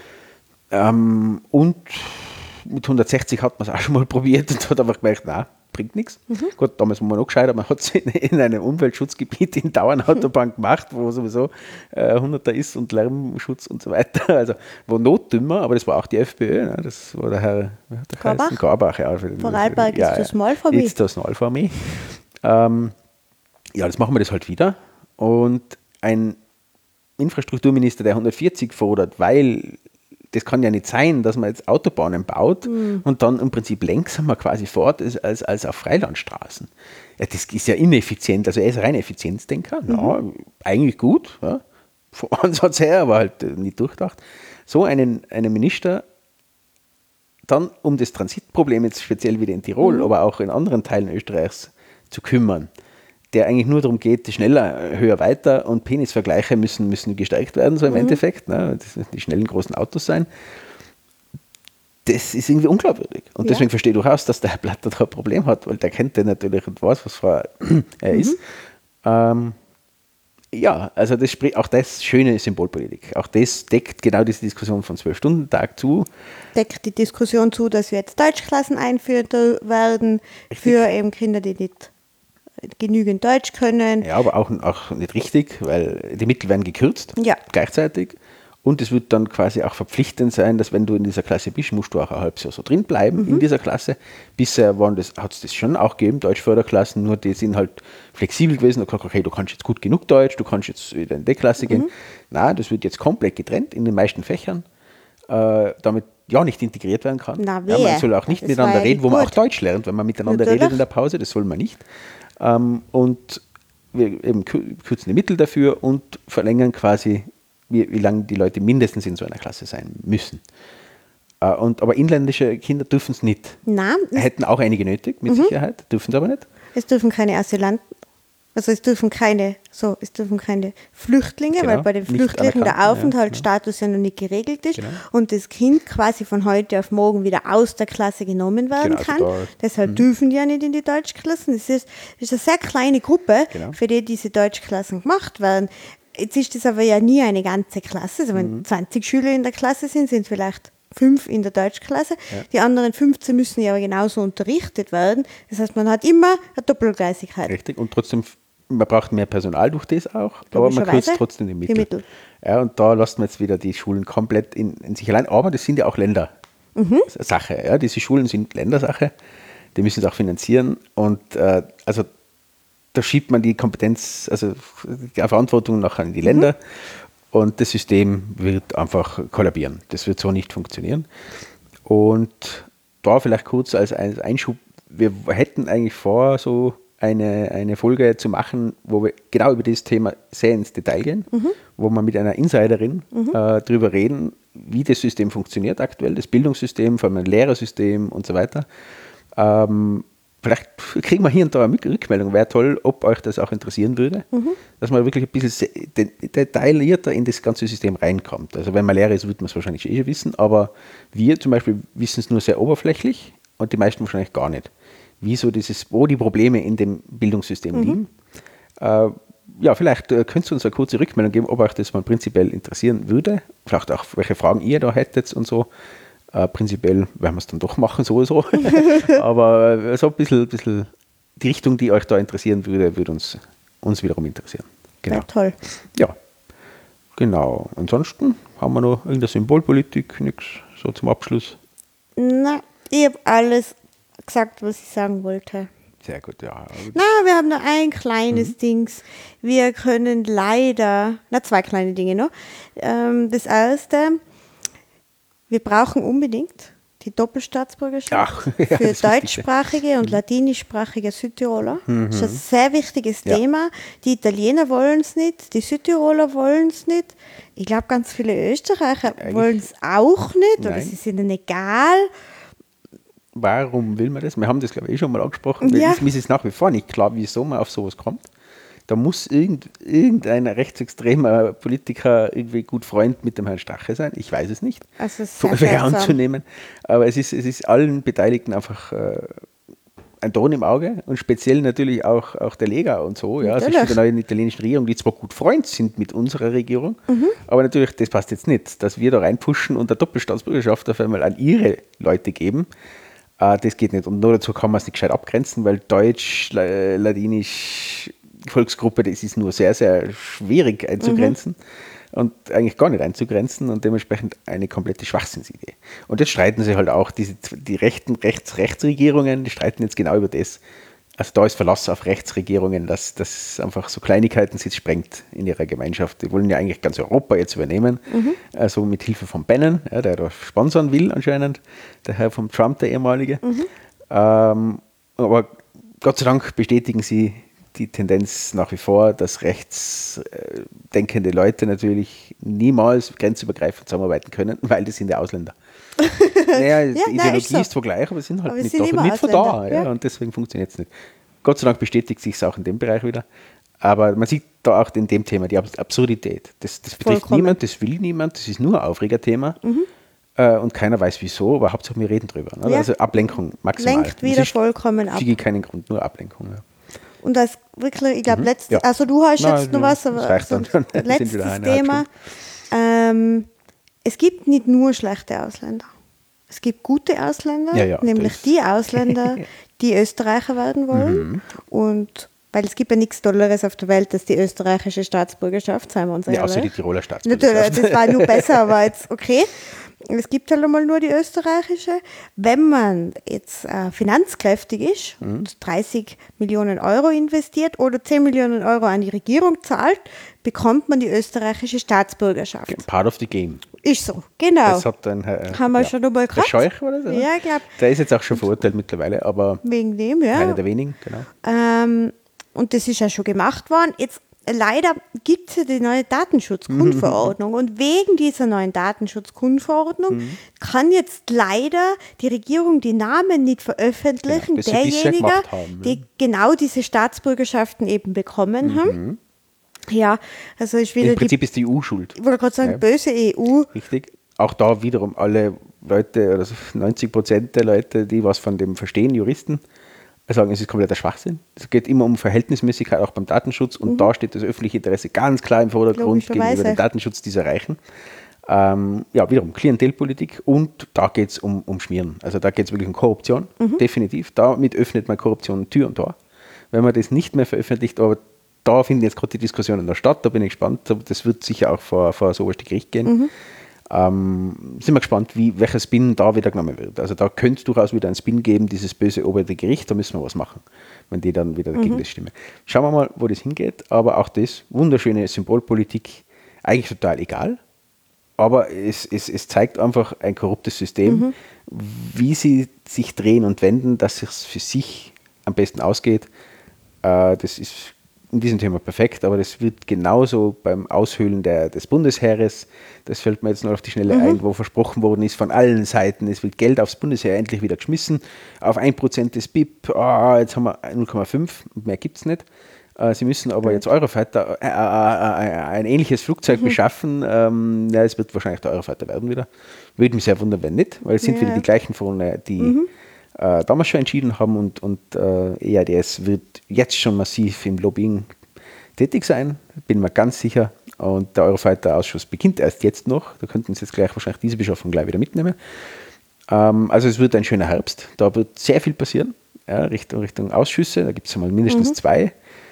Und mit 160 hat man es auch schon mal probiert und hat einfach gemerkt, nein, bringt nichts. Gut, damals war man noch gescheiter, man hat es in einem Umweltschutzgebiet in Dauernautobahn gemacht, wo sowieso 100er ist und Lärmschutz und so weiter. Also wo Notdümmer, aber das war auch die FPÖ, ne? Das war der Herr Garbach. Ja, Vorarlberg ist das mal für mich. Ist das mal für mich. Ja, jetzt machen wir das halt wieder. Und ein Infrastrukturminister, der 140 fordert, weil das kann ja nicht sein, dass man jetzt Autobahnen baut und dann im Prinzip langsamer quasi fährt als auf Freilandstraßen. Ja, das ist ja ineffizient, also er ist rein Effizienzdenker. Ja, eigentlich gut, ja, vom Ansatz her, aber halt nicht durchdacht. So einen Minister dann um das Transitproblem jetzt speziell wieder in Tirol, aber auch in anderen Teilen Österreichs zu kümmern, der eigentlich nur darum geht, schneller, höher, weiter und Penisvergleiche müssen gestärkt werden, so im Endeffekt. Ne? Das müssen die schnellen, großen Autos sein. Das ist irgendwie unglaubwürdig. Und deswegen verstehe ich durchaus, dass der Herr Blatter da ein Problem hat, weil der kennt den natürlich und weiß, was er ist. Ja, also auch das schöne Symbolpolitik. Auch das deckt genau diese Diskussion von 12-Stunden-Tag zu. Deckt die Diskussion zu, dass wir jetzt Deutschklassen einführen werden für eben Kinder, die nicht genügend Deutsch können. Ja, aber auch nicht richtig, weil die Mittel werden gekürzt gleichzeitig. Und es wird dann quasi auch verpflichtend sein, dass wenn du in dieser Klasse bist, musst du auch ein halbes Jahr so drin bleiben in dieser Klasse. Bisher hat es das schon auch gegeben, Deutschförderklassen, nur die sind halt flexibel gewesen. Und gesagt, okay, du kannst jetzt gut genug Deutsch, du kannst jetzt wieder in die Klasse gehen. Nein, das wird jetzt komplett getrennt in den meisten Fächern, damit ja nicht integriert werden kann. Man soll auch nicht miteinander reden, wo man auch Deutsch lernt, wenn man miteinander redet in der Pause, das soll man nicht. Und wir eben kürzen die Mittel dafür und verlängern quasi, wie lange die Leute mindestens in so einer Klasse sein müssen. Aber inländische Kinder dürfen es nicht. Nein. Hätten auch einige nötig, mit Sicherheit, dürfen es aber nicht. Es dürfen keine Asylanten, also es dürfen keine Flüchtlinge, weil bei den Flüchtlingen der Aufenthaltsstatus ja noch nicht geregelt ist und das Kind quasi von heute auf morgen wieder aus der Klasse genommen werden kann. Deshalb dürfen die ja nicht in die Deutschklassen. Das ist eine sehr kleine Gruppe, für die diese Deutschklassen gemacht werden. Jetzt ist das aber ja nie eine ganze Klasse. Also wenn 20 Schüler in der Klasse sind, sind vielleicht 5 in der Deutschklasse. Die anderen 15 müssen ja genauso unterrichtet werden. Das heißt, man hat immer eine Doppelgleisigkeit. Richtig, und trotzdem, man braucht mehr Personal durch das auch, aber man kürzt trotzdem die Mittel. Ja, und da lässt man jetzt wieder die Schulen komplett in sich allein, aber das sind ja auch Ländersache. Ja, diese Schulen sind Ländersache, die müssen es auch finanzieren und also da schiebt man die Kompetenz, also die Verantwortung nachher in die Länder und das System wird einfach kollabieren. Das wird so nicht funktionieren. Und da vielleicht kurz als Einschub, wir hätten eigentlich vor, so eine Folge zu machen, wo wir genau über dieses Thema sehr ins Detail gehen, wo wir mit einer Insiderin darüber reden, wie das System funktioniert aktuell, das Bildungssystem, vor allem ein Lehrersystem und so weiter. Vielleicht kriegen wir hier und da eine Rückmeldung, wäre toll, ob euch das auch interessieren würde, dass man wirklich ein bisschen detaillierter in das ganze System reinkommt. Also wenn man Lehrer ist, wird man es wahrscheinlich schon wissen, aber wir zum Beispiel wissen es nur sehr oberflächlich und die meisten wahrscheinlich gar nicht. Wo die Probleme in dem Bildungssystem liegen. Ja, vielleicht könntest du uns eine kurze Rückmeldung geben, ob euch das mal prinzipiell interessieren würde. Vielleicht auch, welche Fragen ihr da hättet und so. Prinzipiell werden wir es dann doch machen, sowieso. Aber so ein bisschen die Richtung, die euch da interessieren würde uns wiederum interessieren. Genau. Ja, toll. Ja, genau. Ansonsten haben wir noch irgendeine Symbolpolitik, nichts so zum Abschluss. Na, ich habe alles gesagt, was ich sagen wollte. Sehr gut, ja. Na, wir haben noch ein kleines Dings. Wir können leider, zwei kleine Dinge noch. Das erste, wir brauchen unbedingt die Doppelstaatsbürgerschaft für deutschsprachige und latinischsprachige Südtiroler. Das ist ein sehr wichtiges Thema. Die Italiener wollen es nicht, die Südtiroler wollen es nicht. Ich glaube, ganz viele Österreicher wollen es auch nicht oder es ist ihnen egal. Warum will man das? Wir haben das, glaube ich, schon mal angesprochen. Mir ist es nach wie vor nicht klar, wieso man auf sowas kommt. Da muss irgendein rechtsextremer Politiker irgendwie gut Freund mit dem Herrn Strache sein. Ich weiß es nicht. Also es ist schwer anzunehmen. Aber es ist allen Beteiligten einfach ein Dorn im Auge und speziell natürlich auch der Lega und so. Ja, also der neuen italienischen Regierung, die zwar gut Freund sind mit unserer Regierung, aber natürlich, das passt jetzt nicht, dass wir da reinpushen und der Doppelstaatsbürgerschaft auf einmal an ihre Leute geben. Das geht nicht. Und nur dazu kann man es nicht gescheit abgrenzen, weil Deutsch, Ladinisch, Volksgruppe, das ist nur sehr, sehr schwierig einzugrenzen und eigentlich gar nicht einzugrenzen und dementsprechend eine komplette Schwachsinnsidee. Und jetzt streiten sie halt auch, die Rechtsregierungen, die streiten jetzt genau über das. Also da ist Verlass auf Rechtsregierungen, dass das einfach so Kleinigkeiten sich sprengt in ihrer Gemeinschaft. Die wollen ja eigentlich ganz Europa jetzt übernehmen, also mit Hilfe von Bannon, der da sponsern will anscheinend, der Herr von Trump, der ehemalige. Aber Gott sei Dank bestätigen sie die Tendenz nach wie vor, dass rechtsdenkende Leute natürlich niemals grenzübergreifend zusammenarbeiten können, weil das sind ja Ausländer. Naja, die Ideologie ist zwar gleich, aber sind halt nicht von da. Ja, und deswegen funktioniert es nicht. Gott sei Dank bestätigt sich es auch in dem Bereich wieder. Aber man sieht da auch in dem Thema die Absurdität. Das betrifft niemand, das will niemand, das ist nur ein Aufregerthema. Und keiner weiß wieso, aber Hauptsache wir reden drüber. Ne? Also Ablenkung maximal. Lenkt wieder vollkommen ab. Ich sehe keinen Grund, nur Ablenkung. Ja. Und das wirklich, ich glaube, also du hast jetzt noch was, aber letztes Thema. Es gibt nicht nur schlechte Ausländer. Es gibt gute Ausländer, nämlich die Ausländer, die Österreicher werden wollen. Und weil es gibt ja nichts Tolleres auf der Welt, als die österreichische Staatsbürgerschaft, seien wir uns ehrlich. Ja, außer die Tiroler Staatsbürgerschaft. Natürlich, das war nur besser, aber jetzt okay. Es gibt halt einmal nur die österreichische. Wenn man jetzt finanzkräftig ist und 30 Millionen Euro investiert oder 10 Millionen Euro an die Regierung zahlt, bekommt man die österreichische Staatsbürgerschaft. Part of the game. Ist so, genau. Das hat dann haben wir schon einmal gehabt. Der Scheuch oder so? Ja, ich glaube. Der ist jetzt auch schon verurteilt mittlerweile, aber wegen dem, ja. Einer der wenigen, genau. Und das ist ja schon gemacht worden. Jetzt leider gibt es ja die neue Datenschutzgrundverordnung und wegen dieser neuen Datenschutzgrundverordnung kann jetzt leider die Regierung die Namen nicht veröffentlichen derjenigen, die genau diese Staatsbürgerschaften eben bekommen haben. Ja, also ich will im Prinzip ist die EU schuld. Ich wollte gerade sagen, böse EU. Richtig. Auch da wiederum alle Leute, also 90% der Leute, die was von dem verstehen, Juristen, sagen, es ist kompletter Schwachsinn. Es geht immer um Verhältnismäßigkeit, auch beim Datenschutz. Und da steht das öffentliche Interesse ganz klar im Vordergrund gegenüber dem Datenschutz, die sie erreichen. Wiederum Klientelpolitik und da geht es um Schmieren. Also da geht es wirklich um Korruption, definitiv. Damit öffnet man Korruption Tür und Tor. Wenn man das nicht mehr veröffentlicht, aber da finden jetzt gerade die Diskussionen in der Stadt, da bin ich gespannt. Das wird sicher auch vor das oberste Gericht gehen. Sind wir gespannt, welcher Spin da wieder genommen wird. Also da könnte es durchaus wieder einen Spin geben, dieses böse obere Gericht, da müssen wir was machen, wenn die dann wieder dagegen das stimmen. Schauen wir mal, wo das hingeht, aber auch das, wunderschöne Symbolpolitik, eigentlich total egal, aber es zeigt einfach ein korruptes System, wie sie sich drehen und wenden, dass es für sich am besten ausgeht. Das ist in diesem Thema perfekt, aber das wird genauso beim Aushöhlen des Bundesheeres, das fällt mir jetzt noch auf die Schnelle ein, wo versprochen worden ist von allen Seiten, es wird Geld aufs Bundesheer endlich wieder geschmissen, auf 1% des BIP, jetzt haben wir 0,5, mehr gibt es nicht. Sie müssen aber jetzt Eurofighter, ein ähnliches Flugzeug beschaffen, es wird wahrscheinlich der Eurofighter werden wieder. Würde mich sehr wundern, wenn nicht, weil es sind wieder die gleichen vorne, die damals schon entschieden haben und EADS wird jetzt schon massiv im Lobbying tätig sein, bin mir ganz sicher. Und der Eurofighter-Ausschuss beginnt erst jetzt noch. Da könnten Sie jetzt gleich wahrscheinlich diese Beschaffung gleich wieder mitnehmen. Also es wird ein schöner Herbst. Da wird sehr viel passieren, Richtung Ausschüsse. Da gibt es einmal mindestens 2,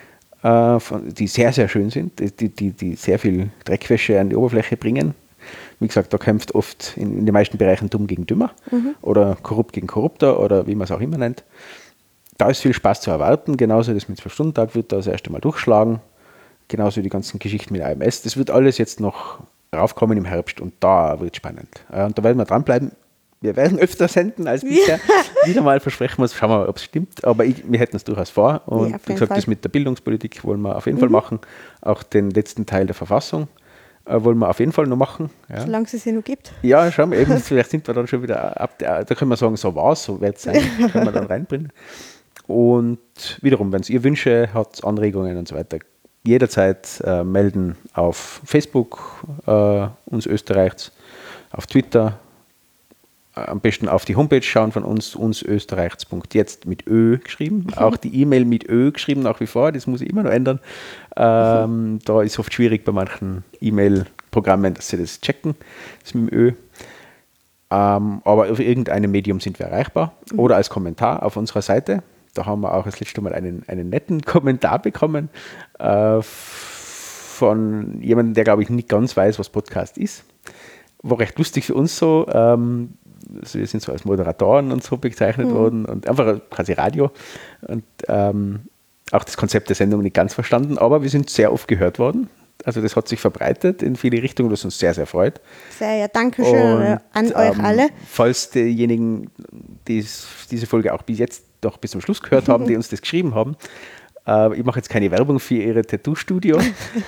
die sehr, sehr schön sind, die sehr viel Dreckwäsche an die Oberfläche bringen. Wie gesagt, da kämpft oft in den meisten Bereichen dumm gegen dümmer oder korrupt gegen korrupter oder wie man es auch immer nennt. Da ist viel Spaß zu erwarten. Genauso das mit 2-Stunden-Tag wird da das erste Mal durchschlagen. Genauso die ganzen Geschichten mit AMS. Das wird alles jetzt noch raufkommen im Herbst und da wird es spannend. Und da werden wir dranbleiben. Wir werden öfter senden als bisher. Wieder mal versprechen wir es, schauen wir mal, ob es stimmt. Aber wir hätten es durchaus vor. Und wie gesagt, das mit der Bildungspolitik wollen wir auf jeden Fall machen. Auch den letzten Teil der Verfassung wollen wir auf jeden Fall noch machen. Ja. Solange es sie noch gibt. Ja, schauen wir eben, vielleicht sind wir dann schon wieder da können wir sagen, so war es, so wird es sein, können wir dann reinbringen. Und wiederum, wenn es ihr Wünsche hat, Anregungen und so weiter, jederzeit melden auf Facebook uns Österreichs, auf Twitter, am besten auf die Homepage schauen von uns österreichs.jetzt mit Ö geschrieben. Auch die E-Mail mit Ö geschrieben nach wie vor, das muss ich immer noch ändern. Da ist oft schwierig bei manchen E-Mail-Programmen, dass sie das checken, das mit dem Ö. Aber auf irgendeinem Medium sind wir erreichbar oder als Kommentar auf unserer Seite. Da haben wir auch das letzte Mal einen netten Kommentar bekommen von jemandem, der, glaube ich, nicht ganz weiß, was Podcast ist. War recht lustig für uns so. Also wir sind so als Moderatoren und so bezeichnet worden und einfach quasi Radio. Und auch das Konzept der Sendung nicht ganz verstanden, aber wir sind sehr oft gehört worden. Also das hat sich verbreitet in viele Richtungen, was uns sehr, sehr freut. Sehr, Dankeschön an euch alle. Falls diejenigen, die diese Folge auch bis jetzt noch bis zum Schluss gehört haben, die uns das geschrieben haben, ich mache jetzt keine Werbung für ihre Tattoo-Studio,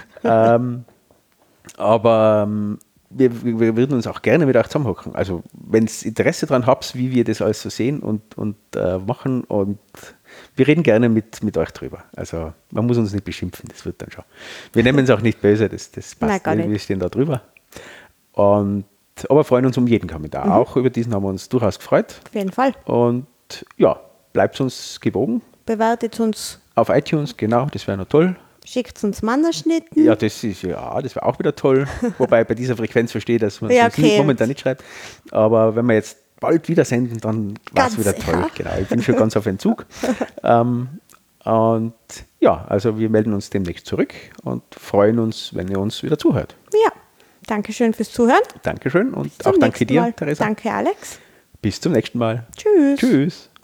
aber wir würden uns auch gerne mit euch zusammenhocken. Also wenn ihr Interesse daran habt, wie wir das alles so sehen und machen, und wir reden gerne mit euch drüber. Also man muss uns nicht beschimpfen, das wird dann schon. Wir nehmen es auch nicht böse, das passt. Nein, gar nicht. Wir stehen da drüber. Aber freuen uns um jeden Kommentar. Auch über diesen haben wir uns durchaus gefreut. Auf jeden Fall. Und ja, bleibt uns gewogen. Bewertet uns. Auf iTunes, genau, das wäre noch toll. Schickt uns Mannerschnitten. Ja, das wäre auch wieder toll. Wobei bei dieser Frequenz verstehe, dass man es momentan nicht schreibt. Aber wenn wir jetzt bald wieder senden, dann war es wieder toll. Ja. Genau, ich bin schon ganz auf Entzug. Und ja, also wir melden uns demnächst zurück und freuen uns, wenn ihr uns wieder zuhört. Ja, Dankeschön fürs Zuhören. Dankeschön und auch danke dir, Mal. Theresa. Danke, Alex. Bis zum nächsten Mal. Tschüss. Tschüss.